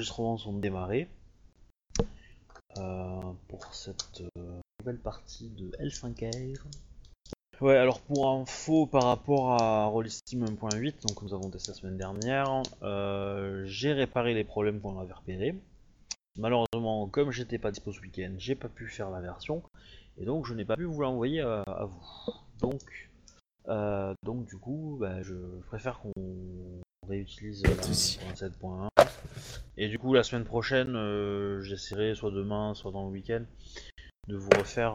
enregistrements sont démarrés pour cette nouvelle partie de L5R. Ouais, alors pour info par rapport à Rollistim 1.8, donc nous avons testé la semaine dernière, j'ai réparé les problèmes qu'on avait repérés. Malheureusement, comme j'étais pas dispo ce week-end, j'ai pas pu faire la version, et donc je n'ai pas pu vous l'envoyer à vous. Donc du coup, je préfère qu'on réutilise la 1.7.1. Et du coup, la semaine prochaine, j'essaierai soit demain, soit dans le week-end, de vous refaire,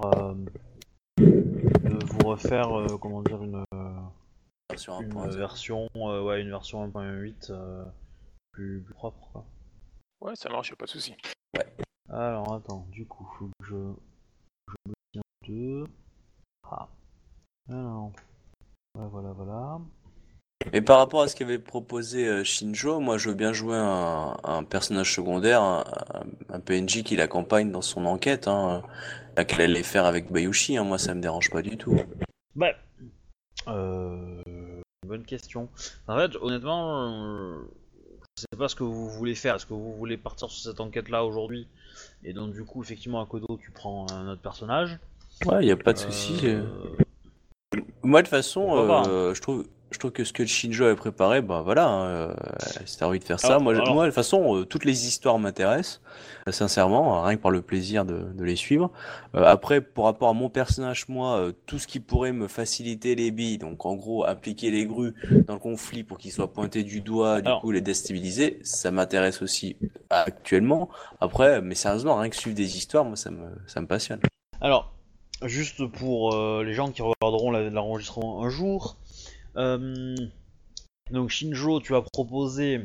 comment dire, une version 1.8 plus propre, quoi. Ouais, ça marche, y'a pas de soucis. Alors attends, du coup, faut que je me tiens deux. Ah. Alors, voilà. Et par rapport à ce qu'avait proposé Shinjo, moi je veux bien jouer un personnage secondaire, un PNJ qui l'accompagne dans son enquête, qu'elle allait faire avec Bayushi, moi ça me dérange pas du tout. Bonne question. En fait, honnêtement, je sais pas ce que vous voulez faire. Est-ce que vous voulez partir sur cette enquête-là aujourd'hui? Et donc, du coup, effectivement, à Kodo, tu prends un autre personnage. Ouais, y a pas de souci. Moi, de toute façon, je trouve que ce que Shinjo a préparé, si t'as envie de faire ça. Moi, de toute façon, toutes les histoires m'intéressent, sincèrement, rien que par le plaisir de les suivre. Après, pour rapport à mon personnage, moi, tout ce qui pourrait me faciliter les billes, donc en gros, appliquer les grues dans le conflit pour qu'ils soient pointés du doigt, coup, les déstabiliser, ça m'intéresse aussi actuellement. Après, mais sérieusement, rien que suivre des histoires, moi, ça me passionne. Alors, juste pour les gens qui regarderont l'enregistrement un jour, donc Shinjo, tu as proposé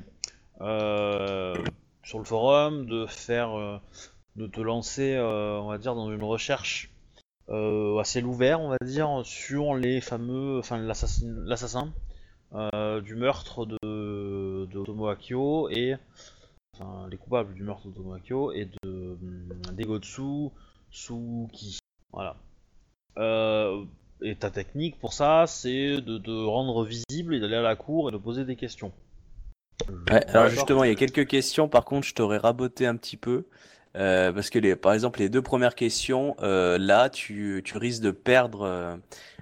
sur le forum de te lancer, on va dire, dans une recherche à ciel ouvert, on va dire, sur les fameux, l'assassin du meurtre de Otomo Akio et les coupables du meurtre d'Otomo Akio et de Degotsu Suki. Voilà. Et ta technique pour ça, c'est de te rendre visible et d'aller à la cour et de poser des questions. Ouais, alors justement, il y a quelques questions, par contre, je t'aurais raboté un petit peu. Parce que par exemple, les deux premières questions, là, tu risques de perdre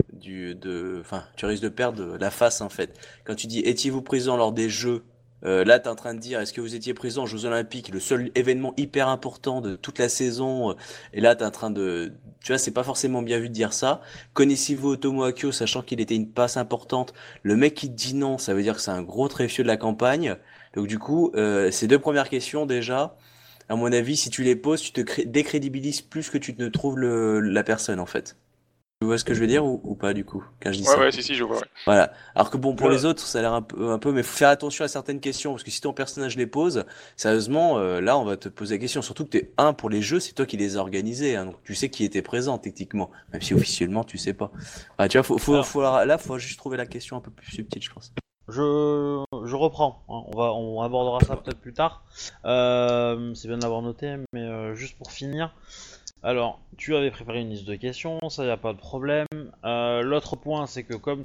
tu risques de perdre la face en fait. Quand tu dis étiez-vous présent lors des Jeux, là, t'es en train de dire est-ce que vous étiez présent aux Jeux Olympiques, le seul événement hyper important de toute la saison, et là, t'es en train tu vois, c'est pas forcément bien vu de dire ça. Connaissez-vous Otomo Akio, sachant qu'il était une passe importante. Le mec qui te dit non, ça veut dire que c'est un gros tréfieux de la campagne. Donc du coup, ces deux premières questions déjà, à mon avis, si tu les poses, tu te décrédibilises plus que tu ne trouves la personne en fait. Tu vois ce que je veux dire ou pas du coup quand je dis ça? Ouais, si, je vois. Ouais. Voilà. Alors que bon, pour les autres, ça a l'air un peu, mais faut faire attention à certaines questions parce que si ton personnage les pose, sérieusement, là, on va te poser la question. Surtout que pour les jeux, c'est toi qui les as organisés, donc tu sais qui était présent techniquement, même si officiellement tu sais pas. Tu vois, faut juste trouver la question un peu plus subtile, je pense. Je reprends, hein. On abordera ça peut-être plus tard. C'est bien de l'avoir noté, mais juste pour finir. Alors, tu avais préparé une liste de questions, ça y a pas de problème. L'autre point, c'est que comme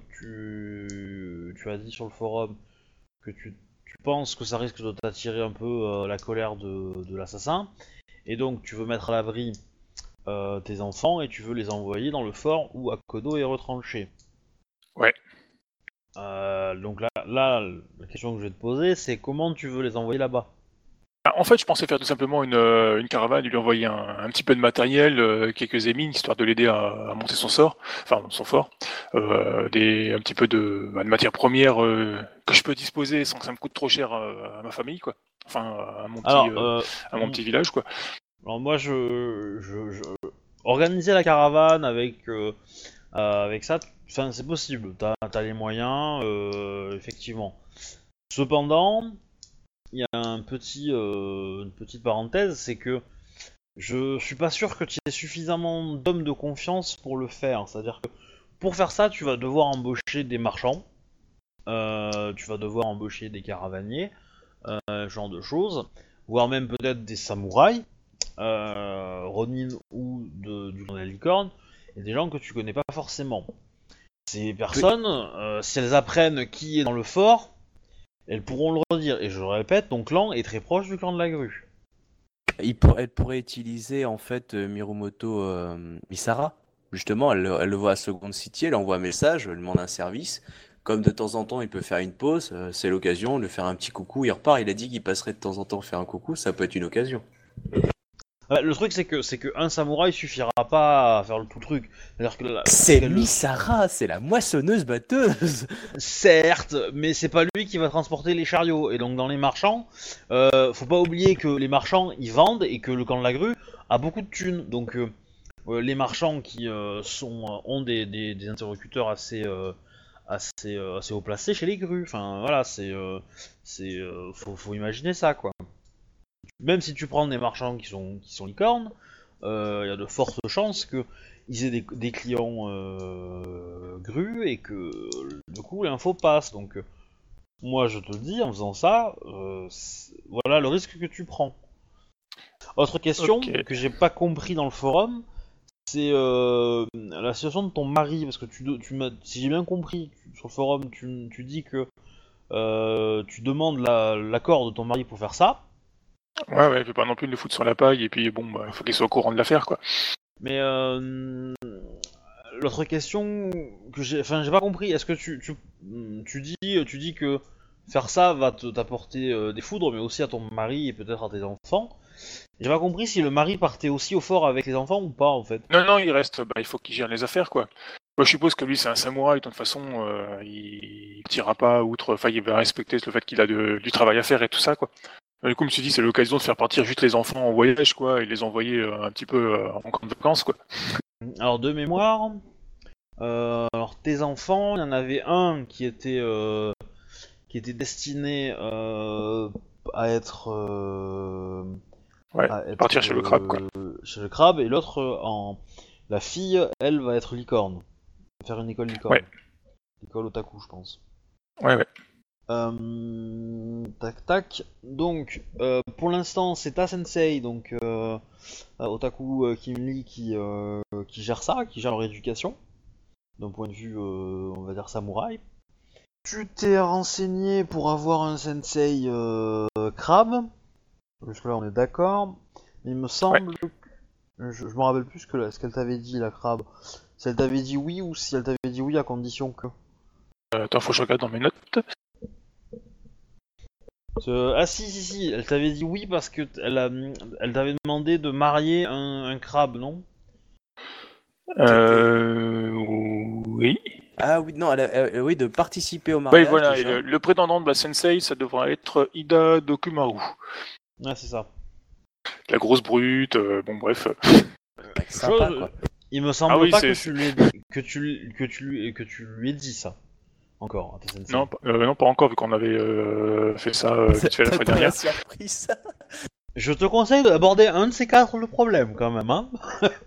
tu as dit sur le forum que tu penses que ça risque de t'attirer un peu la colère de l'assassin, et donc tu veux mettre à l'abri tes enfants et tu veux les envoyer dans le fort où Akodo est retranché. Ouais. Donc là, la question que je vais te poser, c'est comment tu veux les envoyer là-bas? En fait, je pensais faire tout simplement une caravane, lui envoyer un petit peu de matériel, quelques émines, histoire de l'aider à monter son fort, un petit peu de matières premières que je peux disposer sans que ça me coûte trop cher à ma famille, quoi. Enfin, à mon petit village, quoi. Alors moi, organiser la caravane avec ça, c'est possible. T'as les moyens, effectivement. Cependant, il y a une petite parenthèse, c'est que je suis pas sûr que tu aies suffisamment d'hommes de confiance pour le faire. C'est-à-dire que pour faire ça, tu vas devoir embaucher des marchands, tu vas devoir embaucher des caravaniers, ce genre de choses, voire même peut-être des samouraïs, Ronin ou du clan de la licorne, et des gens que tu connais pas forcément. Ces personnes, si elles apprennent qui est dans le fort, elles pourront le redire. Et je le répète, ton clan est très proche du clan de la grue. Elle pourrait utiliser en fait Mirumoto Misara. Justement, elle le voit à Second City, elle envoie un message, elle demande un service. Comme de temps en temps, il peut faire une pause, c'est l'occasion de faire un petit coucou. Il repart, il a dit qu'il passerait de temps en temps faire un coucou, ça peut être une occasion. Le truc, c'est que un samouraï suffira pas à faire tout le truc. C'est-à-dire que C'est qu'elle- Misara, c'est la moissonneuse batteuse. certes, mais c'est pas lui qui va transporter les chariots. Et donc dans les marchands, faut pas oublier que les marchands ils vendent et que le camp de la grue a beaucoup de thunes. Donc les marchands qui ont des interlocuteurs assez haut placés chez les grues. Enfin voilà, faut imaginer ça quoi. Même si tu prends des marchands qui sont licornes, il y a de fortes chances qu'ils aient des clients grues et que du coup l'info passe. Donc moi je te le dis en faisant ça, voilà le risque que tu prends. Autre question Ok. que j'ai pas compris dans le forum, c'est la situation de ton mari, parce que si j'ai bien compris, sur le forum tu dis que tu demandes l'accord de ton mari pour faire ça. Ouais, je vais pas non plus le foutre sur la paille, et puis bon, bah, il faut qu'il soit au courant de l'affaire, quoi. Mais l'autre question que j'ai pas compris. Est-ce que tu dis que faire ça va t'apporter des foudres, mais aussi à ton mari et peut-être à tes enfants. J'ai pas compris si le mari partait aussi au fort avec les enfants ou pas en fait. Non, il reste, bah, il faut qu'il gère les affaires, quoi. Moi, je suppose que lui, c'est un samouraï, de toute façon, il tirera pas outre, enfin, il va respecter le fait qu'il a du travail à faire et tout ça, quoi. Du coup, je me suis dit, c'est l'occasion de faire partir juste les enfants en voyage, quoi, et les envoyer un petit peu en camp de vacances, quoi. Alors de mémoire, alors tes enfants, il y en avait un qui était destiné Ouais, à être partir chez le crabe, quoi. chez le crabe et l'autre la fille, elle va être licorne, faire une école licorne, Ouais. école otaku je pense. Ouais. Tac tac. Donc pour l'instant c'est ta sensei donc otaku Kimli qui gère ça, qui gère leur éducation d'un point de vue on va dire samouraï. Tu t'es renseigné pour avoir un sensei crabe. Jusque là on est d'accord. Il me semble je me rappelle plus ce qu'elle t'avait dit la crabe. Si elle t'avait dit oui ou si elle t'avait dit oui à condition que. Attends, faut que je regarde dans mes notes. Ah si, elle t'avait dit oui parce que elle t'avait demandé de marier un crabe, non? Oui. Ah oui, non, oui, de participer au Oui, mariage voilà, et déjà. le prétendant de la sensei, ça devrait être Ida Dokumaru. Ouais, c'est ça. La grosse brute, bon bref. Ouais, sympa, Je- quoi. Il me semble Ah oui, pas c'est- que tu lui aies dit ça encore à ta sensei. Non, pas encore, vu qu'on avait fait ça vite fait la fois T'attends la dernière. surprise. Je te conseille d'aborder un de ces quatre le problème quand même, hein.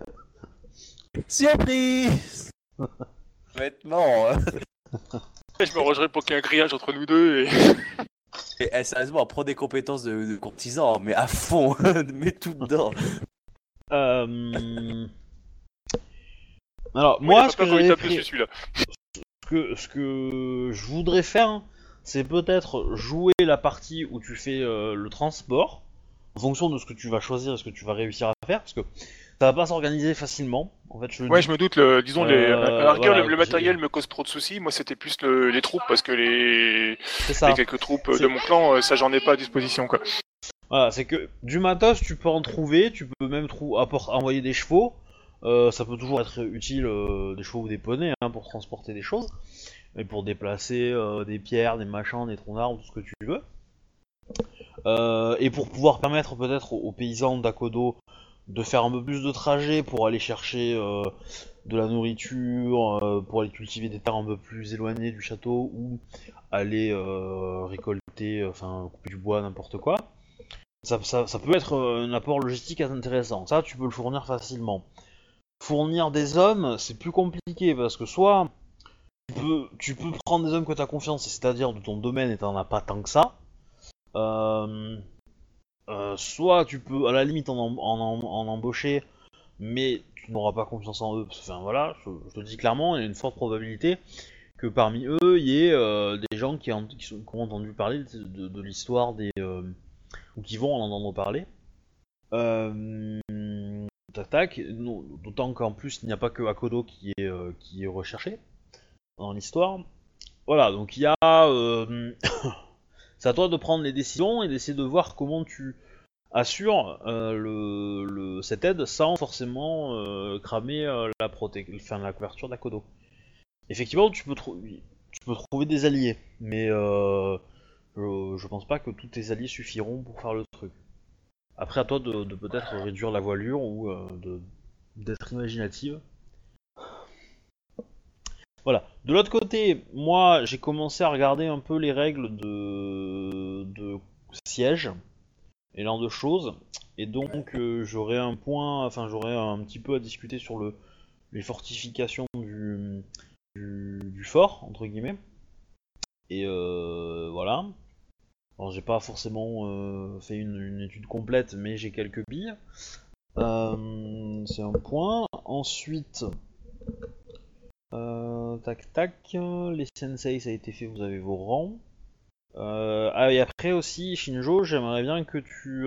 Surprise. Vêtements. Je me rangerai pour qu'il y ait un grillage entre nous deux et... Et sérieusement, prends des compétences de courtisan, mais à fond, mets tout dedans. Alors Moi, moi, il a ce pas que peur quand il j'avais tape pris, dessus, celui-là. ce que je voudrais faire, c'est peut-être jouer la partie où tu fais le transport, en fonction de ce que tu vas choisir et ce que tu vas réussir à faire, parce que ça va pas s'organiser facilement. En fait, je le Ouais, dis. je me doute, à la rigueur, Voilà, le matériel me cause trop de soucis. Moi, c'était plus les troupes, parce que les c'est ça. quelques troupes C'est- de mon clan, ça, j'en ai pas à disposition, quoi. Voilà, c'est que du matos, tu peux en trouver, tu peux même envoyer des chevaux. Ça peut toujours être utile, des chevaux ou des poneys, hein, pour transporter des choses, et pour déplacer des pierres, des machins, des troncs d'arbres, tout ce que tu veux. Et pour pouvoir permettre peut-être aux paysans d'Akodo de faire un peu plus de trajet pour aller chercher de la nourriture, pour aller cultiver des terres un peu plus éloignées du château, ou aller récolter, enfin couper du bois, n'importe quoi. Ça peut être un apport logistique assez intéressant. Ça, tu peux le fournir facilement. Fournir des hommes, c'est plus compliqué parce que soit tu peux prendre des hommes que tu as confiance, c'est-à-dire de ton domaine et t'en as pas tant que ça. Soit tu peux à la limite en embaucher, mais tu n'auras pas confiance en eux. Enfin voilà, je te le dis clairement, il y a une forte probabilité que parmi eux, il y ait des gens qui ont entendu parler de l'histoire ou qui vont en entendre parler. Tac tac, d'autant qu'en plus il n'y a pas que Akodo qui est recherché dans l'histoire. Voilà, donc il y a... c'est à toi de prendre les décisions et d'essayer de voir comment tu assures cette aide sans forcément cramer la couverture d'Akodo. Effectivement, tu peux trouver des alliés, mais je pense pas que tous tes alliés suffiront pour faire le truc. Après, à toi de peut-être réduire la voilure ou d'être imaginative. Voilà. De l'autre côté, moi, j'ai commencé à regarder un peu les règles de siège et genre de choses, et donc j'aurai un petit peu à discuter sur les fortifications du fort entre guillemets. Et voilà. Alors j'ai pas forcément fait une étude complète, mais j'ai quelques billes. C'est un point. Ensuite, tac tac, les sensei ça a été fait, vous avez vos rangs. Et après aussi, Shinjo, j'aimerais bien que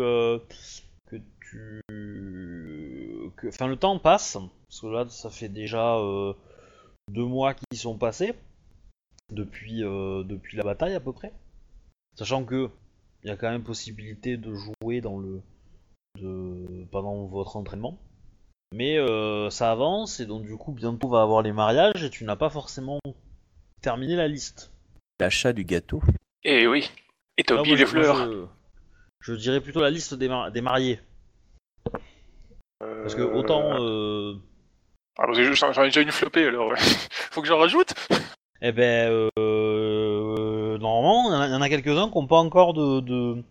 le temps passe, parce que là ça fait déjà 2 mois qui sont passés depuis la bataille à peu près. Sachant que il y a quand même possibilité de jouer pendant votre entraînement. Mais ça avance et donc du coup bientôt on va avoir les mariages et tu n'as pas forcément terminé la liste. L'achat du gâteau. Et oui. Et t'as oublié les fleurs. Je dirais plutôt la liste des mariés. Parce que autant... Ah, parce que j'en ai déjà une flopée alors. Faut que j'en rajoute. Eh ben... normalement, il y en a quelques-uns qui n'ont pas encore de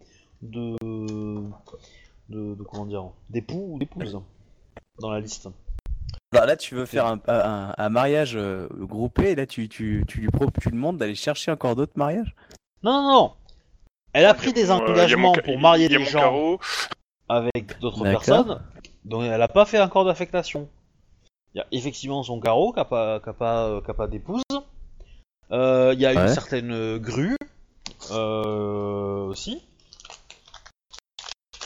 comment dire, d'époux ou d'épouses dans la liste. Alors là, tu veux faire un mariage groupé, et là tu lui demandes d'aller chercher encore d'autres mariages? Non. Elle a pris des engagements pour marier des gens avec d'autres personnes, donc elle n'a pas fait encore d'affectation. Il y a effectivement son carreau qui n'a pas d'épouse. Il y a une certaine grue aussi. Après,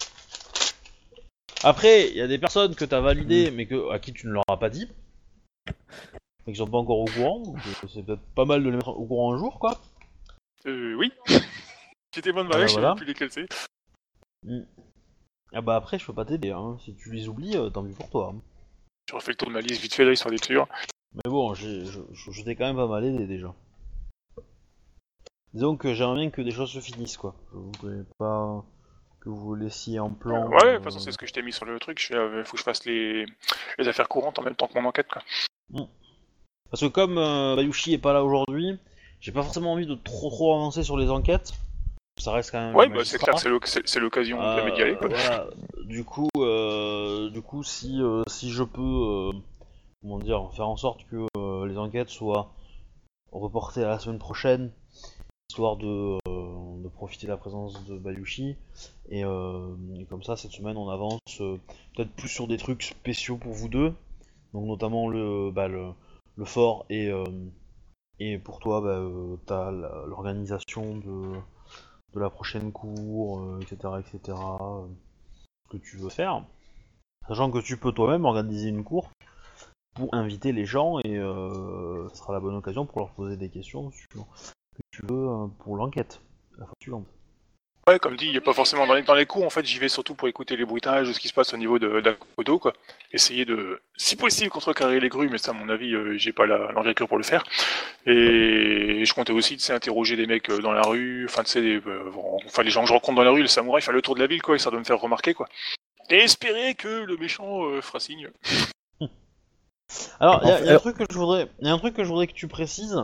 il y a des personnes que tu as validées, mais à qui tu ne leur as pas dit. Et qui sont pas encore au courant, donc c'est peut-être pas mal de les mettre au courant un jour, quoi. Oui. J'étais bonne mariage, je savais plus lesquels c'est. Ah bah après, je peux pas t'aider, hein. Si tu les oublies, tant pis pour toi. Hein. Je refais le tour de ma liste vite fait là, histoire d'être sûr. Mais bon, je t'ai quand même pas mal aidé déjà. Disons que j'aimerais bien que des choses se finissent, quoi. Je voudrais pas que vous laissiez en plan. Ouais, de toute façon, c'est ce que je t'ai mis sur le truc. Faut que je fasse les affaires courantes en même temps que mon enquête, quoi. Parce que comme Bayushi est pas là aujourd'hui, j'ai pas forcément envie de trop avancer sur les enquêtes. Ça reste quand même. Ouais, bah c'est clair, c'est l'occasion de d'y aller, quoi. Voilà. Du coup, si je peux, comment dire, faire en sorte que les enquêtes soient reportées à la semaine prochaine, histoire de profiter de la présence de Bayushi, et comme ça, cette semaine, on avance peut-être plus sur des trucs spéciaux pour vous deux, donc notamment le fort et pour toi, t'as l'organisation de la prochaine cour, etc., ce que tu veux faire. Sachant que tu peux toi-même organiser une cour pour inviter les gens et ce sera la bonne occasion pour leur poser des questions sur ce que tu veux pour l'enquête, la fois suivante. Ouais, comme dit, il n'y a pas forcément dans les cours, en fait, j'y vais surtout pour écouter les bruitages de ce qui se passe au niveau d'Akodo, quoi. Essayer de, si possible, contrecarrer les grues, mais ça, à mon avis, j'ai pas l'envergure pour le faire. Et je comptais aussi, tu sais, interroger des mecs dans la rue, enfin, tu sais, les gens que je rencontre dans la rue, les samouraïs, faire le tour de la ville, quoi, et ça doit me faire remarquer, quoi. Et espérer que le méchant fera signe. Alors, il y a un truc que je voudrais que tu précises.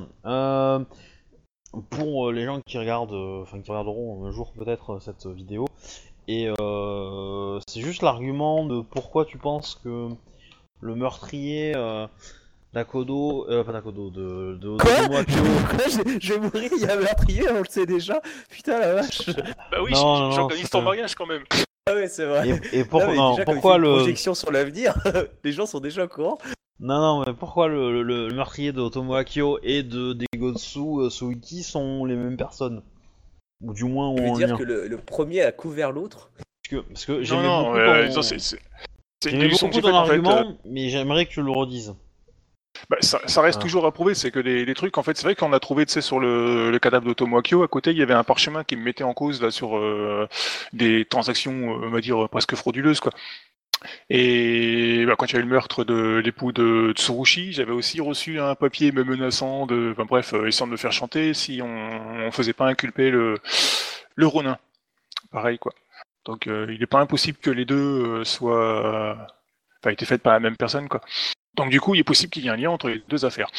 Pour les gens qui regardent, qui regarderont un jour peut-être cette vidéo, et c'est juste l'argument de pourquoi tu penses que le meurtrier d'Akodo, pas d'Akodo, de Je vais mourir, il y a un meurtrier, on le sait déjà. Putain la vache. Bah oui, j'organise ton mariage quand même. Ah ouais, c'est vrai. Et pourquoi une projection sur l'avenir, les gens sont déjà au courant. Non, mais pourquoi le meurtrier de Otomo Akio et de Degotsu Suiki sont les mêmes personnes? Ou du moins Je ont veux un dire lien. que le premier a couvert l'autre. Parce que Non, j'aimais non, beaucoup c'est une j'aimais déduction que beaucoup j'ai ton faite en fait. argument, mais j'aimerais que tu le redises. Ça reste Voilà. toujours à prouver, c'est que les trucs, en fait, c'est vrai qu'on a trouvé, tu sais, sur le cadavre d'Otomo Akio, à côté, il y avait un parchemin qui me mettait en cause là sur des transactions, on va dire, presque frauduleuses, quoi. Et quand il y a eu le meurtre de l'époux de Tsurushi, j'avais aussi reçu un papier me menaçant de, enfin bref, essayant de me faire chanter si on faisait pas inculper le Ronin. Pareil, quoi. Donc il n'est pas impossible que les deux été faites par la même personne, quoi. Donc du coup, il est possible qu'il y ait un lien entre les deux affaires.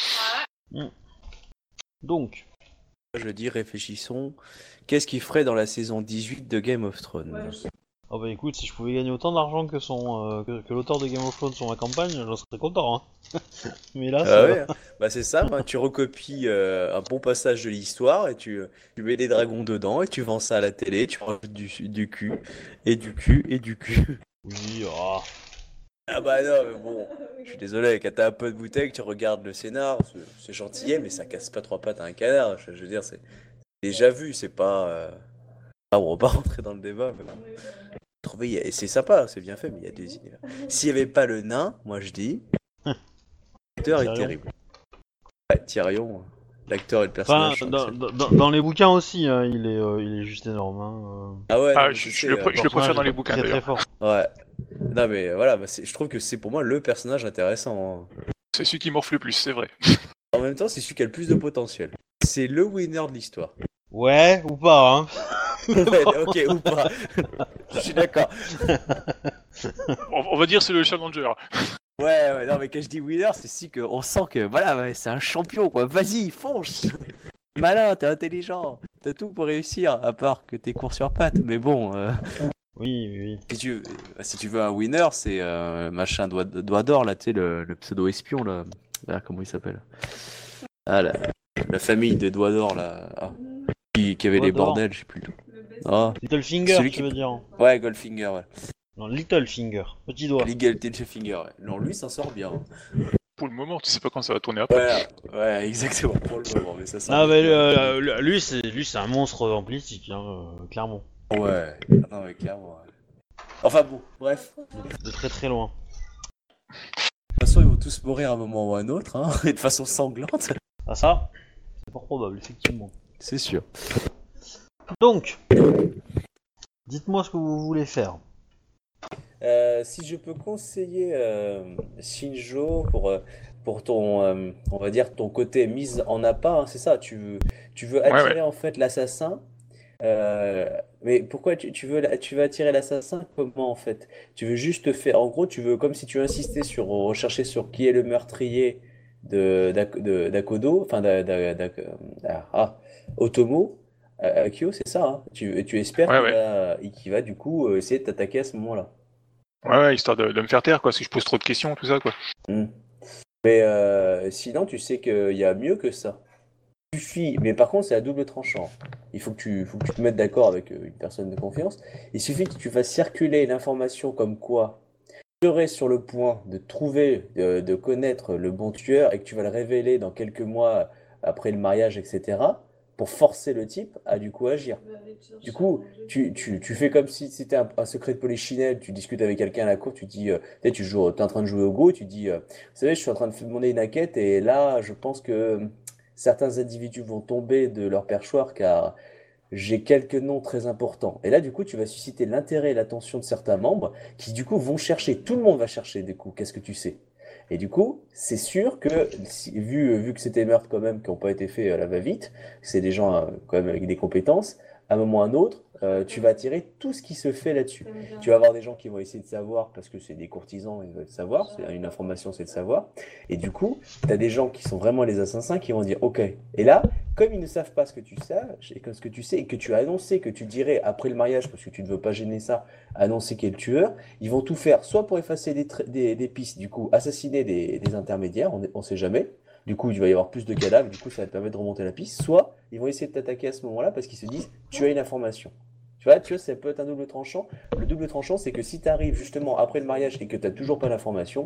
Donc, Je dis, réfléchissons. Qu'est-ce qu'il ferait dans la saison 18 de Game of Thrones? oh bah écoute, si je pouvais gagner autant d'argent que l'auteur de Game of Thrones sur ma campagne, j'en serais content, hein. Mais là, Ah ouais, bah c'est ça, hein, tu recopies un bon passage de l'histoire et tu mets des dragons dedans et tu vends ça à la télé, tu rajoutes du cul, et du cul, et du cul. oui, ah. Ah bah non, mais bon, je suis désolé, quand t'as un peu de bouteille, tu regardes le scénar, c'est gentillet, mais ça casse pas trois pattes à un canard. Je veux dire, c'est déjà vu, c'est pas... Ah, on va pas rentrer dans le débat, mais bon. Et c'est sympa, c'est bien fait, mais il y a des univers. S'il y avait pas le nain, moi je dis, l'acteur est Tyrion. terrible. Ouais, Tyrion, l'acteur et le Enfin, personnage sont dans, excellents. dans les bouquins aussi, hein, il est juste énorme. Hein. Ah ouais, non, mais Je sais, le Le préfère personnage dans les est bouquins très très d'ailleurs. fort. ouais. Non mais voilà, bah, je trouve que c'est pour moi le personnage intéressant, hein. C'est celui qui morfle le plus, c'est vrai. En même temps, c'est celui qui a le plus de potentiel. C'est le winner de l'histoire. Ouais, ou pas, hein. Ouais, ok, ou pas. Je suis d'accord. On va dire c'est le challenger. Ouais, non, mais quand je dis winner, c'est si que on sent que voilà, ouais, c'est un champion, quoi. Vas-y, fonce. Malin, t'es intelligent, t'as tout pour réussir, à part que t'es court sur pattes. Mais bon, Oui. si tu veux un winner, c'est machin doigt d'or, là, tu sais, le pseudo espion, là. Ah, comment il s'appelle? Ah, la famille des doigts d'or, là. Ah. Qui avait Doigt les d'or. bordels, je sais plus. Ah, Littlefinger, celui tu qui... veux dire. Ouais, Goldfinger, ouais. Non, Littlefinger, petit doigt. Littlefinger, ouais. Non, lui, s'en sort bien, hein. Pour le moment, tu sais pas quand ça va tourner après. Ouais, exactement, pour le moment, mais ça sort Ah bah bien. lui c'est un monstre en politique, hein, clairement. Ouais, non, mais clairement, ouais. Enfin bon, bref. De très très loin. De toute façon, ils vont tous mourir à un moment ou à un autre, hein, et de façon sanglante. Ah ça, c'est fort probable, effectivement. C'est sûr. Donc, dites-moi ce que vous voulez faire. Si je peux conseiller Shinjo pour ton, on va dire, ton côté mise en appât, hein, c'est ça, tu veux Ouais. attirer en fait l'assassin, mais pourquoi tu veux attirer l'assassin comment en fait? Tu veux juste faire, en gros, tu veux comme si tu insistais sur rechercher sur qui est le meurtrier d'Akodo, enfin Otomo, Akio, c'est ça, hein. Tu espères Ouais. qu'il va du coup essayer de t'attaquer à ce moment-là. Ouais, histoire de me faire taire, quoi, si je pose trop de questions, tout ça, quoi. Hmm. Mais sinon, tu sais qu'il y a mieux que ça. Mais par contre, c'est à double tranchant. Faut que tu te mettes d'accord avec une personne de confiance. Il suffit que tu fasses circuler l'information comme quoi tu serais sur le point de trouver, de connaître le bon tueur et que tu vas le révéler dans quelques mois après le mariage, etc. pour forcer le type à du coup agir. Du coup, tu fais comme si c'était un secret de polichinelle, tu discutes avec quelqu'un à la cour, tu dis, peut-être t'es en train de jouer au Go, tu dis, vous savez, je suis en train de demander une enquête et là, je pense que certains individus vont tomber de leur perchoir car j'ai quelques noms très importants. Et là, du coup, tu vas susciter l'intérêt et l'attention de certains membres qui, du coup, vont chercher. Tout le monde va chercher, du coup, qu'est-ce que tu sais? Et du coup, c'est sûr que, vu que c'était des meurtres quand même qui n'ont pas été faits à la va-vite, c'est des gens quand même avec des compétences, à un moment ou à un autre, tu vas attirer tout ce qui se fait là-dessus. Tu vas avoir des gens qui vont essayer de savoir, parce que c'est des courtisans, ils veulent savoir, c'est une information, c'est de savoir. Et du coup, tu as des gens qui sont vraiment les assassins qui vont dire, ok. Et là, comme ils ne savent pas ce que tu sais, et que tu as annoncé que tu dirais après le mariage, parce que tu ne veux pas gêner ça, annoncer qui est le tueur, ils vont tout faire, soit pour effacer des pistes, du coup, assassiner des intermédiaires, on ne sait jamais. Du coup, il va y avoir plus de cadavres, du coup, ça va te permettre de remonter la piste. Soit ils vont essayer de t'attaquer à ce moment-là parce qu'ils se disent, tu as une information. Tu vois, ça peut être un double tranchant. Le double tranchant, c'est que si tu arrives justement après le mariage et que tu n'as toujours pas l'information,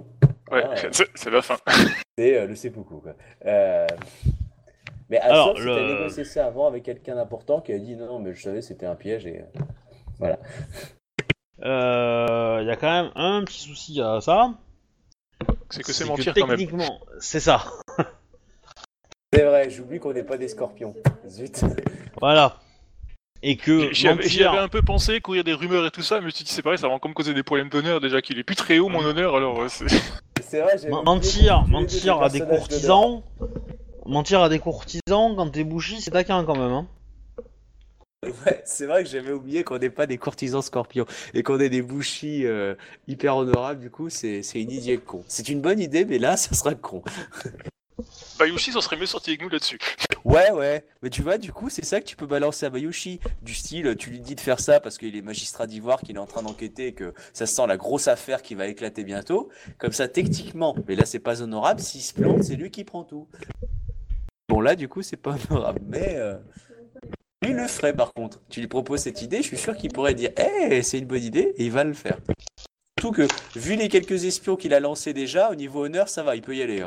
Ouais, Ah, c'est la fin. c'est le seppuku, quoi. Mais Alors, sauf si t'as négocié ça avant avec quelqu'un d'important qui a dit non, mais je savais c'était un piège et voilà. il y a quand même un petit souci à ça. C'est que c'est que mentir quand même. techniquement, c'est ça. C'est vrai, j'oublie qu'on n'est pas des scorpions. Zut. Voilà. Et que J'y avais mentir, un peu pensé, courir des rumeurs et tout ça, mais je me suis dit c'est pareil, ça va encore me causer des problèmes d'honneur déjà qu'il est plus très haut mon honneur, alors c'est... C'est vrai, j'avais oublié mentir, qu'on était tous les deux mentir à des personnages courtisans, mentir à des courtisans quand t'es bouchi, c'est taquin quand même. Hein. d'honneur. Ouais, c'est vrai que j'avais oublié qu'on n'est pas des courtisans scorpions et qu'on est des bouchis hyper honorables, du coup, c'est une idée con. C'est une bonne idée, mais là, ça sera con. Bayushi s'en serait mieux sorti avec nous là-dessus. Ouais, mais tu vois, du coup, c'est ça que tu peux balancer à Bayushi. Du style, tu lui dis de faire ça parce qu'il est magistrat d'Ivoire, qu'il est en train d'enquêter et que ça sent la grosse affaire qui va éclater bientôt. Comme ça, techniquement, mais là, c'est pas honorable, s'il se plante, c'est lui qui prend tout. Bon, là, du coup, c'est pas honorable, mais lui, il le ferait par contre. Tu lui proposes cette idée, je suis sûr qu'il pourrait dire, c'est une bonne idée, et il va le faire. Surtout que, vu les quelques espions qu'il a lancés déjà, au niveau honneur, ça va, il peut y aller. Hein.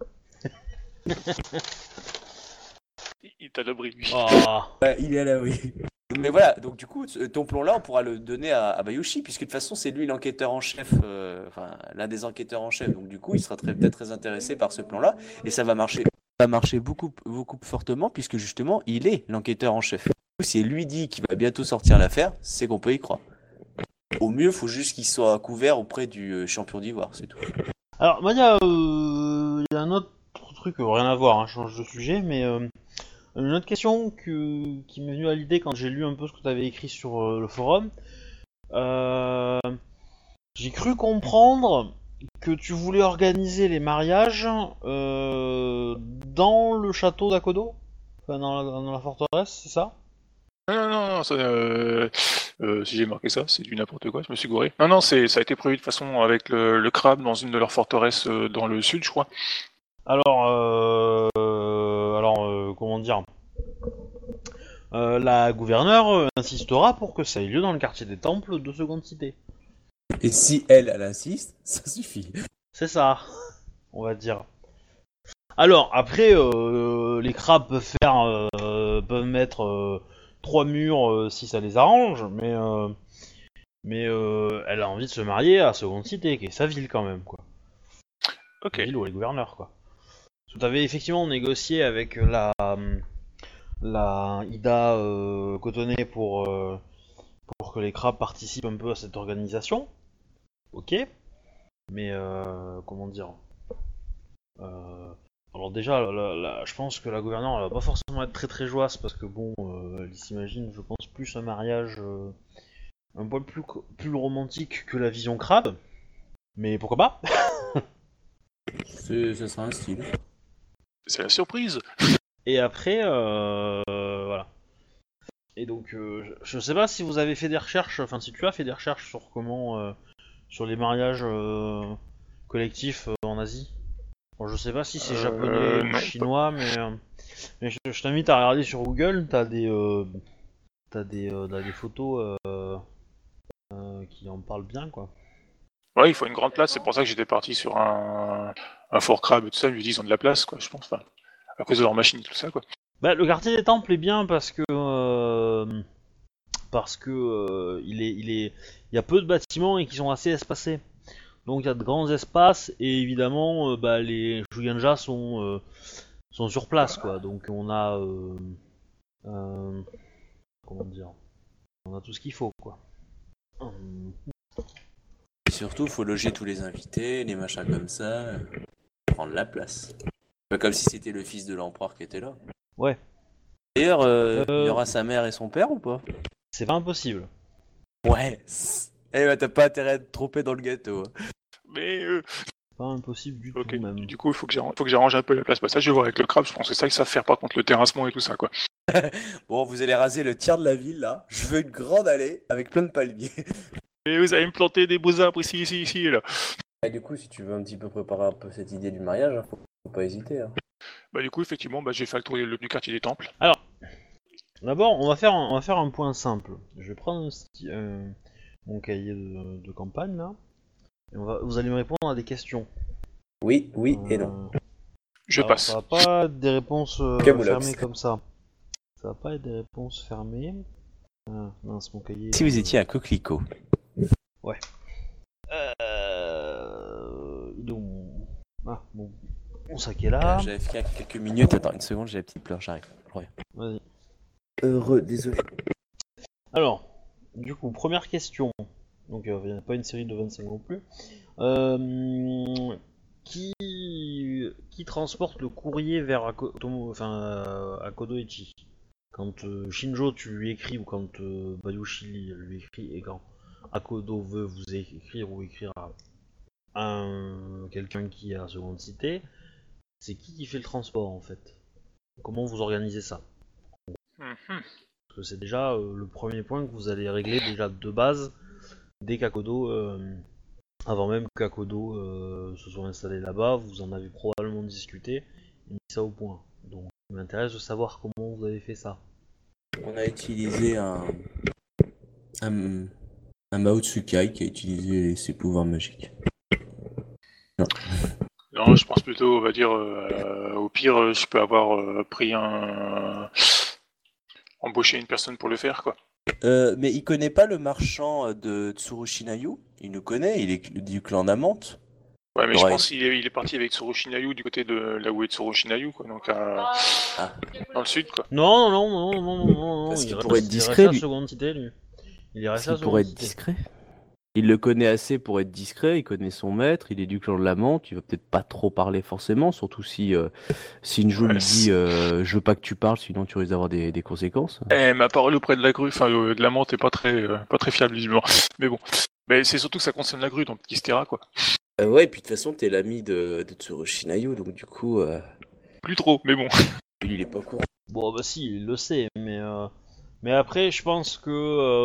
Il t'a l'abri, lui. Ah. Ouais, il est à l'abri. Mais voilà, donc du coup, ton plan-là, on pourra le donner à Bayushi, puisque de toute façon, c'est lui l'enquêteur en chef, enfin, l'un des enquêteurs en chef. Donc du coup, il sera peut-être très intéressé par ce plan-là, et ça va marcher. Ça va marcher beaucoup fortement, puisque justement, il est l'enquêteur en chef. Du coup, si lui dit qu'il va bientôt sortir l'affaire, c'est qu'on peut y croire. Au mieux, il faut juste qu'il soit couvert auprès du champion d'Ivoire, c'est tout. Alors, moi, il y a un autre truc, rien à voir, hein, je change de sujet, mais une autre question qui m'est venue à l'idée quand j'ai lu un peu ce que tu avais écrit sur le forum. J'ai cru comprendre que tu voulais organiser les mariages dans le château d'Akodo, enfin, dans la forteresse, c'est ça? Non, ça, si j'ai marqué ça, c'est du n'importe quoi, je me suis gouré. Non, ça a été prévu de façon avec le crabe dans une de leurs forteresses dans le sud, je crois. Alors, comment dire? La gouverneure insistera pour que ça ait lieu dans le quartier des temples de seconde cité. Et si elle insiste, ça suffit. C'est ça, on va dire. Alors, après, les crabes peuvent mettre 3 murs si ça les arrange, mais elle a envie de se marier à seconde cité, qui est sa ville quand même, quoi. Ok. La ville où elle est gouverneur, quoi. Tu avais effectivement négocié avec la Ida Cotonnet pour que les crabes participent un peu à cette organisation. Ok. Mais comment dire alors déjà, je pense que la gouverneure elle va pas forcément être très très joyeuse parce que bon, elle s'imagine, je pense, plus un mariage un poil plus romantique que la vision crabe. Mais pourquoi pas? Ça sera un style. C'est la surprise. Et après, voilà. Et donc, je sais pas si vous avez fait des recherches, enfin si tu as fait des recherches sur comment, sur les mariages collectifs en Asie. Bon, je sais pas si c'est japonais ou non. chinois, mais je t'invite à regarder sur Google, t'as des photos qui en parlent bien, quoi. Ouais, il faut une grande place, c'est pour ça que j'étais parti sur un fort crabe et tout ça, je lui dis ils ont de la place, quoi, je pense, enfin, à cause de leur machine et tout ça, quoi. Bah, le quartier des temples est bien parce que il y a peu de bâtiments et qui sont assez espacés. Donc il y a de grands espaces et évidemment les Shugenja sont sur place, quoi. Donc on a comment dire, on a tout ce qu'il faut, quoi. Et surtout, faut loger tous les invités, les machins comme ça, prendre la place. Pas comme si c'était le fils de l'empereur qui était là. Ouais. D'ailleurs, il y aura sa mère et son père ou pas? C'est pas impossible. Ouais. Eh ben, t'as pas intérêt à te tromper dans le gâteau. Mais Pas impossible du ok, tout, même. du coup il faut que j'arrange un peu la place, bah ça je vais voir avec le crabe, je pense que c'est ça qu'ils savent faire par contre, le terrassement et tout ça, quoi. Bon, vous allez raser le tiers de la ville là. Je veux une grande allée avec plein de palmiers. Et vous allez me planter des beaux arbres ici, et là. Et du coup, si tu veux un petit peu préparer un peu cette idée du mariage, faut pas hésiter. Hein. Bah du coup effectivement, j'ai fait le tour du quartier des temples. D'abord, on va faire un point simple. Je vais prendre mon cahier de campagne là. Et vous allez me répondre à des questions. Oui, oui et non. Je Alors, passe. ça va pas être des réponses Camoulox. fermées comme ça. Ça va pas être des réponses fermées. Ah, mince, mon cahier. Si vous étiez un coquelicot. Il est où Ah, bon. Mon sac est là. J'avais fait quelques minutes. Attends, une seconde, j'ai la petite pleure, j'arrive. Je reviens. Vas-y. Heureux, désolé. Alors, du coup, première question. Donc, il n'y a pas une série de 25 non plus. Euh, qui transporte le courrier vers Akodo-Ichi? Quand Shinjo tu lui écris ou quand Bayushi lui écrit et quand Akodo veut vous écrire ou écrire à quelqu'un qui est à seconde cité, c'est qui fait le transport en fait? Comment vous organisez ça? Mhm. Parce que c'est déjà le premier point que vous allez régler déjà de base dès qu'Akodo, avant même qu'Akodo se soit installé là-bas, vous en avez probablement discuté et mis ça au point. Donc, il m'intéresse de savoir comment vous avez fait ça. On a utilisé un Mao Tsukai qui a utilisé ses pouvoirs magiques. Non, je pense plutôt, on va dire, au pire, je peux avoir embauché une personne pour le faire, quoi. Mais il connaît pas le marchand de Tsurushinayu. Il nous connaît, il est du clan Namante. Ouais, mais je Ouais. pense qu'il est parti avec Tsurushinayu du côté de là où est Tsurushinayu, quoi, donc dans le sud, quoi. Non, Parce il qu'il reste, pourrait être il discret, reste à lui. seconde cité, lui. Il est Parce resté à qu'il pourrait seconde être cité. discret. Il le connaît assez pour être discret, il connaît son maître, il est du clan de Lamante, il va peut-être pas trop parler forcément, surtout si Shinjo Ouais, lui dit je veux pas que tu parles, sinon tu risques d'avoir des conséquences. Ma parole auprès de la grue, enfin de la menthe est pas très fiable visiblement. Mais bon, mais c'est surtout que ça concerne la grue, donc qui se taira, quoi. Ouais, et puis de toute façon, t'es l'ami de Tsurushinayu, donc du coup, Plus trop, mais bon. lui il est pas au courant. Bon, bah si, il le sait, mais après, je pense que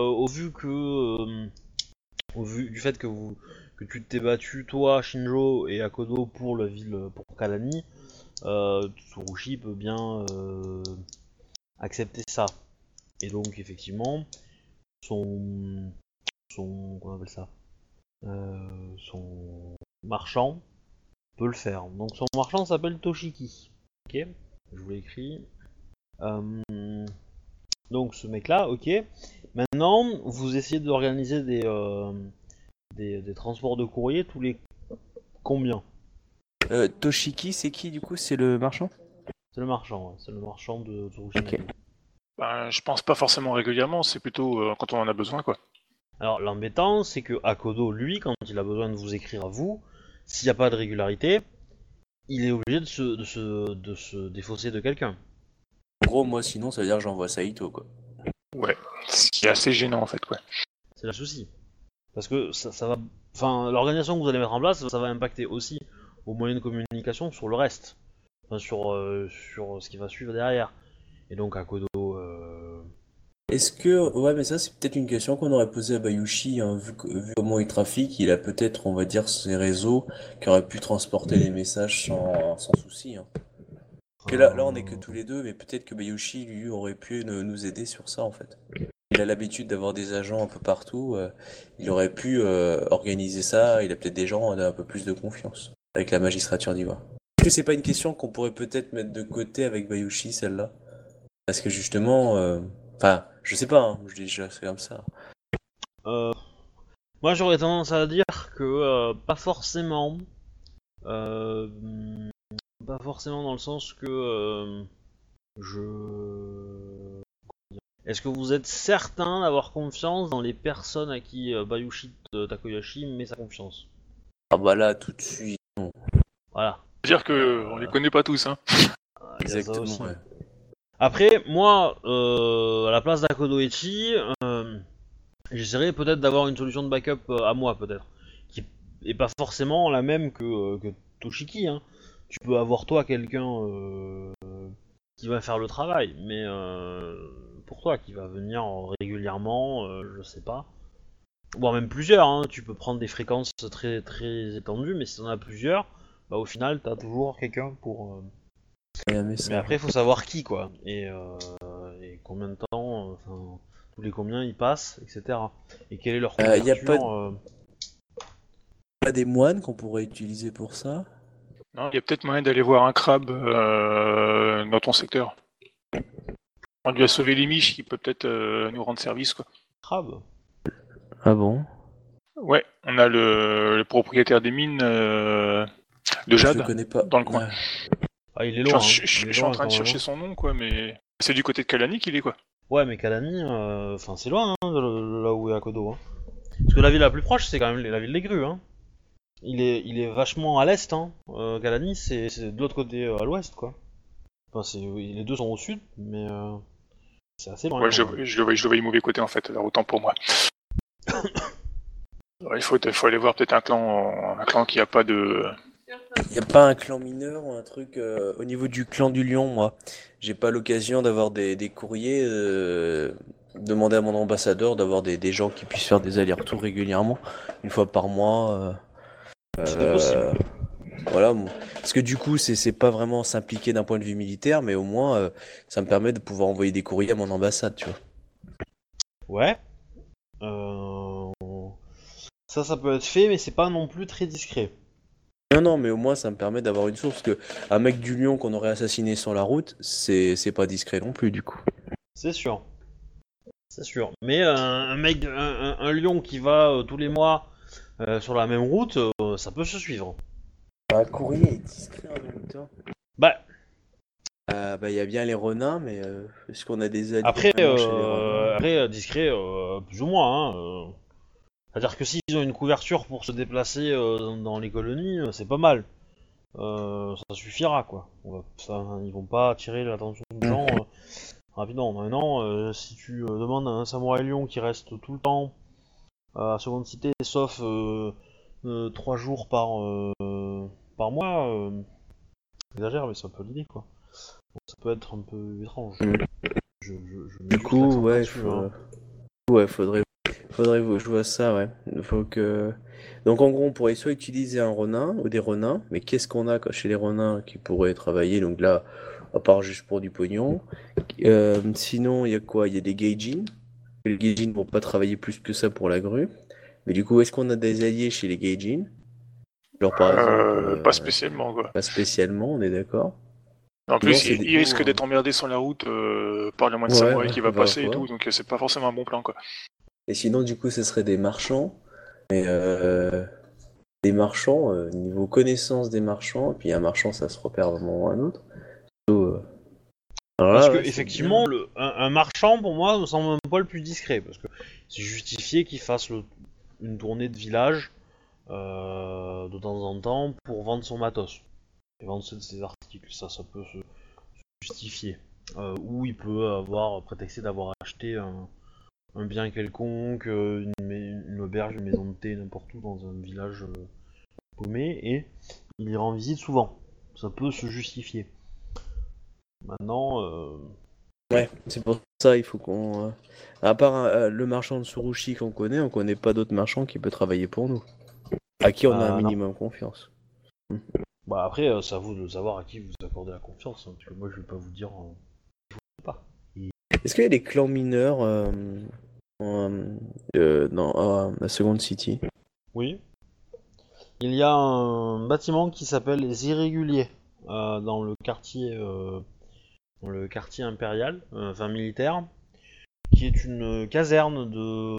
au vu du fait que tu t'es battu, toi, Shinjo et Akodo pour la ville, pour Kalani, Tsurushi peut bien accepter ça. Et donc, effectivement, qu'on appelle ça, son marchand peut le faire. Donc, son marchand s'appelle Toshiki. Ok, je vous l'ai écrit. Donc, ce mec-là, ok. Maintenant, vous essayez d'organiser des transports de courrier tous les combien? Toshiki, c'est qui du coup? C'est le marchand? C'est le marchand, ouais. C'est le marchand de Tsurushinaga. Ok. Ben, je pense pas forcément régulièrement, c'est plutôt quand on en a besoin, quoi. Alors l'embêtant, c'est que Akodo, lui, quand il a besoin de vous écrire à vous, s'il n'y a pas de régularité, il est obligé de se défausser de quelqu'un. En gros, moi sinon, ça veut dire que j'envoie Saito, quoi. Ouais, ce qui est assez gênant en fait, quoi. C'est le souci. Parce que ça va... Enfin, l'organisation que vous allez mettre en place, ça va impacter aussi vos moyens de communication sur le reste. Enfin, sur ce qui va suivre derrière. Et donc Akodo... Est-ce que... Ouais, mais ça, c'est peut-être une question qu'on aurait posée à Bayushi, hein, vu comment il trafique, il a peut-être, on va dire, ses réseaux qui auraient pu transporter les messages sans souci, hein. Parce que là, on est que tous les deux, mais peut-être que Bayushi, lui, aurait pu nous aider sur ça, en fait. Il a l'habitude d'avoir des agents un peu partout, il aurait pu organiser ça, il a peut-être des gens un peu plus de confiance avec la magistrature d'Ivoire. Est-ce que c'est pas une question qu'on pourrait peut-être mettre de côté avec Bayushi, celle-là? Parce que justement, enfin, je sais pas, hein, je dis déjà c'est comme ça. Moi j'aurais tendance à dire que pas forcément. Euh, Pas forcément dans le sens que je... Est-ce que vous êtes certain d'avoir confiance dans les personnes à qui Bayushi Takoyashi met sa confiance? Ah bah là, tout de suite. Non. Voilà. C'est-à-dire que on les connaît pas tous, hein. Il y a ça Exactement, aussi. ouais. Après, moi, à la place d'Akodoichi, j'essaierais peut-être d'avoir une solution de backup à moi, peut-être. Qui est pas forcément la même que Toshiki, hein. Tu peux avoir toi quelqu'un qui va faire le travail, mais pour toi, qui va venir régulièrement, je sais pas. Voire même plusieurs, hein. Tu peux prendre des fréquences très, très étendues, mais si t'en as plusieurs, bah au final, t'as toujours quelqu'un pour... Mais après, il faut savoir qui, quoi. Et combien de temps, enfin, tous les combien ils passent, etc. Et quelle est leur Y a couverture. pas des moines qu'on pourrait utiliser pour ça? Non, il y a peut-être moyen d'aller voir un crabe dans ton secteur. On lui a sauvé les miches, qui peut peut-être nous rendre service, quoi. Crabe. Ah bon? Ouais, on a le propriétaire des mines de Je Jade connais pas. dans le coin. Ouais. Ah, il est Je loin. suis- Hein. je Il est suis en loin, train de quand même, chercher hein. son nom, quoi, mais c'est du côté de Kalani qu'il est, quoi. Ouais, mais Kalani, enfin c'est loin, hein, de là où est Akodo. Hein. Parce que la ville la plus proche, c'est quand même la ville des grues. Hein. Il est vachement à l'est. Hein. Kalani, c'est de l'autre côté, à l'ouest, quoi. Enfin, les deux sont au sud, mais c'est assez loin. Ouais, quand même. je le vois du mauvais côté, en fait, alors autant pour moi. Ouais, il faut aller voir peut-être un clan qui a pas de... Y a pas un clan mineur ou un truc au niveau du clan du lion, moi? J'ai pas l'occasion d'avoir des courriers, demander à mon ambassadeur d'avoir des gens qui puissent faire des allers-retours régulièrement, une fois par mois. C'était possible. Voilà, parce que du coup, c'est pas vraiment s'impliquer d'un point de vue militaire, mais au moins, ça me permet de pouvoir envoyer des courriers à mon ambassade, tu vois. Ouais. Euh, Ça peut être fait, mais c'est pas non plus très discret. Non, mais au moins, ça me permet d'avoir une source, que un mec du lion qu'on aurait assassiné sur la route, c'est pas discret non plus, du coup. C'est sûr. C'est sûr. Mais un mec, un lion qui va tous les mois sur la même route, ça peut se suivre. Un courrier est discret en même temps. Bah, Il y a bien les renins, mais est-ce qu'on a des alliés après, vraiment chez les renins? discret, plus ou moins. Hein. C'est-à-dire que s'ils ont une couverture pour se déplacer dans les colonies, c'est pas mal. Ça suffira, quoi. Ils vont pas attirer l'attention des gens rapidement. Maintenant, si tu demandes à un samouraï lion qui reste tout le temps à Seconde Cité, sauf 3 jours par mois, j'exagère, mais c'est un peu l'idée, quoi. Donc, ça peut être un peu étrange. Mm. Je mets Du juste coup, l'accent ouais, là-dessus, hein. faudrait que je vois ça, ouais. Faut que... Donc en gros, on pourrait soit utiliser un renin ou des renins, mais qu'est-ce qu'on a chez les renins qui pourraient travailler? Donc là, à part juste pour du pognon. Sinon, il y a quoi? Il y a des gaijin. Les gaijin vont pas travailler plus que ça pour la grue. Mais du coup, est-ce qu'on a des alliés chez les gaijin? Genre par exemple, Pas spécialement, quoi. pas spécialement, on est d'accord. En Non, plus, c'est il des- risque d'être emmerdé sur la route par le moindre Ouais, samouraï ouais, qui va bah, passer et ouais. tout, donc c'est pas forcément un bon plan, quoi. Et sinon, du coup, ce serait des marchands. Mais des marchands, niveau connaissance des marchands, et puis un marchand, ça se repère d'un moment à un autre. Plutôt, alors Parce là, que ouais, c'est effectivement, bien. un marchand pour moi me semble un poil plus discret, parce que c'est justifié qu'il fasse une tournée de village de temps en temps pour vendre son matos et vendre ses articles. Ça peut se justifier. Ou il peut avoir prétexté d'avoir acheté un bien quelconque, une auberge, une maison de thé, n'importe où dans un village paumé, et il y rend visite souvent. Ça peut se justifier. Maintenant, Ouais, c'est pour ça, il faut qu'on... À part le marchand de Surushi qu'on connaît, on connaît pas d'autres marchands qui peut travailler pour nous. À qui on a un non. minimum confiance. Bah après, c'est à vous de savoir à qui vous accordez la confiance, hein, parce que moi je vais pas vous dire pas. Est-ce qu'il y a des clans mineurs dans la Second City? Oui. Il y a un bâtiment qui s'appelle les Irréguliers dans le quartier impérial, enfin militaire, qui est une caserne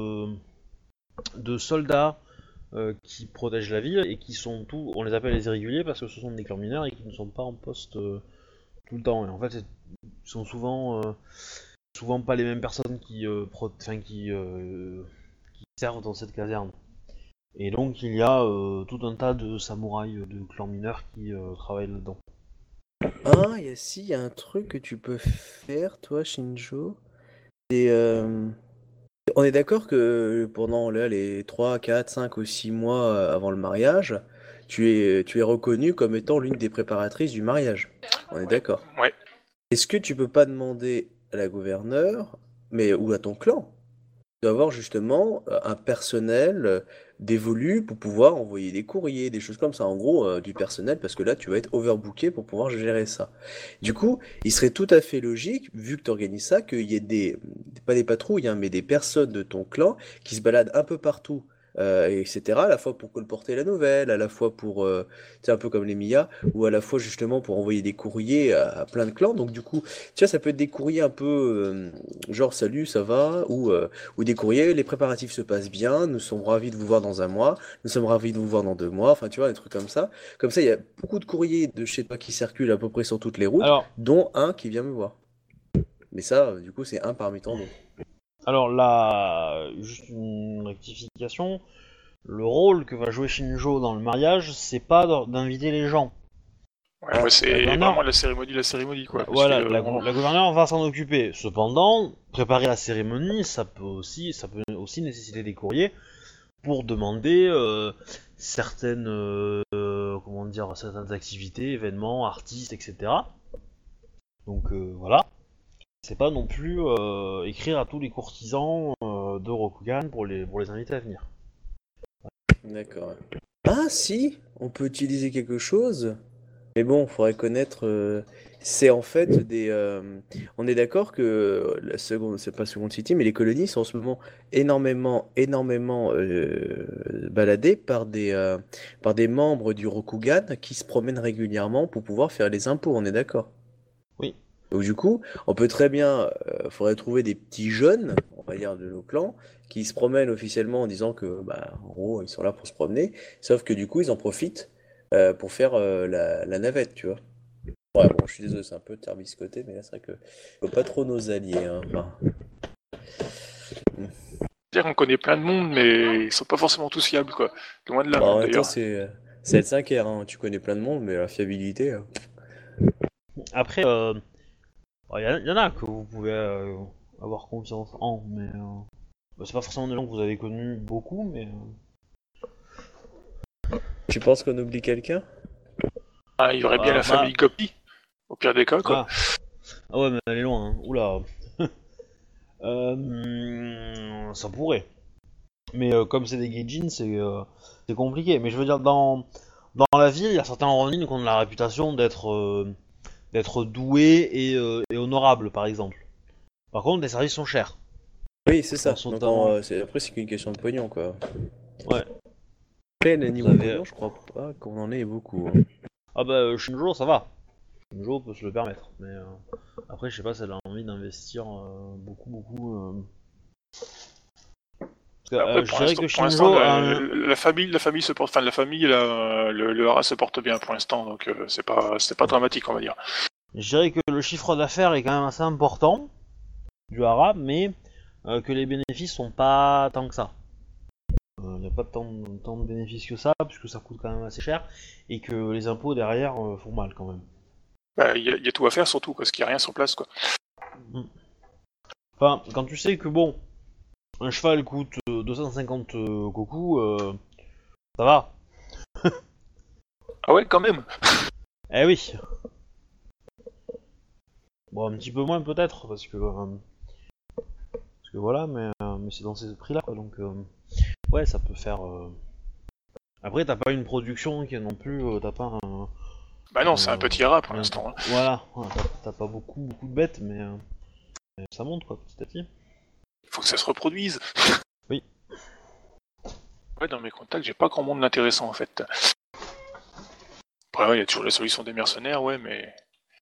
de soldats qui protègent la ville et qui sont tous, on les appelle les irréguliers parce que ce sont des clans mineurs et qui ne sont pas en poste tout le temps. Et en fait, ils sont souvent pas les mêmes personnes qui servent dans cette caserne. Et donc il y a tout un tas de samouraïs de clans mineurs qui travaillent là-dedans. Ah, il y a un truc que tu peux faire, toi, Shinjo. C'est, on est d'accord que pendant là, les 3, 4, 5 ou 6 mois avant le mariage, tu es reconnu comme étant l'une des préparatrices du mariage. On est d'accord. Ouais. Est-ce que tu peux pas demander à la gouverneure, mais ou à ton clan, d'avoir justement un personnel dévolu pour pouvoir envoyer des courriers, des choses comme ça, en gros du personnel, parce que là tu vas être overbooké pour pouvoir gérer ça. Du coup, il serait tout à fait logique, vu que tu organises ça, qu'il y ait pas des patrouilles, hein, mais des personnes de ton clan qui se baladent un peu partout etc. À la fois pour colporter la nouvelle, à la fois pour, c'est un peu comme les Mia, ou à la fois justement pour envoyer des courriers à plein de clans. Donc du coup, tu vois, ça peut être des courriers un peu genre salut, ça va, ou des courriers, les préparatifs se passent bien, nous sommes ravis de vous voir dans un mois, nous sommes ravis de vous voir dans 2 mois, enfin tu vois, des trucs comme ça. Comme ça, il y a beaucoup de courriers de chez toi qui circulent à peu près sur toutes les routes, Alors, dont un qui vient me voir. Mais ça, du coup, c'est un parmi tant d'autres. alors là, juste une rectification. Le rôle que va jouer Shinjo dans le mariage, c'est pas d'inviter les gens. Ouais, moi, c'est La gouverneure- vraiment la cérémonie, quoi. Parce Voilà, que, la gouverneure va s'en occuper. Cependant, préparer la cérémonie, ça peut aussi nécessiter des courriers pour demander certaines activités, événements, artistes, etc. Donc voilà. C'est pas non plus écrire à tous les courtisans de Rokugan pour les inviter à venir. D'accord. Ah si, on peut utiliser quelque chose. Mais bon, faudrait connaître. C'est en fait des. On est d'accord que la seconde, c'est pas Second City, mais les colonies sont en ce moment énormément baladées par des membres du Rokugan qui se promènent régulièrement pour pouvoir faire les impôts. On est d'accord. Oui. Donc du coup, on peut très bien, faudrait trouver des petits jeunes, on va dire de nos clans, qui se promènent officiellement en disant que, bah, en gros, ils sont là pour se promener, sauf que du coup, ils en profitent pour faire la navette, tu vois. Ouais, bon, je suis désolé, c'est un peu tarbiscoté, mais là, c'est vrai que faut pas trop nos alliés, hein. Enfin, dire qu'on connaît plein de monde, mais ils sont pas forcément tous fiables, quoi. Loin de là, bah, en même, même temps, d'ailleurs. c'est L5R, hein. Tu connais plein de monde, mais la fiabilité. Après, y en a que vous pouvez avoir confiance en, mais bah, c'est pas forcément des gens que vous avez connus beaucoup, mais Tu penses qu'on oublie quelqu'un? Ah, il y aurait bien la famille Gopi, au pire des cas, quoi. Ah ouais, mais elle est loin, hein. Oula. Ça pourrait. Mais comme c'est des Gaijin, c'est compliqué. Mais je veux dire, dans la ville, il y a certains Ronin qui ont la réputation d'être doués et honorables, par exemple. Par contre, les services sont chers. Oui, c'est Je ça. pense Donc, notamment. après, c'est qu'une question de pognon, quoi. Ouais. Après, le Vous niveau avez. pognon, je crois pas qu'on en ait beaucoup, hein. Ah bah, Shinjo, ça va. Shinjo peut se le permettre. Mais après, je sais pas si elle a envie d'investir beaucoup. Parce que Après, je dirais que pour l'instant, Shinjo a un. la famille se porte, enfin, la famille, le hara se porte bien pour l'instant, donc c'est pas dramatique, on va dire. Je dirais que le chiffre d'affaires est quand même assez important du hara, mais que les bénéfices sont pas tant que ça. Il n'y a pas tant de bénéfices que ça, puisque ça coûte quand même assez cher, et que les impôts derrière font mal quand même. Bah, il y a tout à faire, surtout, parce qu'il y a rien sur place, quoi. Mm. Enfin, quand tu sais que bon, un cheval coûte 250 koku, ça va. Ah ouais, quand même. Eh oui. Bon, un petit peu moins peut-être, parce que voilà, mais c'est dans ces prix-là, quoi, donc ouais, ça peut faire. Après, t'as pas une production qui est non plus, t'as pas un. Bah non, c'est un petit hara pour un- l'instant, hein. Voilà, t'as pas beaucoup de bêtes, mais ça monte quoi, petit à petit. Il faut que ça se reproduise. Oui. Ouais, dans mes contacts, j'ai pas grand monde d'intéressant, en fait. Après, ouais, il y a toujours la solution des mercenaires, ouais, mais...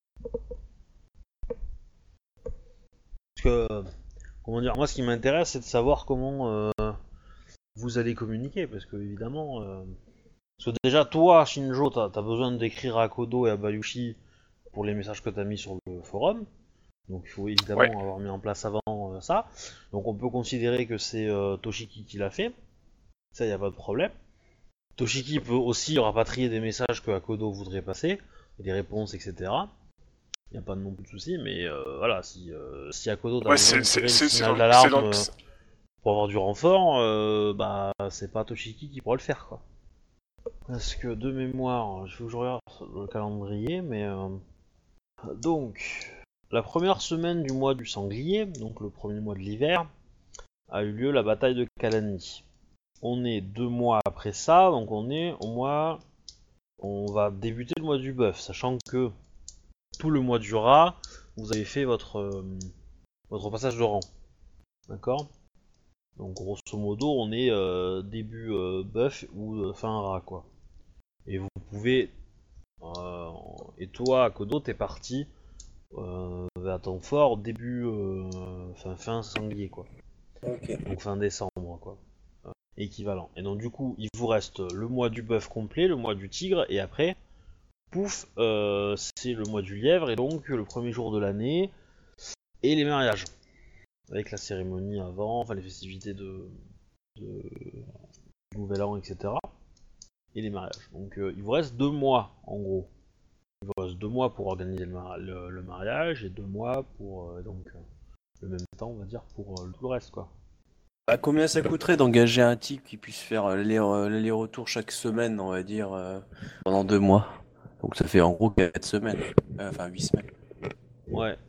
Parce que, comment dire, moi ce qui m'intéresse, c'est de savoir comment vous allez communiquer, parce que évidemment, parce que déjà toi, Shinjo, t'as besoin d'écrire à Kodo et à Bayushi pour les messages que t'as mis sur le forum. Donc il faut évidemment Ouais. avoir mis en place avant ça. Donc on peut considérer que c'est Toshiki qui l'a fait. Ça, y a pas de problème. Toshiki peut aussi rapatrier des messages que Akodo voudrait passer, des réponses, etc. Y a pas non plus de soucis, mais voilà, si Akodo a Ouais, besoin de tirer le signal c'est d'alarme dans... pour avoir du renfort, bah c'est pas Toshiki qui pourra le faire, quoi. Parce que de mémoire, il faut que je regarde le calendrier, mais donc la première semaine du mois du sanglier, donc le premier mois de l'hiver, a eu lieu la bataille de Kalani. On est 2 mois après ça, donc on est au mois. On va débuter le mois du bœuf, sachant que tout le mois du rat, vous avez fait votre passage de rang. D'accord. Donc grosso modo, on est début bœuf ou fin rat, quoi. Et vous pouvez... et toi, Akodo, t'es parti vers ton fort début... fin sanglier, quoi. Ok. Donc fin décembre, quoi. Équivalent. Et donc du coup, il vous reste le mois du bœuf complet, le mois du tigre, et après, pouf, c'est le mois du lièvre, et donc le premier jour de l'année, et les mariages. Avec la cérémonie avant, enfin les festivités de Nouvel An, etc. Et les mariages. Donc il vous reste 2 mois, en gros. Il vous reste 2 mois pour organiser le mariage, et 2 mois pour, le même temps, on va dire, pour tout le reste, quoi. Bah, combien ça coûterait d'engager un type qui puisse faire l'aller-retour chaque semaine, on va dire, pendant 2 mois? Donc ça fait en gros 4 semaines. Enfin 8 semaines. Ouais,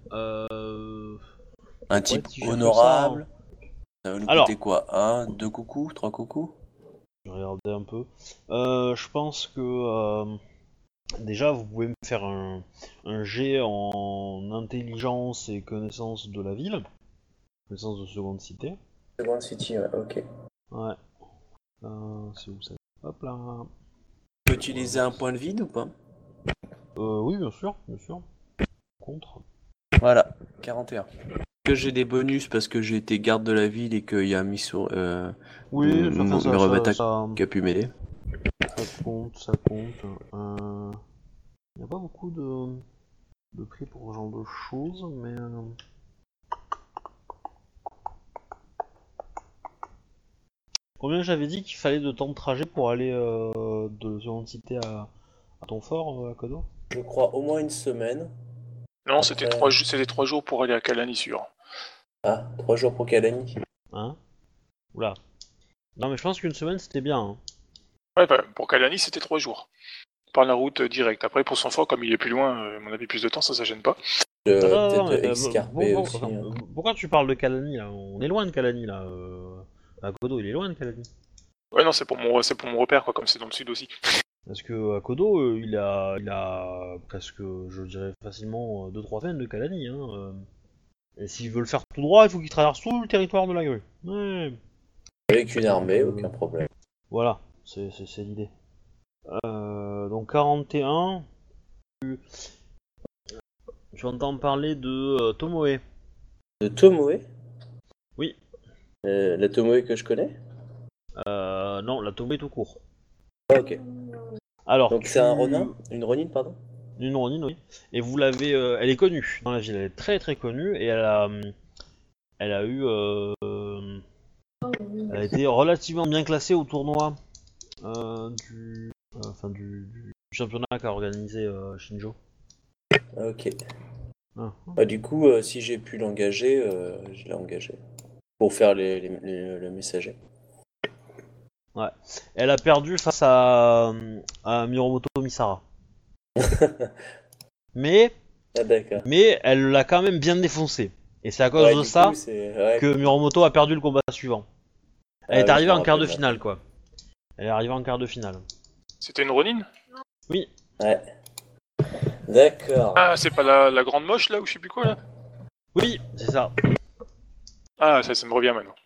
Un type si je fais honorable. Ça va nous Alors. coûter quoi? 1, 2 coucous? 3 coucous? Je vais regarder un peu. Je pense que déjà vous pouvez me faire un jet en intelligence et connaissance de la ville, connaissance de seconde cité. Second City, ouais, ok. Ouais. C'est où ça? Hop là. Tu peux utiliser un point de vide ou pas? Oui, bien sûr, bien sûr. Contre. Voilà, 41. Que j'ai des bonus parce que j'ai été garde de la ville et qu'il y a un mission. Oui, Murabata qui a pu m'aider. ça compte, ça compte. Il n'y a pas beaucoup de prix pour ce genre de choses, mais... Combien j'avais dit qu'il fallait de temps de trajet pour aller de seconde cité à ton fort, Akodo? Je crois au moins une semaine. Non, Après- c'était 3 jours pour aller à Kalani sûr. Ah, 3 jours pour Kalani. Hein? Oula. Non mais je pense qu'une semaine c'était bien. Hein. Ouais, bah, pour Kalani, c'était 3 jours. Par la route directe. Après, pour son fort, comme il est plus loin, à mon avis, plus de temps, ça gêne pas. Peut-être mais, Excarpé aussi. enfin, Hein. pourquoi tu parles de Kalani là? On est loin de Kalani là. Akodo il est loin de Kalani. Ouais, non, c'est pour mon repère, quoi, comme c'est dans le sud aussi. Parce que Akodo il a presque, je dirais facilement 2-3 semaines de Kalani. Hein. Et s'il veut le faire tout droit, il faut qu'il traverse tout le territoire de la grue. Ouais. Avec une armée, aucun problème. Voilà, c'est l'idée. Donc 41, tu entends parler de Tomoe. De Tomoe? Oui. La Tomoe que je connais? Non, la Tomoe tout court. Ah, ok. Alors, Donc c'est un Ronin? Une Ronin, pardon? Une Ronin, oui. Et vous l'avez, elle est connue dans la ville, elle est très très connue et elle a eu, elle a été relativement bien classée au tournoi du championnat qu'a organisé Shinjo. Ok. Ah. Bah, du coup, si j'ai pu l'engager, je l'ai engagé. Pour faire le messager. Ouais. Elle a perdu face à Miromoto Misara. Mais Ah, d'accord. elle l'a quand même bien défoncé. Et c'est à cause Ouais, de du ça coup, ouais. que Miromoto a perdu le combat suivant. Elle Ah est oui, arrivée je me en quart de rappelle finale, maintenant. quoi. Elle est arrivée en quart de finale. C'était une Ronin? Oui. Ouais. D'accord. Ah, c'est pas la grande moche, là, ou je sais plus quoi, là? Oui, c'est ça. Ah, ça me revient maintenant.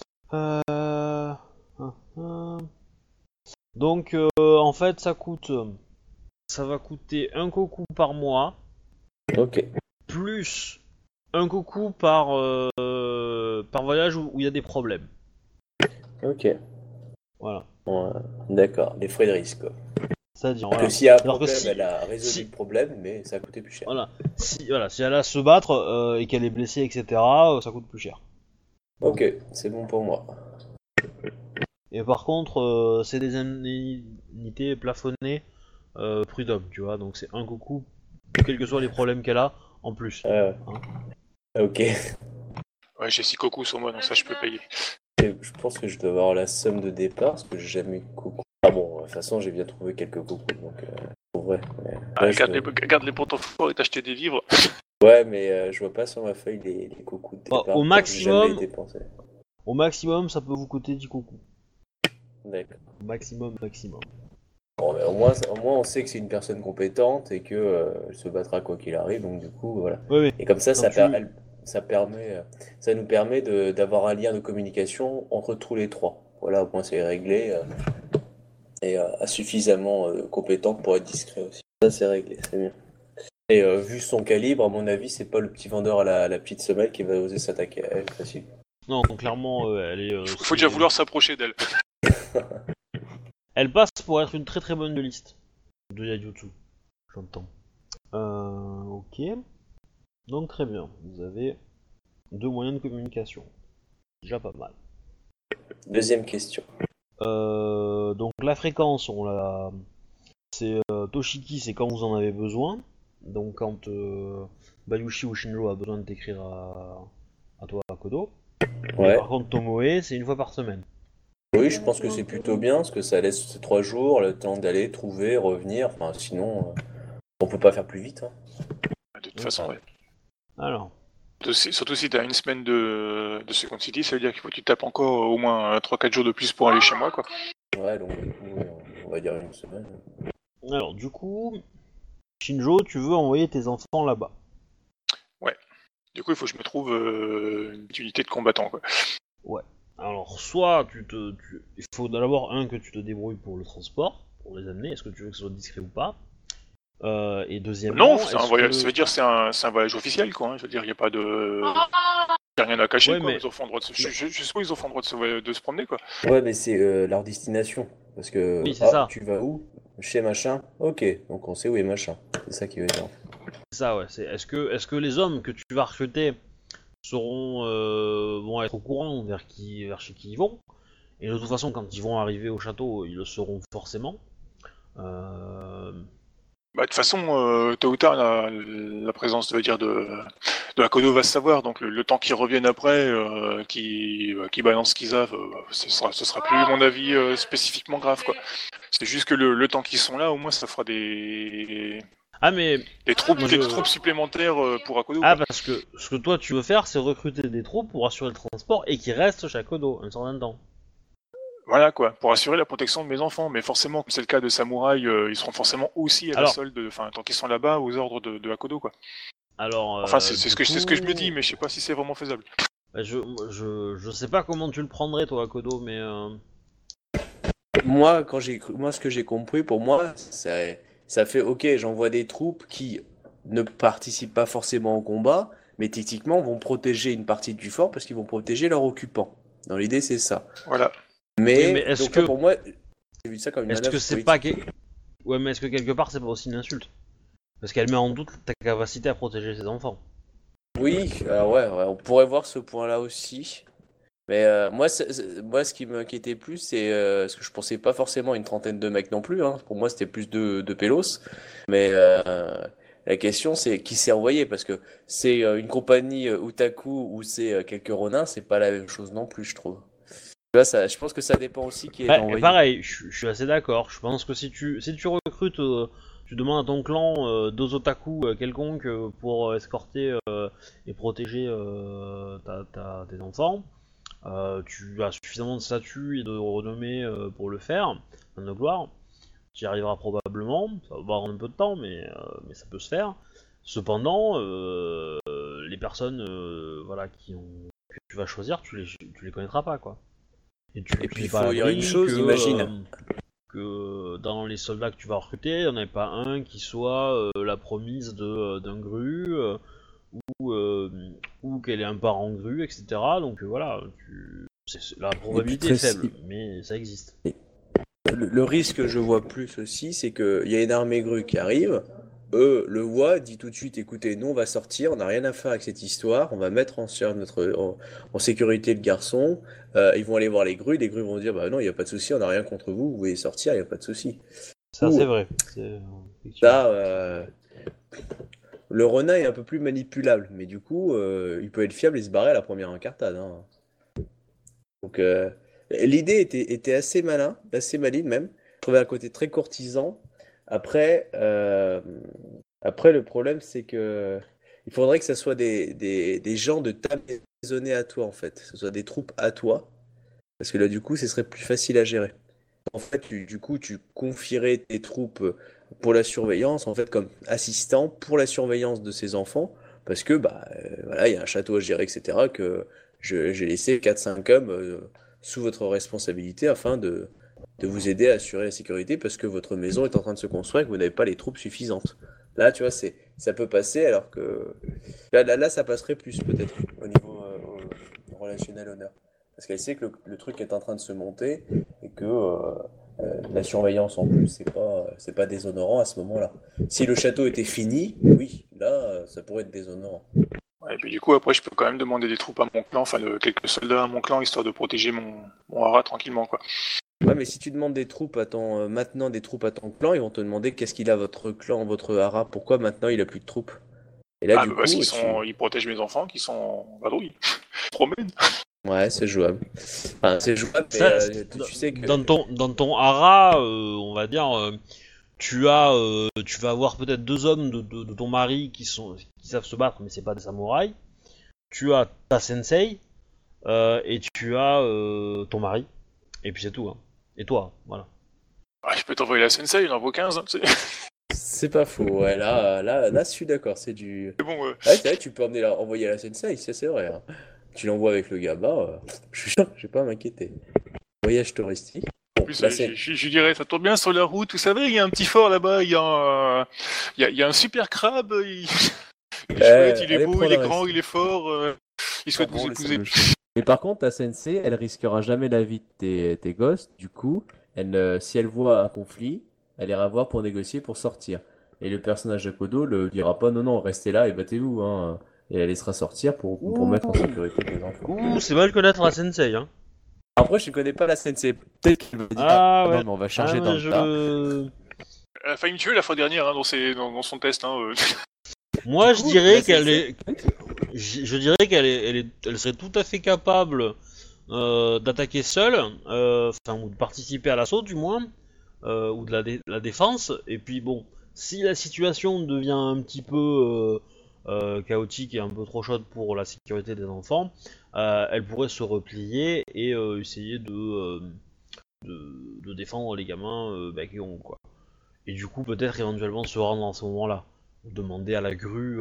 Donc, en fait, ça va coûter un koku par mois, Ok. plus un koku par voyage où il y a des problèmes. Ok. Voilà. Bon, d'accord. Les frais de risque, quoi. C'est-à-dire, Que voilà. s'il y a un Alors que problème, si- elle a résolu si- le problème, mais ça a coûté plus cher. Voilà. Si elle a à se battre et qu'elle est blessée, etc., ça coûte plus cher. Ok, c'est bon pour moi. Et par contre, c'est des indemnités plafonnées prud'homme, tu vois. Donc c'est un coucou, quels que soient les problèmes qu'elle a, en plus. Hein. Ok. Ouais, j'ai 6 cocos sur moi, donc ça, je peux payer. Et je pense que je dois avoir la somme de départ parce que j'ai jamais eu de coucou. Ah bon, de toute façon, j'ai bien trouvé quelques coucous, donc pour vrai. Mais, Ah, là, garde-les pour ton fort et t'acheter des vivres. Ouais, mais je vois pas sur ma feuille les coucous de Bah, départ. au donc maximum- J'ai jamais dépensé. Au maximum, ça peut vous coûter 10 coucous. D'accord. Au maximum. Bon, mais au moins, on sait que c'est une personne compétente et que elle se battra quoi qu'il arrive, donc du coup, voilà. Oui. Et comme ça, Quand ça nous permet d'avoir un lien de communication entre tous les trois. Voilà, au moins c'est réglé et suffisamment compétent pour être discret aussi. Ça c'est réglé, c'est bien. Et vu son calibre, à mon avis, c'est pas le petit vendeur à la petite semelle qui va oser s'attaquer à elle facile. Non, clairement, elle est. Faut déjà vouloir s'approcher d'elle. Elle passe pour être une très très bonne dueliste de Yajutsu. J'entends. Ok. Donc très bien. Vous avez 2 moyens de communication. Déjà pas mal. Deuxième question. Donc la fréquence, c'est Toshiki, c'est quand vous en avez besoin. Donc quand Bayushi ou Shinjo a besoin de t'écrire à toi, à Kodo. Ouais. Et par contre Tomoe, c'est 1 fois par semaine. Oui, je pense que c'est plutôt bien parce que ça laisse ces 3 jours le temps d'aller trouver, revenir. Enfin, sinon, on peut pas faire plus vite. Hein. De toute façon, ouais. Alors. Surtout si t'as 1 semaine de Second City, ça veut dire qu'il faut que tu tapes encore au moins 3-4 jours de plus pour aller chez moi, quoi. Ouais, donc du coup, on va dire 1 semaine. Alors du coup, Shinjo, tu veux envoyer tes enfants là-bas. Ouais. Du coup, il faut que je me trouve une unité de combattants, quoi. Ouais. Alors soit il faut d'abord que tu te débrouilles pour le transport, pour les amener. Est-ce que tu veux que ce soit discret ou pas? Et deuxièmement, Non, c'est un voyage. Ça veut dire c'est un voyage officiel, quoi. Hein. Je veux dire, il y a pas de. Y a rien à cacher, Ouais, quoi. mais- Ils ont le droit de se... je suppose qu'ils ont le droit de se promener, quoi. Ouais, mais c'est leur destination. Parce que, Oui, c'est ça. tu vas où? Chez machin? Ok, donc on sait où est machin. C'est ça qui veut dire. C'est ça, ouais. Est-ce que les hommes que tu vas recruter vont être au courant vers chez qui ils vont? Et de toute façon, quand ils vont arriver au château, ils le seront forcément. Bah, de toute façon, tôt ou tard, la présence, de la Kodo va se savoir. Donc, le temps qu'ils reviennent après, qui balancent ce qu'ils ont, ce sera plus, à mon avis, spécifiquement grave, quoi. C'est juste que le temps qu'ils sont là, au moins, ça fera des troupes, moi, des troupes supplémentaires pour Akodo. Ah, parce que ce que toi tu veux faire, c'est recruter des troupes pour assurer le transport et qui restent chez Kodo un certain temps. Voilà, quoi, pour assurer la protection de mes enfants. Mais forcément, comme c'est le cas de Samouraï, ils seront forcément aussi à la solde, enfin, tant qu'ils sont là-bas, aux ordres de Akodo, quoi. Alors, Enfin, c'est ce que je me dis, mais je sais pas si c'est vraiment faisable. Bah, je sais pas comment tu le prendrais, toi, Kodo, mais. Moi, ce que j'ai compris, pour moi, ça fait ok, j'envoie des troupes qui ne participent pas forcément au combat, mais techniquement vont protéger une partie du fort parce qu'ils vont protéger leurs occupants. Dans l'idée, c'est ça. Voilà. Oui, mais est-ce donc que- là, pour moi, j'ai vu ça comme une Est-ce manœuvre que c'est politique. pas. Ouais, mais est-ce que quelque part c'est pas aussi une insulte? Parce qu'elle met en doute ta capacité à protéger ses enfants. Oui, alors ouais, on pourrait voir ce point-là aussi. Mais moi, moi, ce qui m'inquiétait plus, c'est parce que je pensais pas forcément à une trentaine de mecs non plus. Hein. Pour moi, c'était plus de pélos. Mais la question, c'est qui s'est envoyé parce que c'est une compagnie Otaku ou c'est quelques renins, c'est pas la même chose non plus, je trouve. Tu vois, je pense que ça dépend aussi qui est Ouais, envoyé. pareil, je suis assez d'accord. Je pense que si tu recrutes, tu demandes à ton clan 2 otaku quelconques pour escorter et protéger tes enfants. Tu as suffisamment de statut et de renommée pour le faire, de gloire. Tu y arriveras probablement. Ça va prendre un peu de temps, mais ça peut se faire. Cependant, les personnes que tu vas choisir, tu les connaîtras pas, quoi. Et puis, il faut dire une chose, imagine. Que dans les soldats que tu vas recruter, il n'y en ait pas un qui soit la promise d'un gru ou qu'elle ait un parent gru, etc. Donc voilà, la probabilité est faible, mais ça existe. Le risque que je vois plus aussi, c'est qu'il y a une armée grue qui arrive. Eux le voient, dit tout de suite, écoutez, nous on va sortir, on n'a rien à faire avec cette histoire, on va mettre en sécurité le garçon. Ils vont aller voir les grues vont dire, bah non, il n'y a pas de souci, on n'a rien contre vous, vous pouvez sortir, il n'y a pas de souci. Ça, c'est vrai. Ça, le renard est un peu plus manipulable, mais du coup, il peut être fiable et se barrer à la première incartade. Hein. Donc, l'idée était assez assez maligne même. Je trouvais un côté très courtisan. Après, le problème, c'est que il faudrait que ce soit des gens de ta maisonnée à toi, en fait. Que ce soit des troupes à toi. Parce que là, du coup, ce serait plus facile à gérer. En fait, du coup, tu confierais tes troupes pour la surveillance, en fait, comme assistant pour la surveillance de ces enfants, parce que voilà, il y a un château à gérer, etc., que j'ai laissé 4-5 hommes sous votre responsabilité afin de vous aider à assurer la sécurité parce que votre maison est en train de se construire et que vous n'avez pas les troupes suffisantes. Là, tu vois, ça peut passer alors que là, ça passerait plus peut-être au niveau relationnel honneur. Parce qu'elle sait que le truc est en train de se monter et que la surveillance en plus, c'est pas déshonorant à ce moment-là. Si le château était fini, oui, là, ça pourrait être déshonorant. Ouais, et puis du coup, après, je peux quand même demander des troupes à mon clan, enfin quelques soldats à mon clan, histoire de protéger mon haras tranquillement, quoi. Ouais, mais si tu demandes des troupes à maintenant des troupes à ton clan, ils vont te demander qu'est-ce qu'il a votre clan, votre hara, pourquoi maintenant il a plus de troupes. Et là, du parce coup, qu'ils protègent mes enfants qui sont en vadrouille. Ils se promènent. Ouais, c'est jouable. Enfin, c'est jouable, mais Ça, tu sais que... dans ton hara, on va dire, tu vas avoir peut-être 2 hommes de ton mari qui savent se battre, mais c'est pas des samouraïs. Tu as ta sensei et tu as ton mari. Et puis c'est tout. Hein. Et toi, voilà. Ah, je peux t'envoyer la sensei, il en vaut 15. Hein, C'est pas faux, ouais, là, je suis d'accord, c'est du... c'est bon, Ouais, c'est vrai, tu peux envoyer la sensei, ça c'est vrai. Hein. Tu l'envoies avec le gamin, je suis sûr, je vais pas m'inquiéter. Voyage touristique. En Bon, plus, là, je dirais, ça tourne bien sur la route, vous savez, il y a un petit fort là-bas, il y a un super crabe, il est chouette, il est allez beau, prendre il est un grand, resto. il est fort, il souhaite vous épouser. Mais par contre, ta sensei, elle risquera jamais la vie de tes gosses. Du coup, si elle voit un conflit, elle ira voir pour négocier pour sortir. Et le personnage de Kodo le dira pas non, non, restez là et battez-vous. Hein. Et elle laissera sortir pour mettre en sécurité les enfants. Ouh, c'est mal connaître la sensei, hein. Après, je ne connais pas la sensei. Peut-être qu'il me dit... Ah ouais. Non, mais on va charger dans le tas. Elle a failli me tuer la fois dernière hein, dans son test. Hein, Moi, Du je coup, dirais la qu'elle sensei- est, je dirais elle serait tout à fait capable d'attaquer seule, enfin ou de participer à l'assaut du moins, ou de la défense. Et puis bon, si la situation devient un petit peu chaotique et un peu trop chaude pour la sécurité des enfants, elle pourrait se replier et essayer de défendre les gamins qui ont quoi. Et du coup, peut-être éventuellement se rendre dans ce moment-là, demander à la grue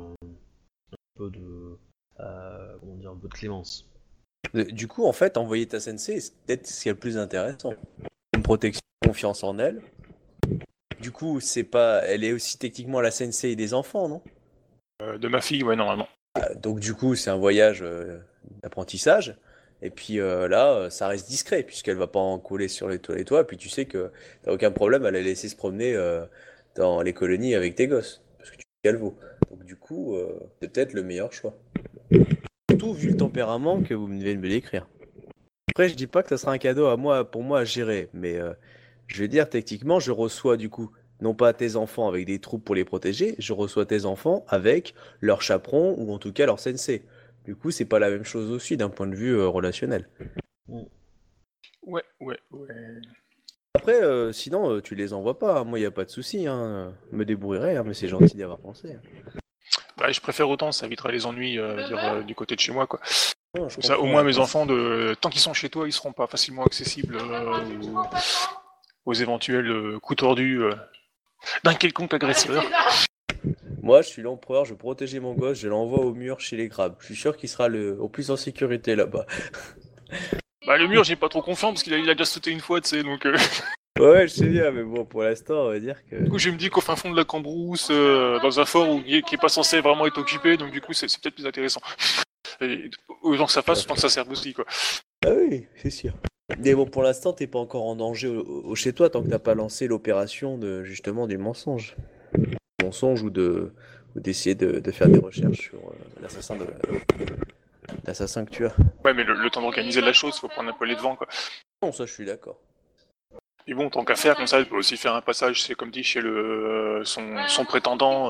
peu de comment dire, un peu de clémence. Du coup, en fait, envoyer ta sensei, c'est peut-être ce qui est le plus intéressant. Une protection, confiance en elle. Du coup, elle est aussi techniquement la sensei des enfants, non? de ma fille, ouais, normalement. Donc du coup, c'est un voyage d'apprentissage. Et puis là, ça reste discret, puisqu'elle va pas en coller sur les toits. Et puis tu sais que t'as aucun problème à la laisser se promener dans les colonies avec tes gosses, parce que tu es calvo. Donc du coup, c'est peut-être le meilleur choix. Surtout vu le tempérament que vous venez de me décrire. Après, je dis pas que ça sera un cadeau pour moi à gérer, mais je vais dire techniquement, je reçois du coup non pas tes enfants avec des troupes pour les protéger, je reçois tes enfants avec leur chaperon ou en tout cas leur sensei. Du coup, c'est pas la même chose aussi d'un point de vue relationnel. Ouais. Après, sinon, tu les envoies pas. Hein. Moi, y a pas de souci. Hein. Me débrouillerai, hein, mais c'est gentil d'avoir pensé. Bah, je préfère autant, ça évitera les ennuis du côté de chez moi, quoi. Non, je Comme ça, au comprends, moins, hein. mes enfants, tant qu'ils sont chez toi, ils seront pas facilement accessibles aux éventuels coups tordus d'un quelconque agresseur. Moi, je suis l'empereur, je vais protéger mon gosse, je l'envoie au mur chez les crabes. Je suis sûr qu'il sera au plus en sécurité là-bas. Bah, le mur, j'ai pas trop confiance parce qu'il a déjà sauté une fois, tu sais, donc. Ouais, je sais bien, mais bon, pour l'instant, on va dire que... Du coup, je me dis qu'au fin fond de la Cambrousse, dans un fort qui est pas censé vraiment être occupé, donc du coup, c'est peut-être plus intéressant. Et, autant que ça fasse, autant que ça serve aussi, quoi. Ah oui, c'est sûr. Mais bon, pour l'instant, t'es pas encore en danger chez toi tant que t'as pas lancé l'opération justement du mensonge. Mensonge ou d'essayer de faire des recherches sur l'assassin que tu as. Ouais, mais le temps d'organiser la chose, faut prendre un peu les devants, quoi. Bon, ça, je suis d'accord. Et bon, tant qu'à faire, comme ça, elle peut aussi faire un passage, c'est comme dit, chez son prétendant,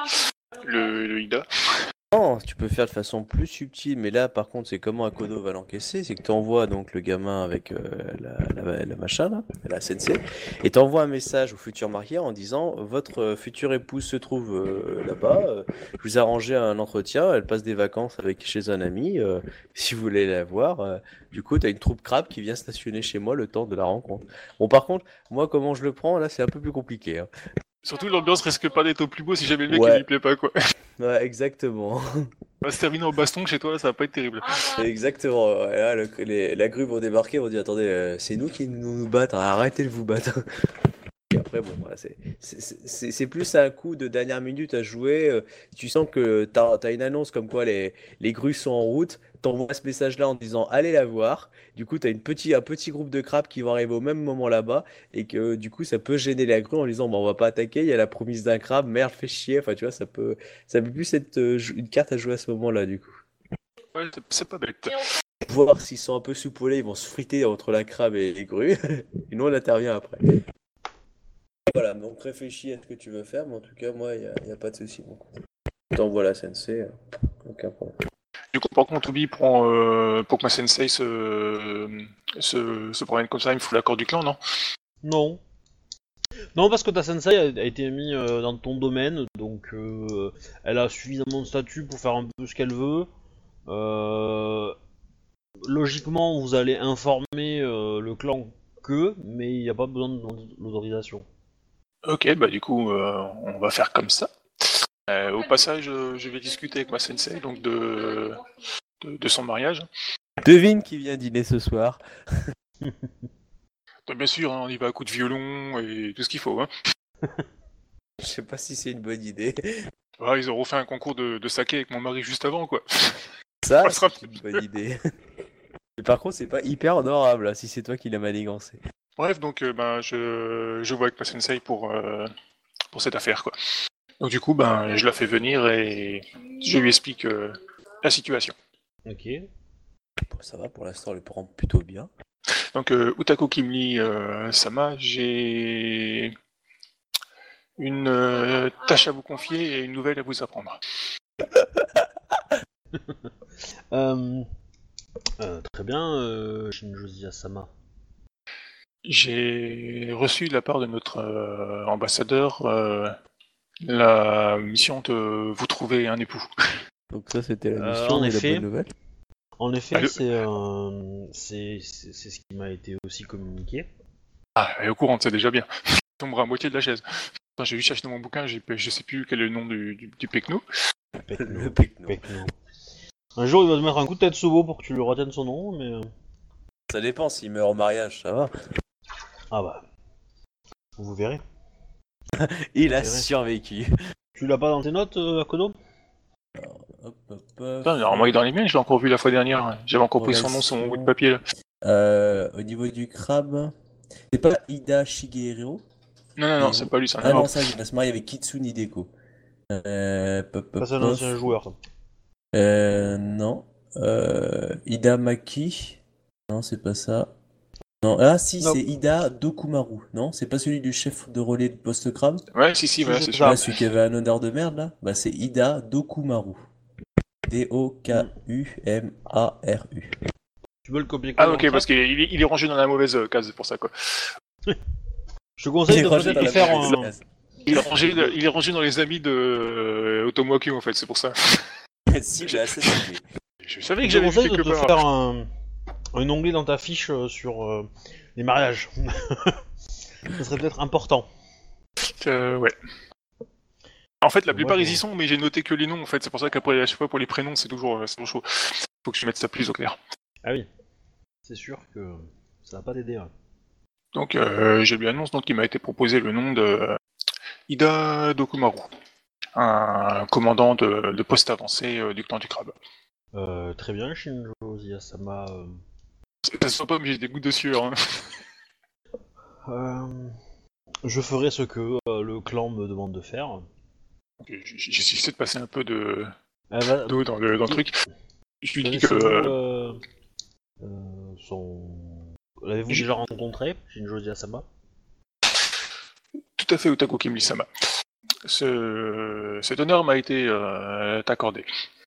le Ida. Non, tu peux faire de façon plus subtile, mais là, par contre, c'est comment Akodo va l'encaisser, c'est que tu envoies donc le gamin avec la machin, là, la sensei, et tu envoies un message au futur marié en disant votre future épouse se trouve là-bas, je vous ai arrangé un entretien, elle passe des vacances chez un ami, si vous voulez la voir, du coup, tu as une troupe crabe qui vient stationner chez moi le temps de la rencontre. Bon, par contre, moi, comment je le prends, là, c'est un peu plus compliqué. Hein. Surtout, l'ambiance risque pas d'être au plus beau si jamais le mec Ouais. il lui plaît pas, quoi. Ouais, exactement. On va se terminer en baston chez toi, ça va pas être terrible. Exactement. Ouais, là, la grue vont débarquer, vont dire attendez, c'est nous qui nous battre, arrêtez de vous battre. Et après, bon, voilà, c'est plus un coup de dernière minute à jouer. Tu sens que t'as une annonce comme quoi les grues sont en route. T'envoies ce message-là en disant allez la voir. Du coup, t'as un petit groupe de crabes qui vont arriver au même moment là-bas. Et que du coup, ça peut gêner la grue en disant bah, on va pas attaquer. Il y a la promise d'un crabe. Merde, fait chier. Enfin, tu vois, ça peut plus être une carte à jouer à ce moment-là, du coup. Ouais, c'est pas bête. Voir s'ils sont un peu soupolés, ils vont se friter entre la crabe et les grues. Et nous, on intervient après. Voilà, donc réfléchis à ce que tu veux faire, mais en tout cas, moi, il n'y a pas de souci. Bon. T'envoies la sensei, aucun problème. Du coup, par contre, Obi prend, pour que ma sensei se promène comme ça, il me faut l'accord du clan, non? Non. Non, parce que ta sensei a été mise dans ton domaine, donc elle a suffisamment de statut pour faire un peu ce qu'elle veut. Logiquement, vous allez informer le clan mais il n'y a pas besoin de l'autorisation. Ok, bah du coup, on va faire comme ça. Au passage, je vais discuter avec ma sensei donc de son mariage. Devine qui vient dîner ce soir. Donc, bien sûr, hein, on y va à coups de violon et tout ce qu'il faut. Hein. Je sais pas si c'est une bonne idée. Ah, ils auront fait un concours de saké avec mon mari juste avant, quoi. Ça, Ouais, ça c'est une bonne idée. Mais par contre, c'est pas hyper honorable là, si c'est toi qui l'as manigancé. Bref, donc ben, je vois avec ma sensei pour cette affaire, quoi. Donc du coup, ben, je la fais venir et je lui explique la situation. Ok. Bon, ça va, pour l'instant, elle le prend plutôt bien. Donc, Utako Kimli Sama, j'ai une tâche à vous confier et une nouvelle à vous apprendre. Très bien, Shinjozi Asama. J'ai reçu de la part de notre ambassadeur la mission de vous trouver un époux. Donc ça, c'était la En mission et effet. la bonne nouvelle. En effet, Allô c'est ce qui m'a été aussi communiqué. Ah, elle est au courant, c'est déjà bien. Elle tombera à moitié de la chaise. Attends, j'ai vu chercher dans mon bouquin, je sais plus quel est le nom du Pekno. Le Pekno. Pekno. Un jour, il va te mettre un coup de tête Sobo pour que tu lui retiennes son nom, mais... Ça dépend, s'il meurt au mariage, ça va. Ah bah... Vous verrez. Il a C'est vrai. survécu. Tu l'as pas dans tes notes, Akodo? Hop, hop, Putain, normalement, il est dans les miens, je l'ai encore vu la fois dernière. J'avais encore pris son nom sur mon bout de papier, là. Au niveau du crabe, c'est pas Ida Shigehiro? Non, c'est pas lui, c'est un Ah non, Europe. ça, il va se marier avec Kitsune Hideko. Ça, c'est un ancien joueur, ça. Non. Ida Maki. Non, c'est pas ça. Non, ah si, Non. c'est Ida Dokumaru. Non, c'est pas celui du chef de relais de poste crabe? Ouais, si, voilà, c'est c'est ça. sûr. Ah, celui qui avait un honneur de merde là? Bah, c'est Ida Dokumaru. Dokumaru. Tu veux le copier Ah, ok, parce qu'il est rangé dans la mauvaise case, c'est pour ça, quoi. Je te conseille de rangé peut-être dans la faire mauvaise un... case. Il est rangé dans les amis de Otomoaki, en fait, c'est pour ça. Si, j'ai assez ciblé. Je savais Je que te j'avais vu conseille de quelque te part. faire un onglet dans ta fiche sur les mariages. Ça serait peut-être important. Ouais. En fait, la Moi, plupart, je- ils y sont, mais j'ai noté que les noms, en fait. C'est pour ça qu'après, à chaque fois, pour les prénoms, c'est toujours chaud. Faut que je mette ça plus au clair. Ah oui. C'est sûr que ça va pas t'aider. Ouais. Donc, je lui annonce donc qu'il m'a été proposé le nom de Ida Dokumaru, un commandant de poste avancé du clan du crabe. Très bien, Shinjo Asama. Ça se voit pas, mais j'ai des gouttes de sueur. Hein. Je ferai ce que le clan me demande de faire. Donc, j'essaie de passer un peu d'eau Elle va... dans le truc. Je lui dis Connaissez-vous, que... L'avez-vous déjà rencontré, Shinjo Asama? Tout à fait, Utako Kimli-sama. Cet honneur m'a été accordé.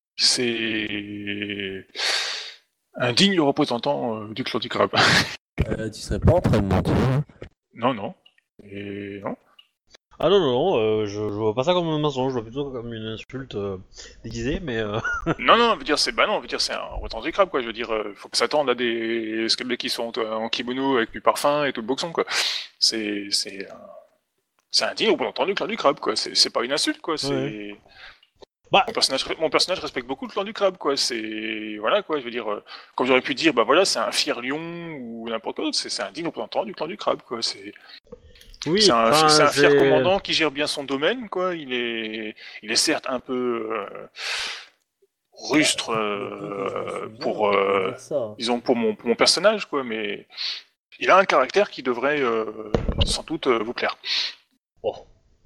C'est un digne représentant du clan du crabe. Tu serais pas en train de mentir? Non. Et non. Ah non, je vois pas ça comme un mensonge, je vois plutôt comme une insulte déguisée, mais... Non, c'est un représentant du crabe, quoi. Je veux dire, faut que ça s'attende à des mecs qui sont en kimono avec du parfum et tout le boxon, quoi. C'est C'est un digne représentant du clan du crabe, quoi. C'est pas une insulte, quoi. C'est... Bah, Mon personnage respecte beaucoup le clan du crabe, quoi. C'est... Voilà, quoi. Je veux dire, comme j'aurais pu dire, bah voilà, c'est un fier lion ou n'importe quoi, c'est un digne représentant du clan du crabe, quoi. oui, C'est un enfin, fier commandant qui gère bien son domaine, quoi. Il est certes un peu rustre pour, dire ça. disons, pour mon personnage, quoi, mais il a un caractère qui devrait sans doute vous plaire. oh.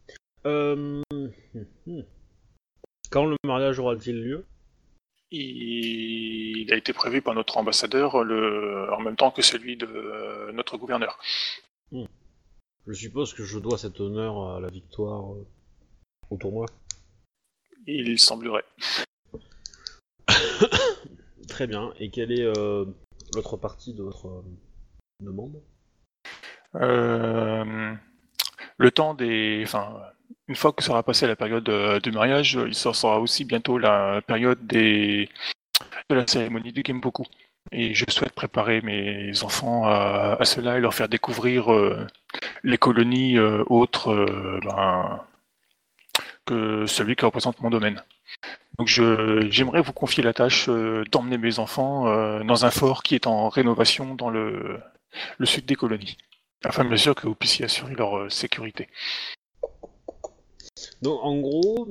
Quand le mariage aura-t-il lieu? Il a été prévu par notre ambassadeur en même temps que celui de notre gouverneur. Je suppose que je dois cet honneur à la victoire au tournoi. Il semblerait. Très bien. Et quelle est l'autre partie de votre demande? Le temps des... Enfin, une fois que sera passée la période de mariage, il sera aussi bientôt la période de la cérémonie du Genboku. Et je souhaite préparer mes enfants à cela et leur faire découvrir les colonies autres que celui qui représente mon domaine. Donc j'aimerais vous confier la tâche d'emmener mes enfants dans un fort qui est en rénovation dans le sud des colonies, afin bien sûr que vous puissiez assurer leur sécurité. Donc en gros...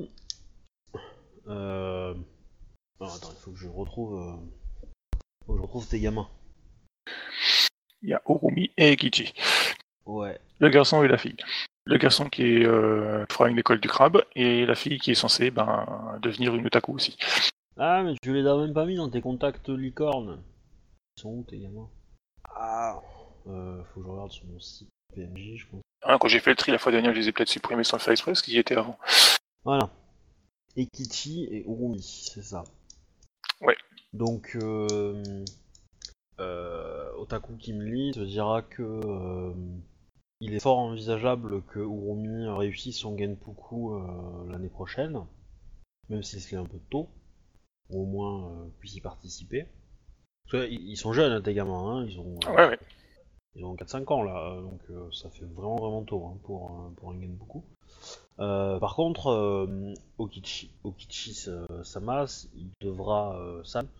Alors, attends, il faut que je retrouve tes gamins. Il y a Orumi et Kichi. Ouais. Le garçon et la fille. Le garçon qui fera une école du crabe, et la fille qui est censée devenir une otaku aussi. Ah, mais tu les as même pas mis dans tes contacts licornes. Ils sont où tes gamins? Ah, faut que je regarde sur mon site PNJ, je pense. Hein, quand j'ai fait le tri la fois dernière, je les ai peut-être supprimés sans le faire exprès, parce qu'ils y étaient avant. Voilà. Ekichi et Urumi, c'est ça. Ouais. Donc, Otaku Kimli te dira que il est fort envisageable que Urumi réussisse son Genpuku l'année prochaine, même si c'est un peu tôt, ou au moins puisse y participer. Parce que, ils sont jeunes, tes gamins, hein, ils ont, Ouais. ils ont 4-5 ans là, donc ça fait vraiment tôt hein, pour un Genpuku. Par contre, Okichi Samas, il devra, Sam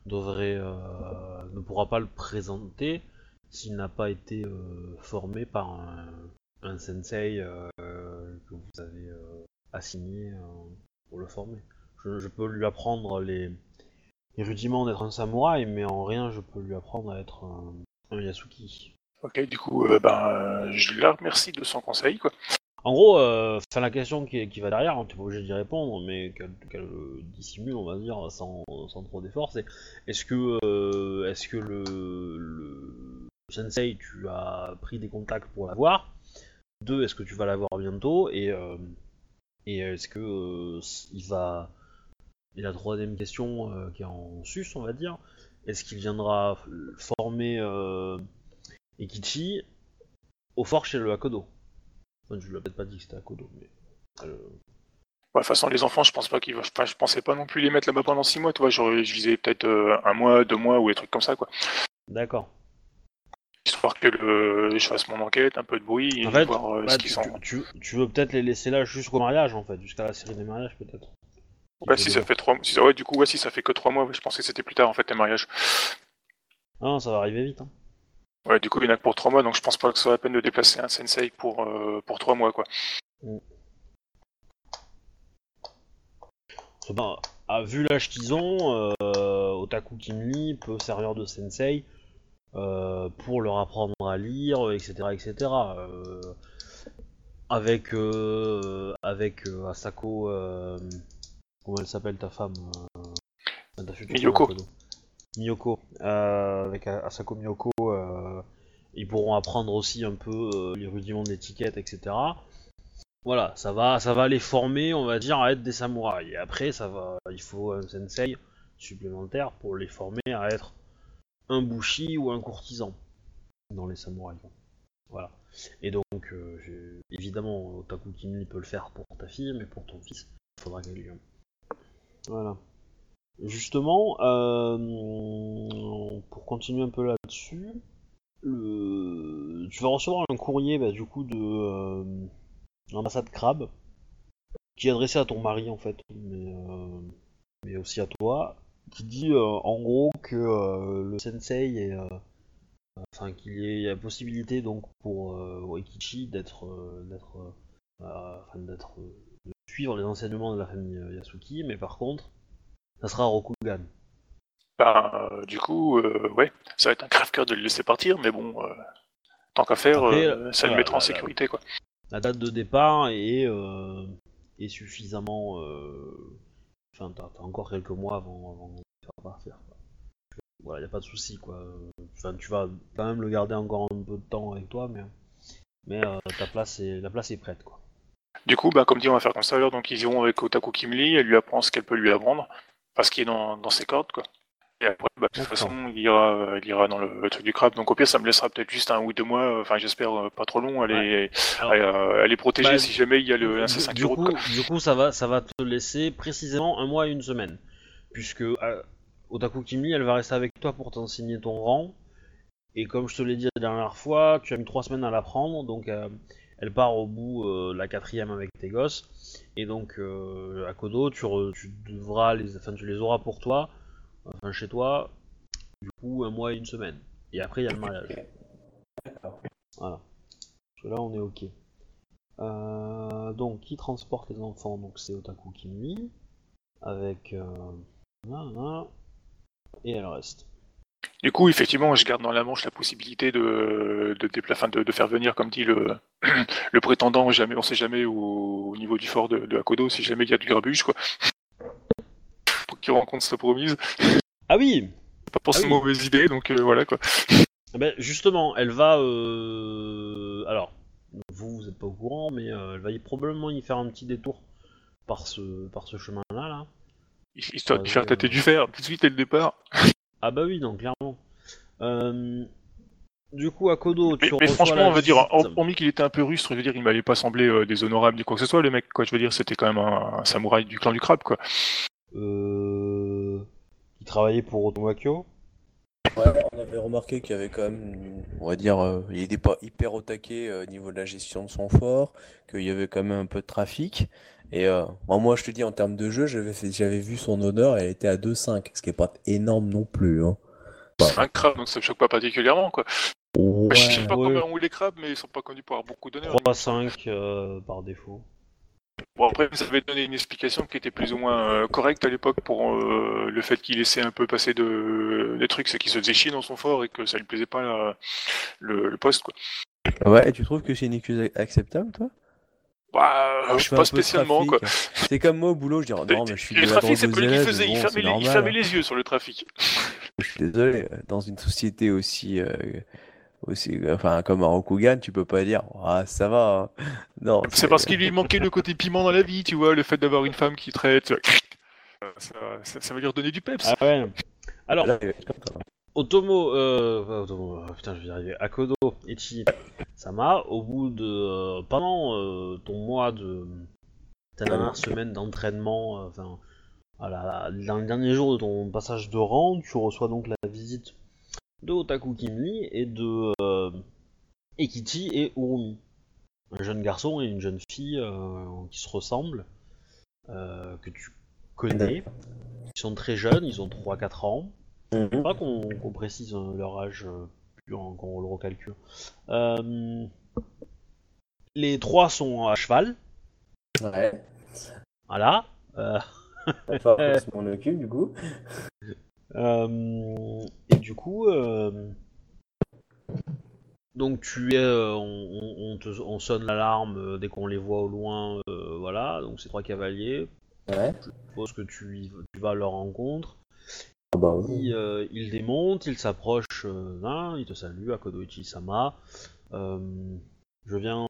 ne pourra pas le présenter s'il n'a pas été formé par un sensei que vous avez assigné pour le former. Je peux lui apprendre les rudiments d'être un samouraï, mais en rien je peux lui apprendre à être un Yasuki. Ok, du coup, je la remercie de son conseil, quoi. En gros, la question qui va derrière, hein, tu n'es pas obligé d'y répondre, mais qu'elle dissimule, on va dire, sans trop d'efforts, c'est est-ce que le sensei, tu as pris des contacts pour l'avoir? 2, est-ce que tu vas l'avoir bientôt? Et est-ce que il va... Et la troisième question, qui est en sus, on va dire, est-ce qu'il viendra former Ekichi au fort chez le Hakodo? Enfin, je lui ai peut-être pas dit que c'était Hakodo, mais... De toute façon, les enfants, je pensais pas non plus les mettre là-bas pendant 6 mois, tu vois, je visais peut-être 1 mois, 2 mois, ou des trucs comme ça, quoi. D'accord. Histoire que je fasse mon enquête, un peu de bruit, et En fait, voir ce qu'ils sont. tu veux peut-être les laisser là jusqu'au mariage, en fait, jusqu'à la série des mariages, peut-être. Ouais, si ça fait 3 mois. Ouais, du coup, ouais, si ça fait que 3 mois, ouais, je pensais que c'était plus tard, en fait, les mariages. Non, ça va arriver vite. Hein. Ouais, du coup, il y en a que pour 3 mois, donc je pense pas que ce soit la peine de déplacer un sensei pour 3 mois, quoi. Ben, vu l'âge qu'ils ont, Otaku Kimli peut servir de sensei pour leur apprendre à lire, etc. etc. Avec Asako, comment elle s'appelle ta femme ta future Miyoko. femme, Miyoko. Avec Asako Miyoko, ils pourront apprendre aussi un peu les rudiments d'étiquette, etc. Voilà, ça va les former, on va dire, à être des samouraïs. Et après, il faut un sensei supplémentaire pour les former à être un bushi ou un courtisan dans les samouraïs. Voilà. Et donc, évidemment, Otaku Kimli peut le faire pour ta fille, mais pour ton fils, il faudra qu'elle lui. Voilà. Justement, pour continuer un peu là-dessus, tu vas recevoir un courrier du coup l'ambassade Crabe, qui est adressée à ton mari en fait, mais aussi à toi, qui dit en gros que le sensei est, enfin qu'il y a possibilité donc pour Oikichi de suivre les enseignements de la famille Yasuki, mais par contre, ça sera Rokugan. Du coup, ouais, ça va être un crève-cœur de le laisser partir, mais bon, tant qu'à faire, Après, ça le voilà, mettra en sécurité, quoi. La date de départ est suffisamment. Enfin, t'as encore quelques mois avant de le faire partir. Quoi. Voilà, y a pas de souci quoi. Enfin, tu vas quand même le garder encore un peu de temps avec toi, mais la place est prête quoi. Du coup, comme dit, on va faire comme ça alors, donc ils iront avec Otaku Kimli, elle lui apprend ce qu'elle peut lui apprendre, parce qu'il est dans ses cordes, quoi. Et après, de toute façon, il ira dans le truc du crabe. Donc au pire, ça me laissera peut-être juste 1 ou 2 mois. Enfin, j'espère pas trop long. Elle est protégée si jamais il y a un C5 du quoi. Du coup, ça va te laisser précisément 1 mois et 1 semaine, puisque Otaku Kimli, elle va rester avec toi pour t'enseigner ton rang. Et comme je te l'ai dit la dernière fois, tu as mis 3 semaines à l'apprendre, donc elle part au bout de la 4ème avec tes gosses. Et donc à Kodo, tu les auras pour toi. Enfin, chez toi, du coup, 1 mois et 1 semaine. Et après, il y a le mariage. D'accord. Voilà. Parce que là, on est ok. Donc, qui transporte les enfants? Donc, c'est Otaku Kimli. Avec. Et elle reste. Du coup, effectivement, je garde dans la manche la possibilité de faire venir, comme dit le prétendant. On sait jamais au niveau du fort de Akodo, si jamais il y a du grabuge, quoi. Pour qu'il rencontre sa promise. Ah oui! Pas forcément mauvaise idée, donc voilà quoi. Ben justement, elle va. Alors, vous êtes pas au courant, mais elle va probablement y faire un petit détour par ce chemin-là. Là. Histoire de faire tâter du fer tout de suite dès le départ. Ah bah oui, non, clairement. Du coup, à Kodo, mais franchement, on va dire, hormis qu'il était un peu rustre, je veux dire, il m'avait pas semblé déshonorable ni quoi que ce soit, le mec, quoi. Je veux dire, c'était quand même un samouraï du clan du crabe, quoi. Qui travaillait pour Otomakyo. Ouais, on avait remarqué qu'il y avait quand même, on va dire, il était pas hyper au taquet au niveau de la gestion de son fort, qu'il y avait quand même un peu de trafic. Et moi, je te dis, en termes de jeu, j'avais vu son honneur, elle était à 2,5, ce qui est pas énorme non plus. Hein. C'est un crabe, donc ça me choque pas particulièrement, quoi. Ouais, Je sais pas comment on les crabes, mais ils sont pas connus pour avoir beaucoup d'honneur. 3-5 par défaut. Bon, après, ça avait donné une explication qui était plus ou moins correcte à l'époque pour le fait qu'il laissait un peu passer des trucs, c'est qu'il se faisait chier dans son fort et que ça lui plaisait pas le poste, quoi. ouais, et tu trouves que c'est une excuse acceptable, toi? Je suis pas spécialement, quoi. C'est comme moi au boulot, je dis, non, mais je suis le trafic, c'est pas lui qui élèves, faisait, bon, il fermait les yeux sur le trafic. Je suis désolé, dans une société aussi, enfin, comme à Rokugan, tu peux pas dire, ah, ça va. Hein. Non, c'est parce qu'il lui manquait le côté piment dans la vie, tu vois, le fait d'avoir une femme qui traite. Ça va lui redonner du peps. Ah ouais. Alors, Otomo, putain, je vais y arriver. Akodo, Ichi, Sama, au bout de pendant ton mois ta dernière semaine d'entraînement, dans les derniers jours de ton passage de rang, tu reçois donc la visite de Otaku Kimli et de Ekichi et Urumi, un jeune garçon et une jeune fille qui se ressemblent, que tu connais. Ils sont très jeunes, ils ont 3-4 ans. C'est pas qu'on précise leur âge, qu'on le recalcule. Les 3 sont à cheval. Ouais. Voilà. Enfin, je m'en occupe du coup. Et du coup, donc tu es, on sonne l'alarme dès qu'on les voit au loin. Voilà, donc c'est 3 cavaliers. Ouais. Je suppose que tu vas à leur rencontre. Ah bah oui. Il démonte, il s'approche, il te salue, Akodoichi Sama. Je viens